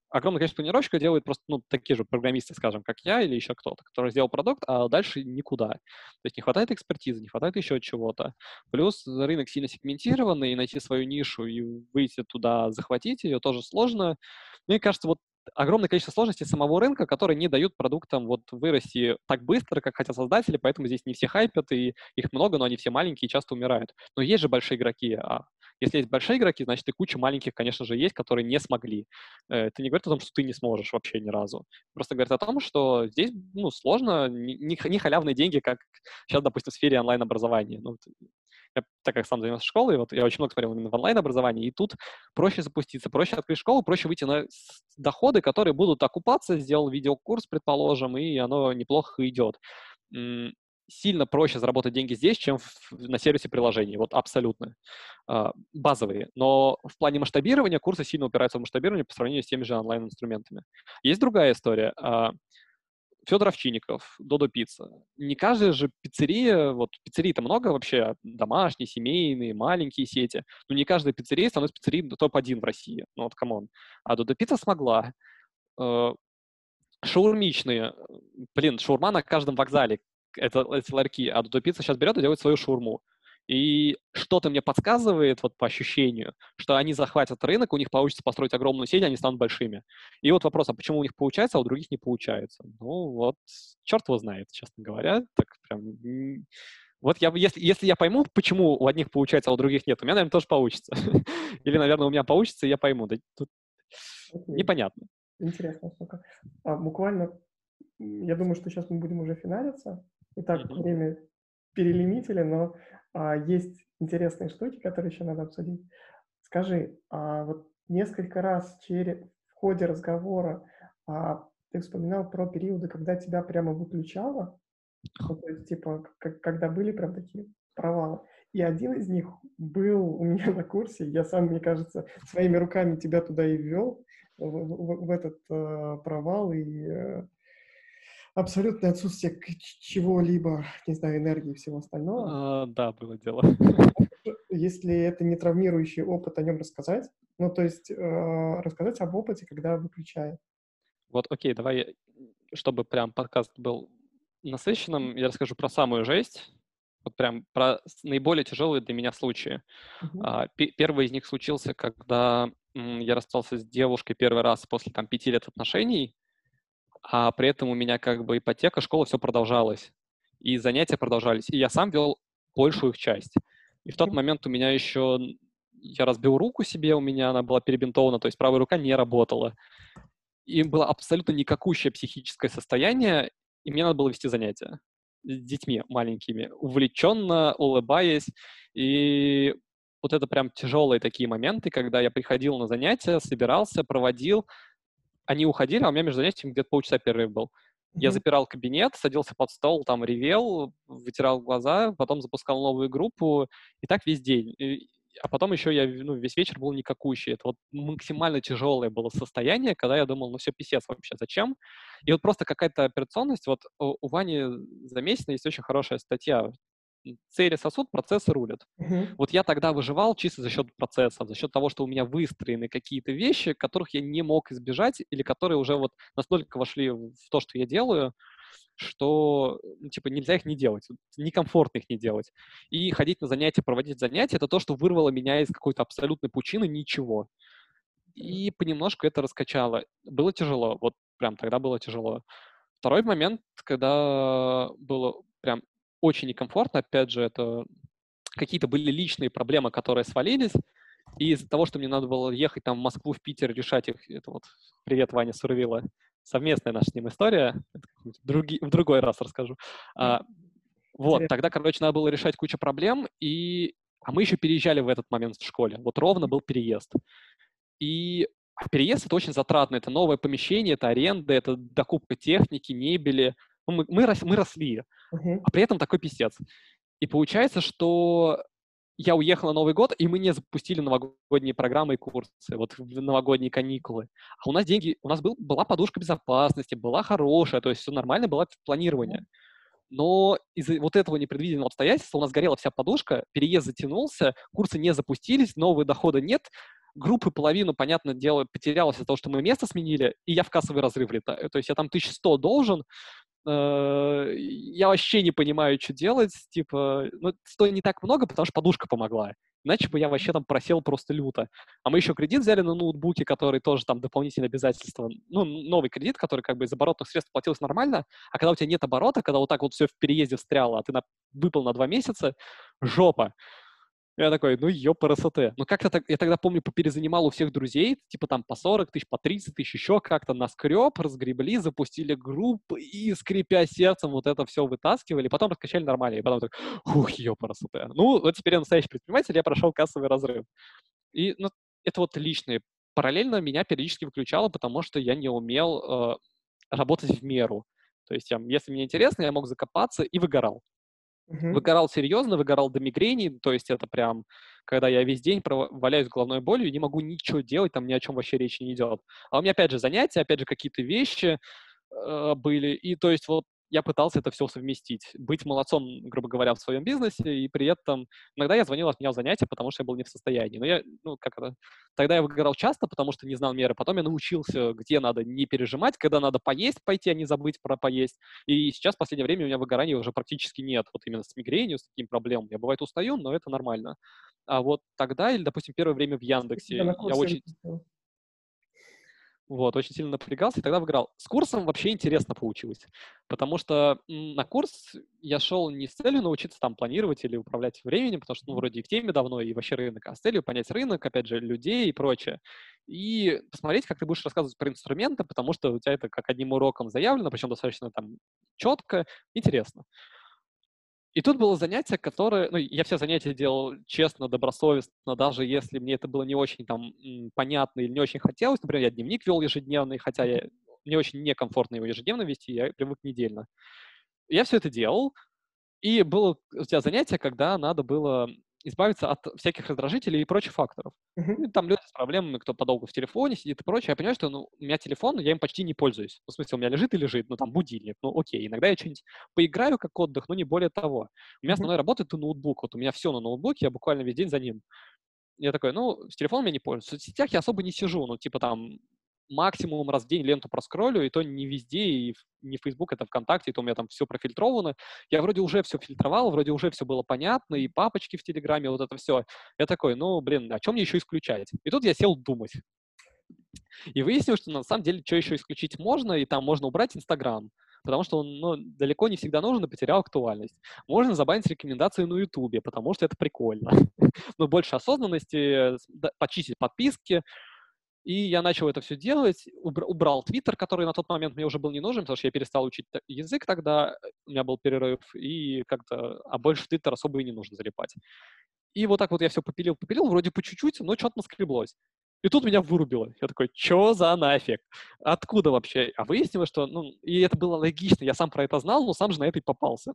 огромное количество планировщиков делают просто, ну, такие же программисты, скажем, как я или еще кто-то, который сделал продукт, а дальше никуда. То есть не хватает экспертизы, не хватает еще чего-то. Плюс рынок сильно сегментированный, и найти свою нишу и выйти туда, захватить ее тоже сложно. Мне кажется, вот огромное количество сложностей самого рынка, которые не дают продуктам вот вырасти так быстро, как хотят создатели, поэтому здесь не все хайпят, и их много, но они все маленькие и часто умирают. Но есть же большие игроки, а если есть большие игроки, значит и куча маленьких, конечно же, есть, которые не смогли. Э, Это не говорит о том, что ты не сможешь вообще ни разу. Просто говорит о том, что здесь, ну, сложно, не, не х- не халявные деньги, как сейчас, допустим, в сфере онлайн-образования. Ну, вот я, так как сам занимался школой, вот я очень много смотрел именно в онлайн-образовании, и тут проще запуститься, проще открыть школу, проще выйти на с- доходы, которые будут окупаться, сделал видеокурс, предположим, и оно неплохо идет. М, Сильно проще заработать деньги здесь, чем в- на сервисе приложений, вот абсолютно. А, базовые. Но в плане масштабирования курсы сильно упираются в масштабирование по сравнению с теми же онлайн-инструментами. Есть другая история. А, Федор Овчинников, Додо Пицца. Не каждая же пиццерия, вот пиццерий-то много вообще, домашние, семейные, маленькие сети, но не каждая пиццерия становится пиццерией топ один в России. Ну вот, камон. А Додо Пицца смогла. Э, Шаурмичные. Блин, шаурма на каждом вокзале. Это эти ларьки. А Додо Пицца сейчас берет и делает свою шаурму. И что-то мне подсказывает, вот по ощущению, что они захватят рынок, у них получится построить огромную сеть, они станут большими. И вот вопрос, а почему у них получается, а у других не получается? Ну вот, черт его знает, честно говоря. Так прям... м, Вот я, бы- если, если я пойму, почему у одних получается, а у других нет, у меня, наверное, тоже получится. Или, наверное, у меня получится, и я пойму. Да тут Окей. непонятно. Интересная штука. А, буквально, м, я думаю, что сейчас мы будем уже финалиться. И так Мгм. время перелимитили, но а, есть интересные штуки, которые еще надо обсудить. Скажи, а вот несколько раз через, в ходе разговора а, ты вспоминал про периоды, когда тебя прямо выключало, ну, то есть, типа, к- когда были прям такие провалы. И один из них был у меня на курсе. Я сам, мне кажется, своими руками тебя туда и ввел, в, в- в этот э, провал и э, абсолютное отсутствие к- ч- чего-либо, не знаю, энергии и всего остального. А, Да, было дело. Если это не травмирующий опыт, о нем рассказать. Ну, то есть э, рассказать об опыте, когда выключает. Вот, окей, давай, я- чтобы прям подкаст был насыщенным, я расскажу про самую жесть, вот прям про с- наиболее тяжелые для меня случаи. Мгм. А, пе- Первый из них случился, когда м, я расстался с девушкой первый раз после там пяти лет отношений, а при этом у меня как бы ипотека, школа, все продолжалось. И занятия продолжались. И я сам вел большую их часть. И в тот момент у меня еще... Я разбил руку себе, у меня она была перебинтована, то есть правая рука не работала. И было абсолютно никакущее психическое состояние, и мне надо было вести занятия с детьми маленькими, увлеченно, улыбаясь. И вот это прям тяжелые такие моменты, когда я приходил на занятия, собирался, проводил, они уходили, а у меня между занятиями где-то полчаса перерыв был. Я Мгм. запирал кабинет, садился под стол, там ревел, вытирал глаза, потом запускал новую группу, и так весь день. И- а потом еще я ну, весь вечер был никакущий. Это вот максимально тяжелое было состояние, когда я думал, ну все, писец вообще, зачем? И вот просто какая-то операционность. Вот у, у Вани Замесина есть очень хорошая статья. Цели сосуд, процессы рулят. Мгм. Вот я тогда выживал чисто за счет процессов, за счет того, что у меня выстроены какие-то вещи, которых я не мог избежать, или которые уже вот настолько вошли в то, что я делаю, что, ну, типа, нельзя их не делать, вот некомфортно их не делать. И ходить на занятия, проводить занятия — это то, что вырвало меня из какой-то абсолютной пучины ничего. И понемножку это раскачало. Было тяжело, вот прям тогда было тяжело. Второй момент, когда было прям очень некомфортно, опять же, это какие-то были личные проблемы, которые свалились, и из-за того, что мне надо было ехать там в Москву, в Питер, решать их, это вот привет, Ваня Суровила, совместная наша с ним история, это как-нибудь други- в другой раз расскажу. А, вот, Интересно. тогда, короче, надо было решать кучу проблем, и... а мы еще переезжали в этот момент в школе, вот ровно был переезд. И а переезд — это очень затратно, это новое помещение, это аренда, это докупка техники, мебели. Ну, мы, мы, рос- мы росли, Мгм. а при этом такой писец. И получается, что я уехал на Новый год, и мы не запустили новогодние программы и курсы, вот в новогодние каникулы. А у нас деньги, у нас был, была подушка безопасности, была хорошая, то есть все нормально было планирование. Но из-за вот этого непредвиденного обстоятельства у нас горела вся подушка, переезд затянулся, курсы не запустились, нового дохода нет, группы половину, понятное дело, потерялось из-за того, что мы место сменили, и я в кассовый разрыв летаю. То есть я там тысяча сто должен, э, я вообще не понимаю, что делать. Типа, ну, сто не так много, потому что подушка помогла. Иначе бы я вообще там просел просто люто. А мы еще кредит взяли на ноутбуке, который тоже там дополнительные обязательства. Ну, новый кредит, который как бы из оборотных средств платился нормально, а когда у тебя нет оборота, когда вот так вот все в переезде встряло, а ты на, выпал на два месяца, жопа. Я такой, ну, ёпарасоте. Ну, как-то так, я тогда, помню, поперезанимал у всех друзей, типа там по сорок тысяч, по тридцать тысяч, еще как-то наскреб, разгребли, запустили группы и, скрипя сердцем, вот это все вытаскивали, потом раскачали нормально, и потом так, ух, ёпарасоте. Ну, вот теперь я настоящий предприниматель, я прошел кассовый разрыв. И, ну, это вот личные. Параллельно меня периодически выключало, потому что я не умел э, работать в меру. То есть, я, если мне интересно, я мог закопаться и выгорал. Мгм. Выгорал серьезно, выгорал до мигрени, то есть это прям, когда я весь день пров- валяюсь головной болью и не могу ничего делать, там ни о чем вообще речи не идет. А у меня, опять же, занятия, опять же, какие-то вещи э, были, и то есть вот я пытался это все совместить, быть молодцом, грубо говоря, в своем бизнесе, и при этом иногда я звонил, отменял занятия, потому что я был не в состоянии. Но я, ну, как это, тогда я выгорал часто, потому что не знал меры, потом я научился, где надо не пережимать, когда надо поесть пойти, а не забыть про поесть. И сейчас, в последнее время, у меня выгорания уже практически нет, вот именно с мигренью, с таким проблемами. Я, бывает, устаю, но это нормально. А вот тогда, или, допустим, первое время в Я тебя Яндексе, на я курсе очень выпустила. вот, очень сильно напрягался и тогда выиграл. С курсом вообще интересно получилось, потому что м, на курс я шел не с целью научиться там планировать или управлять временем, потому что, ну, вроде и в теме давно, и вообще рынок, а с целью понять рынок, опять же, людей и прочее. И посмотреть, как ты будешь рассказывать про инструменты, потому что у тебя это как одним уроком заявлено, причем достаточно там четко, интересно. И тут было занятие, которое, ну, я все занятия делал честно, добросовестно, даже если мне это было не очень там м, понятно или не очень хотелось. Например, я дневник вел ежедневный, хотя я, мне очень некомфортно его ежедневно вести, я привык недельно. Я все это делал, и было у тебя занятие, когда надо было избавиться от всяких раздражителей и прочих факторов. Мгм. Ну, там люди с проблемами, кто подолгу в телефоне сидит и прочее. Я понимаю, что ну, у меня телефон, я им почти не пользуюсь. Ну, в смысле, у меня лежит и лежит, ну, там, будильник. Ну, окей, иногда я что-нибудь поиграю как отдых, но не более того. У меня Мгм. основная работа — это ноутбук. Вот у меня все на ноутбуке, я буквально весь день за ним. Я такой, ну, с телефоном я не пользуюсь. В соцсетях я особо не сижу, ну, типа там максимум раз в день ленту проскроллю, и то не везде, и в- не Facebook, это ВКонтакте, и то у меня там все профильтровано. Я вроде уже все фильтровал, вроде уже все было понятно, и папочки в Телеграме, вот это все. Я такой, ну, блин, о чем мне еще исключать? И тут я сел думать. И выяснилось, что на самом деле, что еще исключить можно, и там можно убрать Инстаграм, потому что он ну, далеко не всегда нужен и потерял актуальность. Можно забанить рекомендации на Ютубе, потому что это прикольно. Но больше осознанности, с- да, почистить подписки. И я начал это все делать, убр- убрал Твиттер, который на тот момент мне уже был не нужен, потому что я перестал учить т- язык тогда, э, у меня был перерыв, и как-то, а больше в Твиттер особо и не нужно залипать. И вот так вот я все попилил, попилил, вроде по чуть-чуть, но что-то наскреблось. И тут меня вырубило. Я такой, чё за нафиг? Откуда вообще? А выяснилось, что, ну, и это было логично, я сам про это знал, но сам же на это и попался.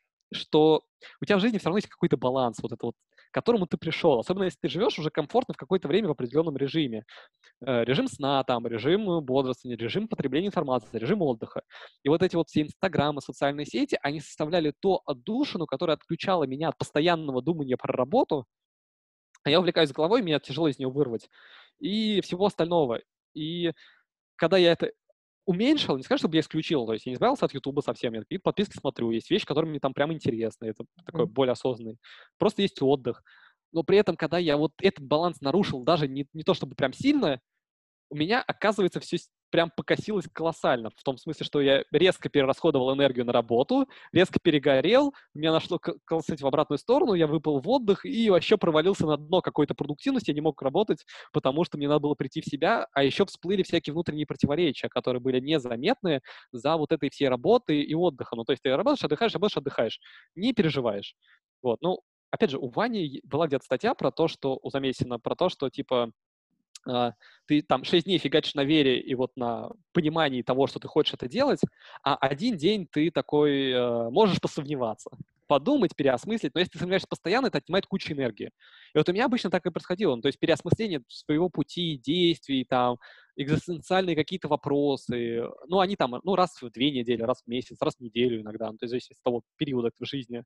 Что у тебя в жизни все равно есть какой-то баланс, вот это вот, к которому ты пришел. Особенно если ты живешь уже комфортно в какое-то время в определенном режиме. Э, Режим сна, там, режим э, бодрствования, режим потребления информации, режим отдыха. И вот эти вот все инстаграмы, социальные сети, они составляли то отдушину, которая отключала меня от постоянного думания про работу, а я увлекаюсь головой, меня тяжело из нее вырвать, и всего остального. И когда я это уменьшил, не скажу, чтобы я исключил, то есть я не избавился от Ютуба совсем, я какие-то подписки смотрю, есть вещи, которые мне там прям интересны, это такой Мгм. более осознанный. Просто есть отдых. Но при этом, когда я вот этот баланс нарушил, даже не, не то чтобы прям сильно, у меня, оказывается, все прям покосилось колоссально. В том смысле, что я резко перерасходовал энергию на работу, резко перегорел, меня нашло к- колосить в обратную сторону, я выпал в отдых и вообще провалился на дно какой-то продуктивности, я не мог работать, потому что мне надо было прийти в себя, а еще всплыли всякие внутренние противоречия, которые были незаметны за вот этой всей работой и отдыхом. Ну, то есть ты работаешь, отдыхаешь, работаешь, отдыхаешь, не переживаешь. Вот, ну, опять же, у Вани е- была где-то статья про то, что, у Замесина, про то, что, типа, а, ты там шесть дней фигачишь на вере и вот на понимании того, что ты хочешь это делать, а один день ты такой э, можешь посомневаться, подумать, переосмыслить. Но если ты сомневаешься постоянно, это отнимает кучу энергии. И вот у меня обычно так и происходило. Ну, то есть переосмысление своего пути, действий, там, экзистенциальные какие-то вопросы. Ну, они там, ну, раз в две недели, раз в месяц, раз в неделю иногда. Ну, то есть зависит от того периода в жизни.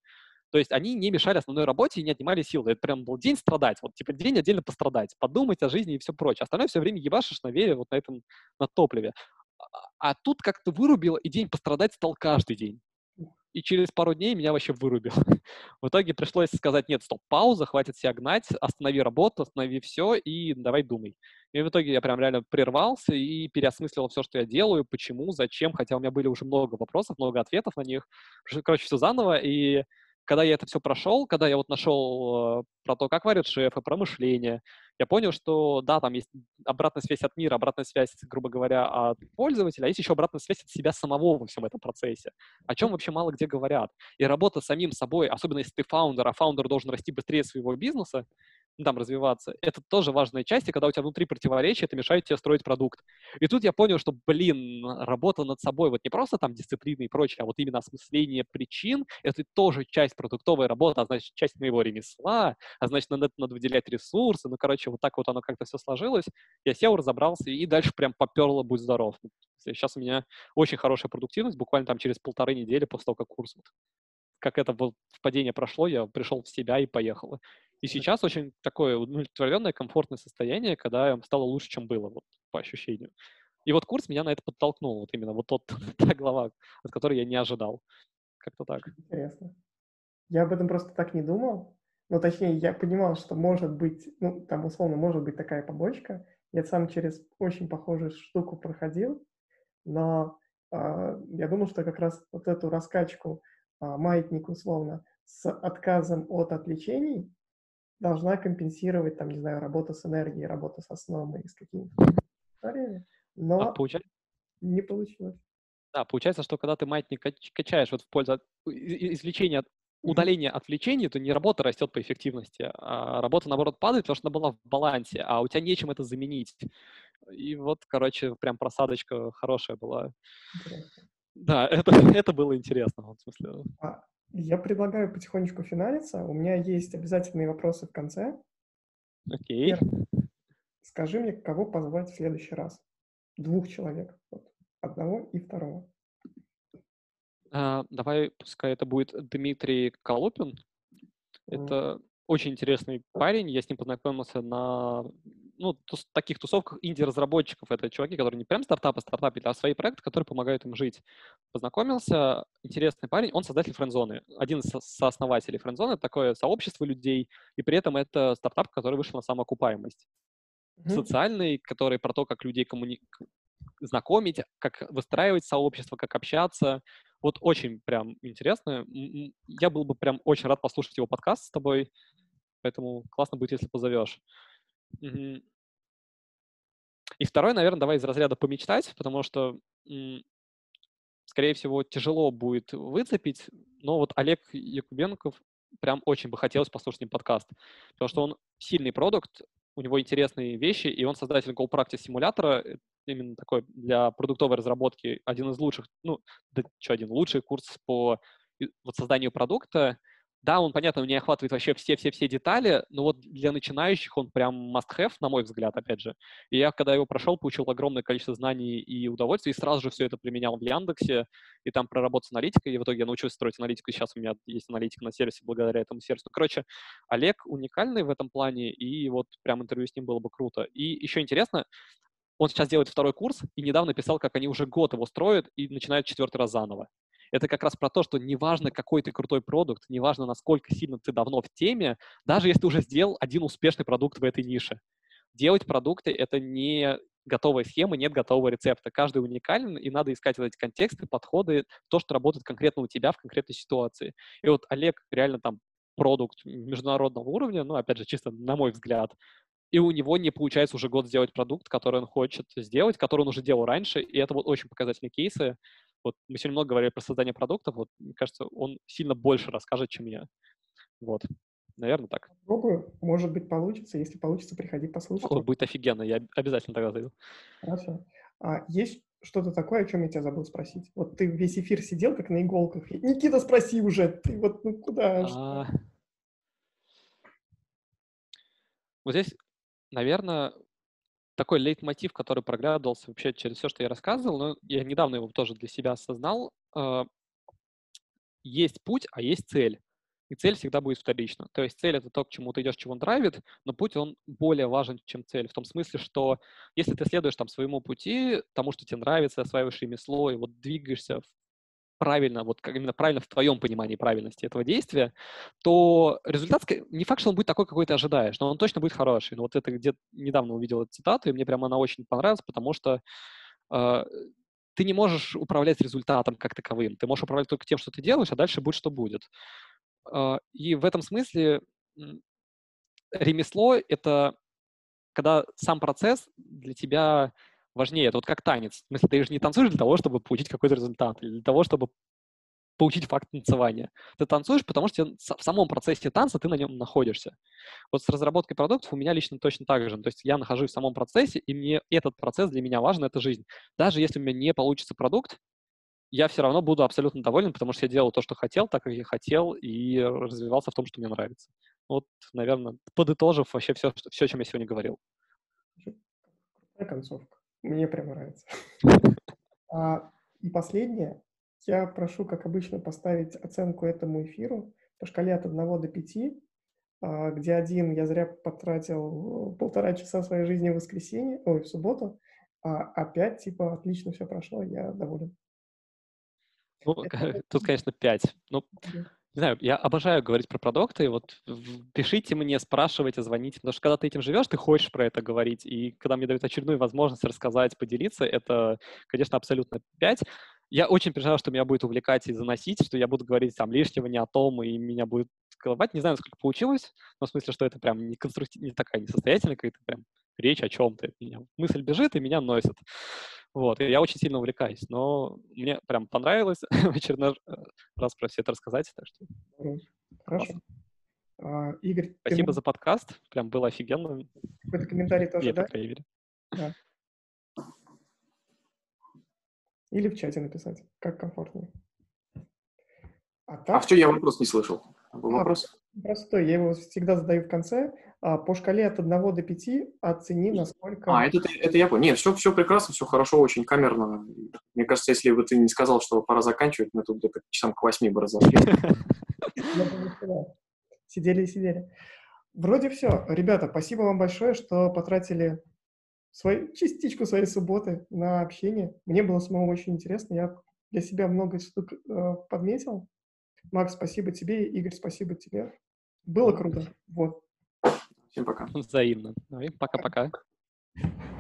То есть они не мешали основной работе и не отнимали силы. Это прям был день страдать, вот типа день отдельно пострадать, подумать о жизни и все прочее. Остальное все время ебашишь на вере вот на этом, на топливе. А, а тут как-то вырубило, и день пострадать стал каждый день. И через пару дней меня вообще вырубило. В итоге пришлось сказать, нет, стоп, пауза, хватит себя гнать, останови работу, останови все и давай думай. И в итоге я прям реально прервался и переосмыслил все, что я делаю, почему, зачем, хотя у меня были уже много вопросов, много ответов на них. Короче, все заново, и когда я это все прошел, когда я вот нашел э, про то, как варят шефы, про мышление, я понял, что да, там есть обратная связь от мира, обратная связь, грубо говоря, от пользователя, а есть еще обратная связь от себя самого во всем этом процессе, о чем вообще мало где говорят. И работа с самим собой, особенно если ты фаундер, а фаундер должен расти быстрее своего бизнеса, ну, там, развиваться, это тоже важная часть, и когда у тебя внутри противоречия, это мешает тебе строить продукт. И тут я понял, что, блин, работа над собой, вот не просто там дисциплина и прочее, а вот именно осмысление причин, это тоже часть продуктовой работы, а значит, часть моего ремесла, а значит, надо, надо выделять ресурсы, ну, короче, вот так вот оно как-то все сложилось. Я сел, разобрался, и дальше прям поперло, будь здоров. Сейчас у меня очень хорошая продуктивность, буквально там через полторы недели после того, как курс, вот, как это вот падение прошло, я пришел в себя и поехал. И сейчас очень такое удовлетворенное, комфортное состояние, когда стало лучше, чем было, вот, по ощущению. И вот курс меня на это подтолкнул, вот именно вот тот, та глава, от которой я не ожидал. Как-то так. Интересно. Я об этом просто так не думал. Ну, точнее, я понимал, что может быть, ну, там, условно, может быть такая побочка. Я сам через очень похожую штуку проходил, но а, я думал, что как раз вот эту раскачку а, маятник, условно, с отказом от отвлечений должна компенсировать, там, не знаю, работа с энергией, работа со сном и с какими-то историями, А но получается, не получилось. да, получается, что когда ты маятник кач- качаешь вот в пользу от- и- и- извлечения, от- Мгм. удаления отвлечений, то не работа растет по эффективности, а работа, наоборот, падает, потому что она была в балансе, а у тебя нечем это заменить. И вот, короче, прям просадочка хорошая была. Интересно. Да, это, это было интересно. Вот, в смысле, А, Я предлагаю потихонечку финалиться. У меня есть обязательные вопросы в конце. окей. Первый. Скажи мне, кого позвать в следующий раз? Двух человек. Вот. Одного и второго. А, давай, пускай это будет Дмитрий Колупин. М, Это очень интересный парень. Я с ним познакомился на ну, тус- таких тусовках инди-разработчиков. Это чуваки, которые не прям стартапы, стартапы, а свои проекты, которые помогают им жить. Познакомился. Интересный парень. Он создатель Френдзоны. Один из со- сооснователей Френдзоны. Это такое сообщество людей. И при этом это стартап, который вышел на самоокупаемость. мгм. Социальный, который про то, как людей коммуни... знакомить, как выстраивать сообщество, как общаться. Вот очень прям интересно. М, м, Я был бы прям очень рад послушать его подкаст с тобой, поэтому классно будет, если позовешь. Мгм. И второй, наверное, давай из разряда помечтать, потому что, м, скорее всего, тяжело будет выцепить, но вот Олег Якубенков прям очень бы хотелось послушать с ним подкаст, потому что он сильный продукт, у него интересные вещи, и он создатель GoPractice симулятора, э, именно такой для продуктовой разработки, один из лучших, ну, да, что один, лучший курс по и- вот созданию продукта. Да, он, понятно, не охватывает вообще все-все-все детали, но вот для начинающих он прям must-have, на мой взгляд, опять же. И я, когда его прошел, получил огромное количество знаний и удовольствия, и сразу же все это применял в Яндексе, и там проработал с аналитикой, и в итоге я научился строить аналитику, и сейчас у меня есть аналитика на сервисе благодаря этому сервису. Короче, Олег уникальный в этом плане, и вот прям интервью с ним было бы круто. И еще интересно, он сейчас делает второй курс, и недавно писал, как они уже год его строят и начинают четвертый раз заново. Это как раз про то, что неважно, какой ты крутой продукт, неважно, насколько сильно ты давно в теме, даже если ты уже сделал один успешный продукт в этой нише. Делать продукты — это не готовая схема, нет готового рецепта. Каждый уникален, и надо искать вот эти контексты, подходы, то, что работает конкретно у тебя в конкретной ситуации. И вот Олег реально там продукт международного уровня, ну, опять же, чисто на мой взгляд, и у него не получается уже год сделать продукт, который он хочет сделать, который он уже делал раньше, и это вот очень показательные кейсы. Вот мы сегодня много говорили про создание продуктов, вот мне кажется, он сильно больше расскажет, чем я. Вот, наверное, так. Попробую. Может быть, получится. Если получится, приходи послушать. О, будет офигенно, я обязательно тогда зайду. Хорошо. А есть что-то такое, о чем я тебя забыл спросить? Вот ты весь эфир сидел как на иголках. И, Никита, спроси уже. Ты вот ну куда? Что? А, вот здесь, наверное, такой лейтмотив, который проглядывался вообще через все, что я рассказывал, но я недавно его тоже для себя осознал. э, Есть путь, а есть цель. и цель всегда будет вторична. То есть цель — это то, к чему ты идешь, чего он драйвит, но путь, он более важен, чем цель. В том смысле, что если ты следуешь там своему пути, тому, что тебе нравится, осваиваешь ремесло, и вот двигаешься правильно, вот как именно правильно в твоем понимании правильности этого действия, то результат не факт, что он будет такой, какой ты ожидаешь, но он точно будет хороший. Но вот это где-то недавно увидел эту цитату, и мне прямо она очень понравилась, потому что э, ты не можешь управлять результатом как таковым. Ты можешь управлять только тем, что ты делаешь, а дальше будет, что будет. Э, и в этом смысле м, ремесло — это когда сам процесс для тебя важнее. Это вот как танец. В смысле, ты же не танцуешь для того, чтобы получить какой-то результат, или для того, чтобы получить факт танцевания. Ты танцуешь, потому что тебе в самом процессе танца ты на нем находишься. Вот с разработкой продуктов у меня лично точно так же. То есть я нахожусь в самом процессе, и мне этот процесс для меня важен, это жизнь. Даже если у меня не получится продукт, я все равно буду абсолютно доволен, потому что я делал то, что хотел, так, как я хотел, и развивался в том, что мне нравится. Вот, наверное, подытожив вообще все, что, все, о чем я сегодня говорил. Крутая концовка. Мне прям нравится. А, и последнее. Я прошу, как обычно, поставить оценку этому эфиру по шкале от одного до пяти, а, где один я зря потратил полтора часа своей жизни в воскресенье, ой, в субботу, а, а пять, типа, отлично все прошло, я доволен. Ну, Это- тут, конечно, пять. Ну, не знаю, я обожаю говорить про продукты. Вот в- пишите мне, спрашивайте, звоните. Потому что когда ты этим живешь, ты хочешь про это говорить. И когда мне дают очередную возможность рассказать, поделиться, это, конечно, абсолютно пять. Я очень переживаю, что меня будет увлекать и заносить, что я буду говорить там лишнего не о том, и меня будет колобать. Не знаю, насколько получилось, но в смысле, что это прям не конструктив, не такая несостоятельная какая-то прям речь о чем-то. Меня мысль бежит и меня носит. Вот, и я очень сильно увлекаюсь, но мне прям понравилось в очередной раз про все это рассказать, так что Здорово. Хорошо. классно. А, Игорь, ты Спасибо можешь за подкаст, прям было офигенно, какой-то комментарий тоже мне, по дать? крайней мере. Да. Или в чате написать, как комфортнее. А А так, в чем я вопрос не слышал? Был а, вопрос? простой, я его всегда задаю в конце. А, по шкале от одного до пяти оцени, А, насколько... это, ты- это я понял. Нет, все, все прекрасно, все хорошо, очень камерно. Мне кажется, если бы ты не сказал, что пора заканчивать, мы тут где-то часам к восьми бы разошлись. Я думаю, что да. Сидели и сидели. Вроде все. Ребята, спасибо вам большое, что потратили свою, частичку своей субботы на общение. Мне было самому очень интересно. Я для себя много штук э, подметил. Макс, спасибо тебе. Игорь, спасибо тебе. Было круто. Вот. Всем пока. Взаимно. Ну и пока-пока.